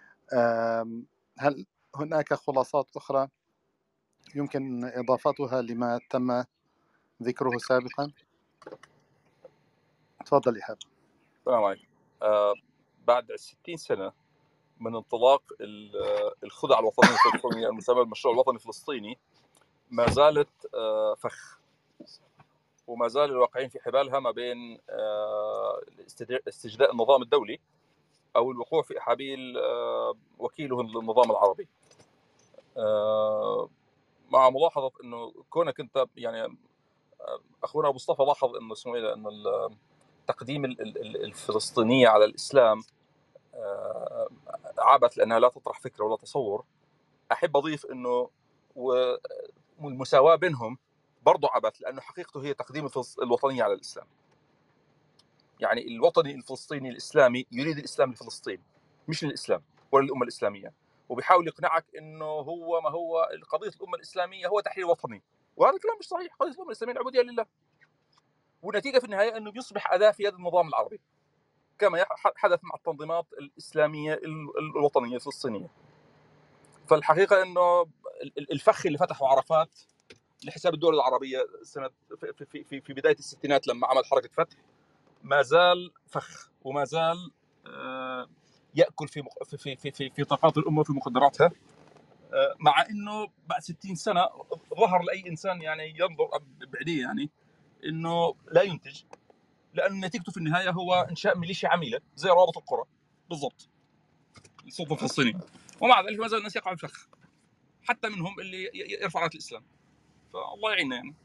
هل هناك خلاصات أخرى يمكن إضافتها لما تم ذكره سابقا؟ تفضل إيهاب. السلام عليكم. بعد 60 سنة من انطلاق الخدعة الوطنية الفلسطينية المسمى المشروع الوطني الفلسطيني، ما زالت فخ، وما زال الواقعين في حبالها ما بين استجداء النظام الدولي أو الوقوع في أحابيل وكيله للنظام العربي. مع ملاحظة أنه كونك أنت أخونا أبو مصطفى لاحظ أنه اسمه إيه، أنه تقديم الفلسطينية على الإسلام عبث لأنها لا تطرح فكرة ولا تصور. أحب أضيف أنه والمساواة بينهم برضو عبث، لأنه حقيقته هي تقديم الوطنية على الإسلام. الوطني الفلسطيني الإسلامي يريد الإسلام لفلسطين مش للإسلام ولا للأمة الإسلامية، وبيحاول يقنعك أنه هو ما هو قضية الأمة الإسلامية هو تحرير وطني، وهذا الكلام مش صحيح. قضية الأمة الإسلامية العبودية لله، والنتيجة في النهاية أنه بيصبح أداة في يد النظام العربي كما حدث مع التنظيمات الإسلامية الوطنية الفلسطينية. فالحقيقة أنه الفخ اللي فتحه عرفات لحساب الدول العربية سنة في بداية الستينات لما عمل حركة فتح ما زال فخ، وما زال يأكل في طاقات الأمة وفي مقدراتها. مع أنه بعد 60 سنة ظهر لأي إنسان ينظر بعينيه أنه لا ينتج، لأن نتيجته في النهاية هو إنشاء ميليشيا عميلة زي روابط القرى بالضبط السلطة الفلسطينية، ومع ذلك ما زال الناس يقعوا الفخ، حتى منهم اللي يرفع راية الإسلام. فالله يعيننا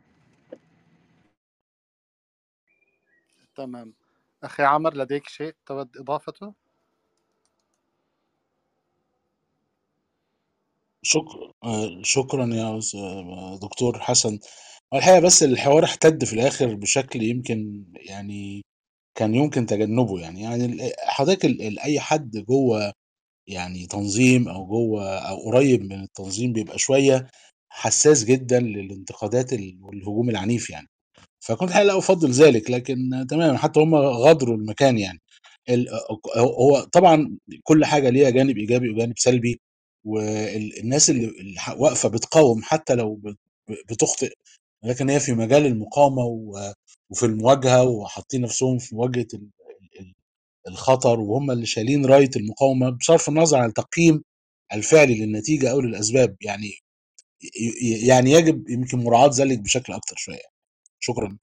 تمام. أخي عمر، لديك شيء تود إضافته؟ شكرا يا دكتور حسن. الحقيقة بس الحوار احتد في الآخر بشكل يمكن يعني كان يمكن تجنبه، يعني حضرتك أي حد جوه يعني تنظيم أو جوه أو قريب من التنظيم بيبقى شوية حساس جدا للانتقادات والهجوم العنيف يعني. فكنت الحقيقة لا أفضل ذلك، لكن تمام حتى هم غادروا المكان يعني. هو طبعا كل حاجة ليها جانب إيجابي وجانب سلبي، والناس اللي واقفة بتقاوم حتى لو بتخطئ، لكن هي في مجال المقاومة وفي المواجهة وحاطين نفسهم في مواجهة ال- الخطر، وهم اللي شايلين راية المقاومة بصرف النظر عن التقييم الفعلي للنتيجة أو للأسباب يعني. يعني يجب يمكن مراعاة ذلك بشكل أكتر شوية. شكرا.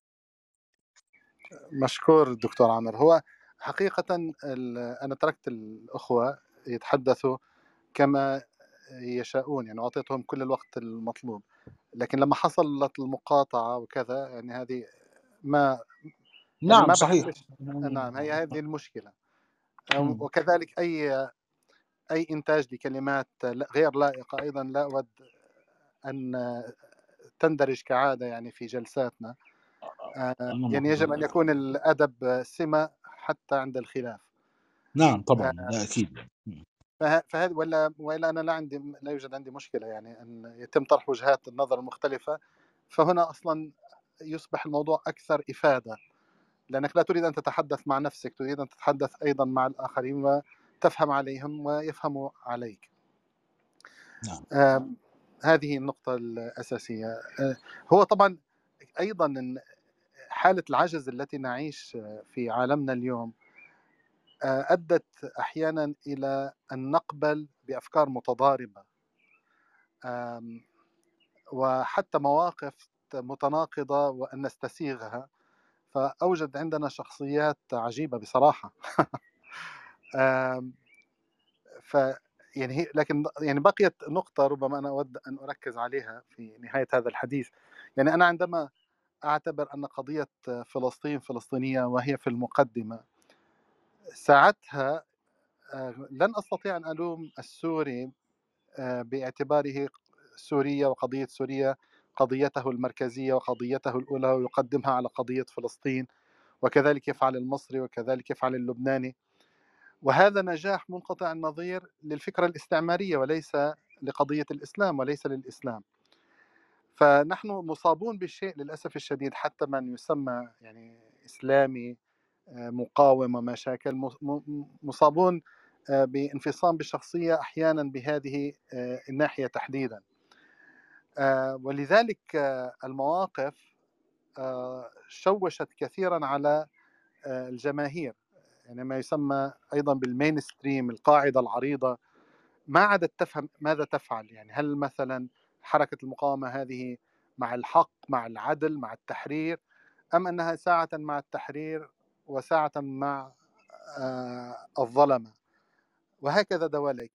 مشكور دكتور عامر. هو حقيقة أنا تركت الأخوة يتحدثوا كما يشاءون، يعني أعطيتهم كل الوقت المطلوب، لكن لما حصلت المقاطعة وكذا يعني هذه ما يعني نعم ما صحيح. بحبش. نعم، هي هذه المشكلة. مم. وكذلك أي إنتاج لكلمات غير لائقة أيضا لا أود أن تندرج كعادة يعني في جلساتنا. أنا يعني يجب أن محظوظ. يكون الأدب سمة حتى عند الخلاف. نعم طبعا ده أكيد. مم. فهذا ولا أنا لا يوجد عندي مشكلة يعني أن يتم طرح وجهات النظر المختلفة. فهنا أصلا يصبح الموضوع أكثر إفادة، لأنك لا تريد أن تتحدث مع نفسك، تريد أن تتحدث أيضا مع الآخرين وتفهم عليهم ويفهموا عليك. نعم. هذه النقطة الأساسية. هو طبعا أيضا إن حالة العجز التي نعيش في عالمنا اليوم أدت أحيانا إلى أن نقبل بأفكار متضاربة وحتى مواقف متناقضة وأن نستسيغها، فأوجد عندنا شخصيات عجيبة بصراحة. ف يعني لكن يعني بقيت نقطة ربما أنا أود أن أركز عليها في نهاية هذا الحديث. يعني أنا عندما أعتبر أن قضية فلسطين فلسطينية وهي في المقدمة، ساعتها لن أستطيع أن ألوم السوري باعتباره سوريا وقضية سوريا قضيته المركزية وقضيته الأولى ويقدمها على قضية فلسطين، وكذلك يفعل المصري وكذلك يفعل اللبناني. وهذا نجاح منقطع النظير للفكرة الاستعمارية وليس لقضية الإسلام وليس للإسلام. فنحن مصابون بالشيء للأسف الشديد، حتى من يسمى يعني إسلامي مقاوم ومشاكل مصابون بانفصام بالشخصية أحيانا بهذه الناحية تحديدا. ولذلك المواقف شوشت كثيرا على الجماهير، يعني ما يسمى أيضا بالمين ستريم، القاعدة العريضة، ما عادت تفهم ماذا تفعل. يعني هل مثلا حركة المقاومة هذه مع الحق مع العدل مع التحرير، أم أنها ساعة مع التحرير وساعة مع الظلمة، وهكذا دواليك.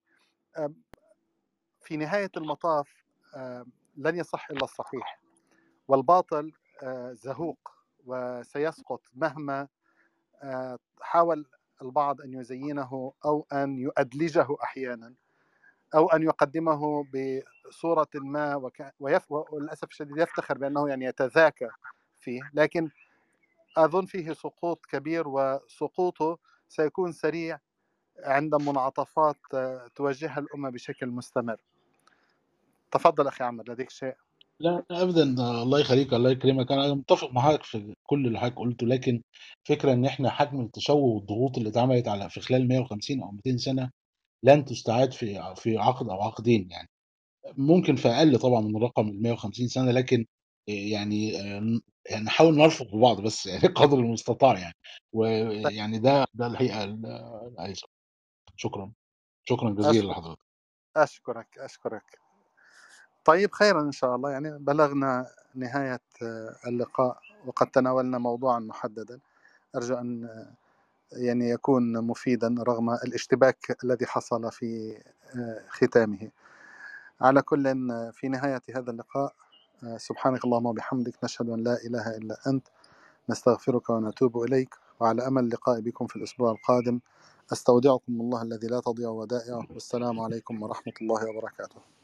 في نهاية المطاف لن يصح إلا الصحيح، والباطل زهوق وسيسقط مهما حاول البعض أن يزينه أو أن يؤدلجه أحيانا أو أن يقدمه بصورة ما وللأسف الشديد يفتخر بأنه يعني يتذاكى فيه، لكن أظن فيه سقوط كبير، وسقوطه سيكون سريع عند منعطفات توجهها الأمة بشكل مستمر. تفضل أخي عمر، لديك شيء؟ لا ابدا، الله يخليك الله يكرمك، انا متفق معاك في كل اللي حضرتك قلته، لكن فكره ان احنا حجم التشوه والضغوط اللي اتعملت على في خلال 150 او 200 سنه لن تستعاد في عقد او عقدين يعني. ممكن في اقل طبعا من رقم ال 150 سنه، لكن يعني يعني نحاول نرفق ببعض بس يعني قدر المستطاع يعني. ويعني ده الحقيقه اللي عايزه. شكرا. شكرا جزيلا أشكر لحضرتك. أشكرك. طيب خيرا إن شاء الله. يعني بلغنا نهاية اللقاء وقد تناولنا موضوعا محددا، أرجو أن يعني يكون مفيدا رغم الاشتباك الذي حصل في ختامه. على كل، في نهاية هذا اللقاء سبحانك اللهم وبحمدك، نشهد أن لا إله إلا أنت، نستغفرك ونتوب إليك، وعلى أمل اللقاء بكم في الأسبوع القادم. أستودعكم الله الذي لا تضيع ودائعه، والسلام عليكم ورحمة الله وبركاته.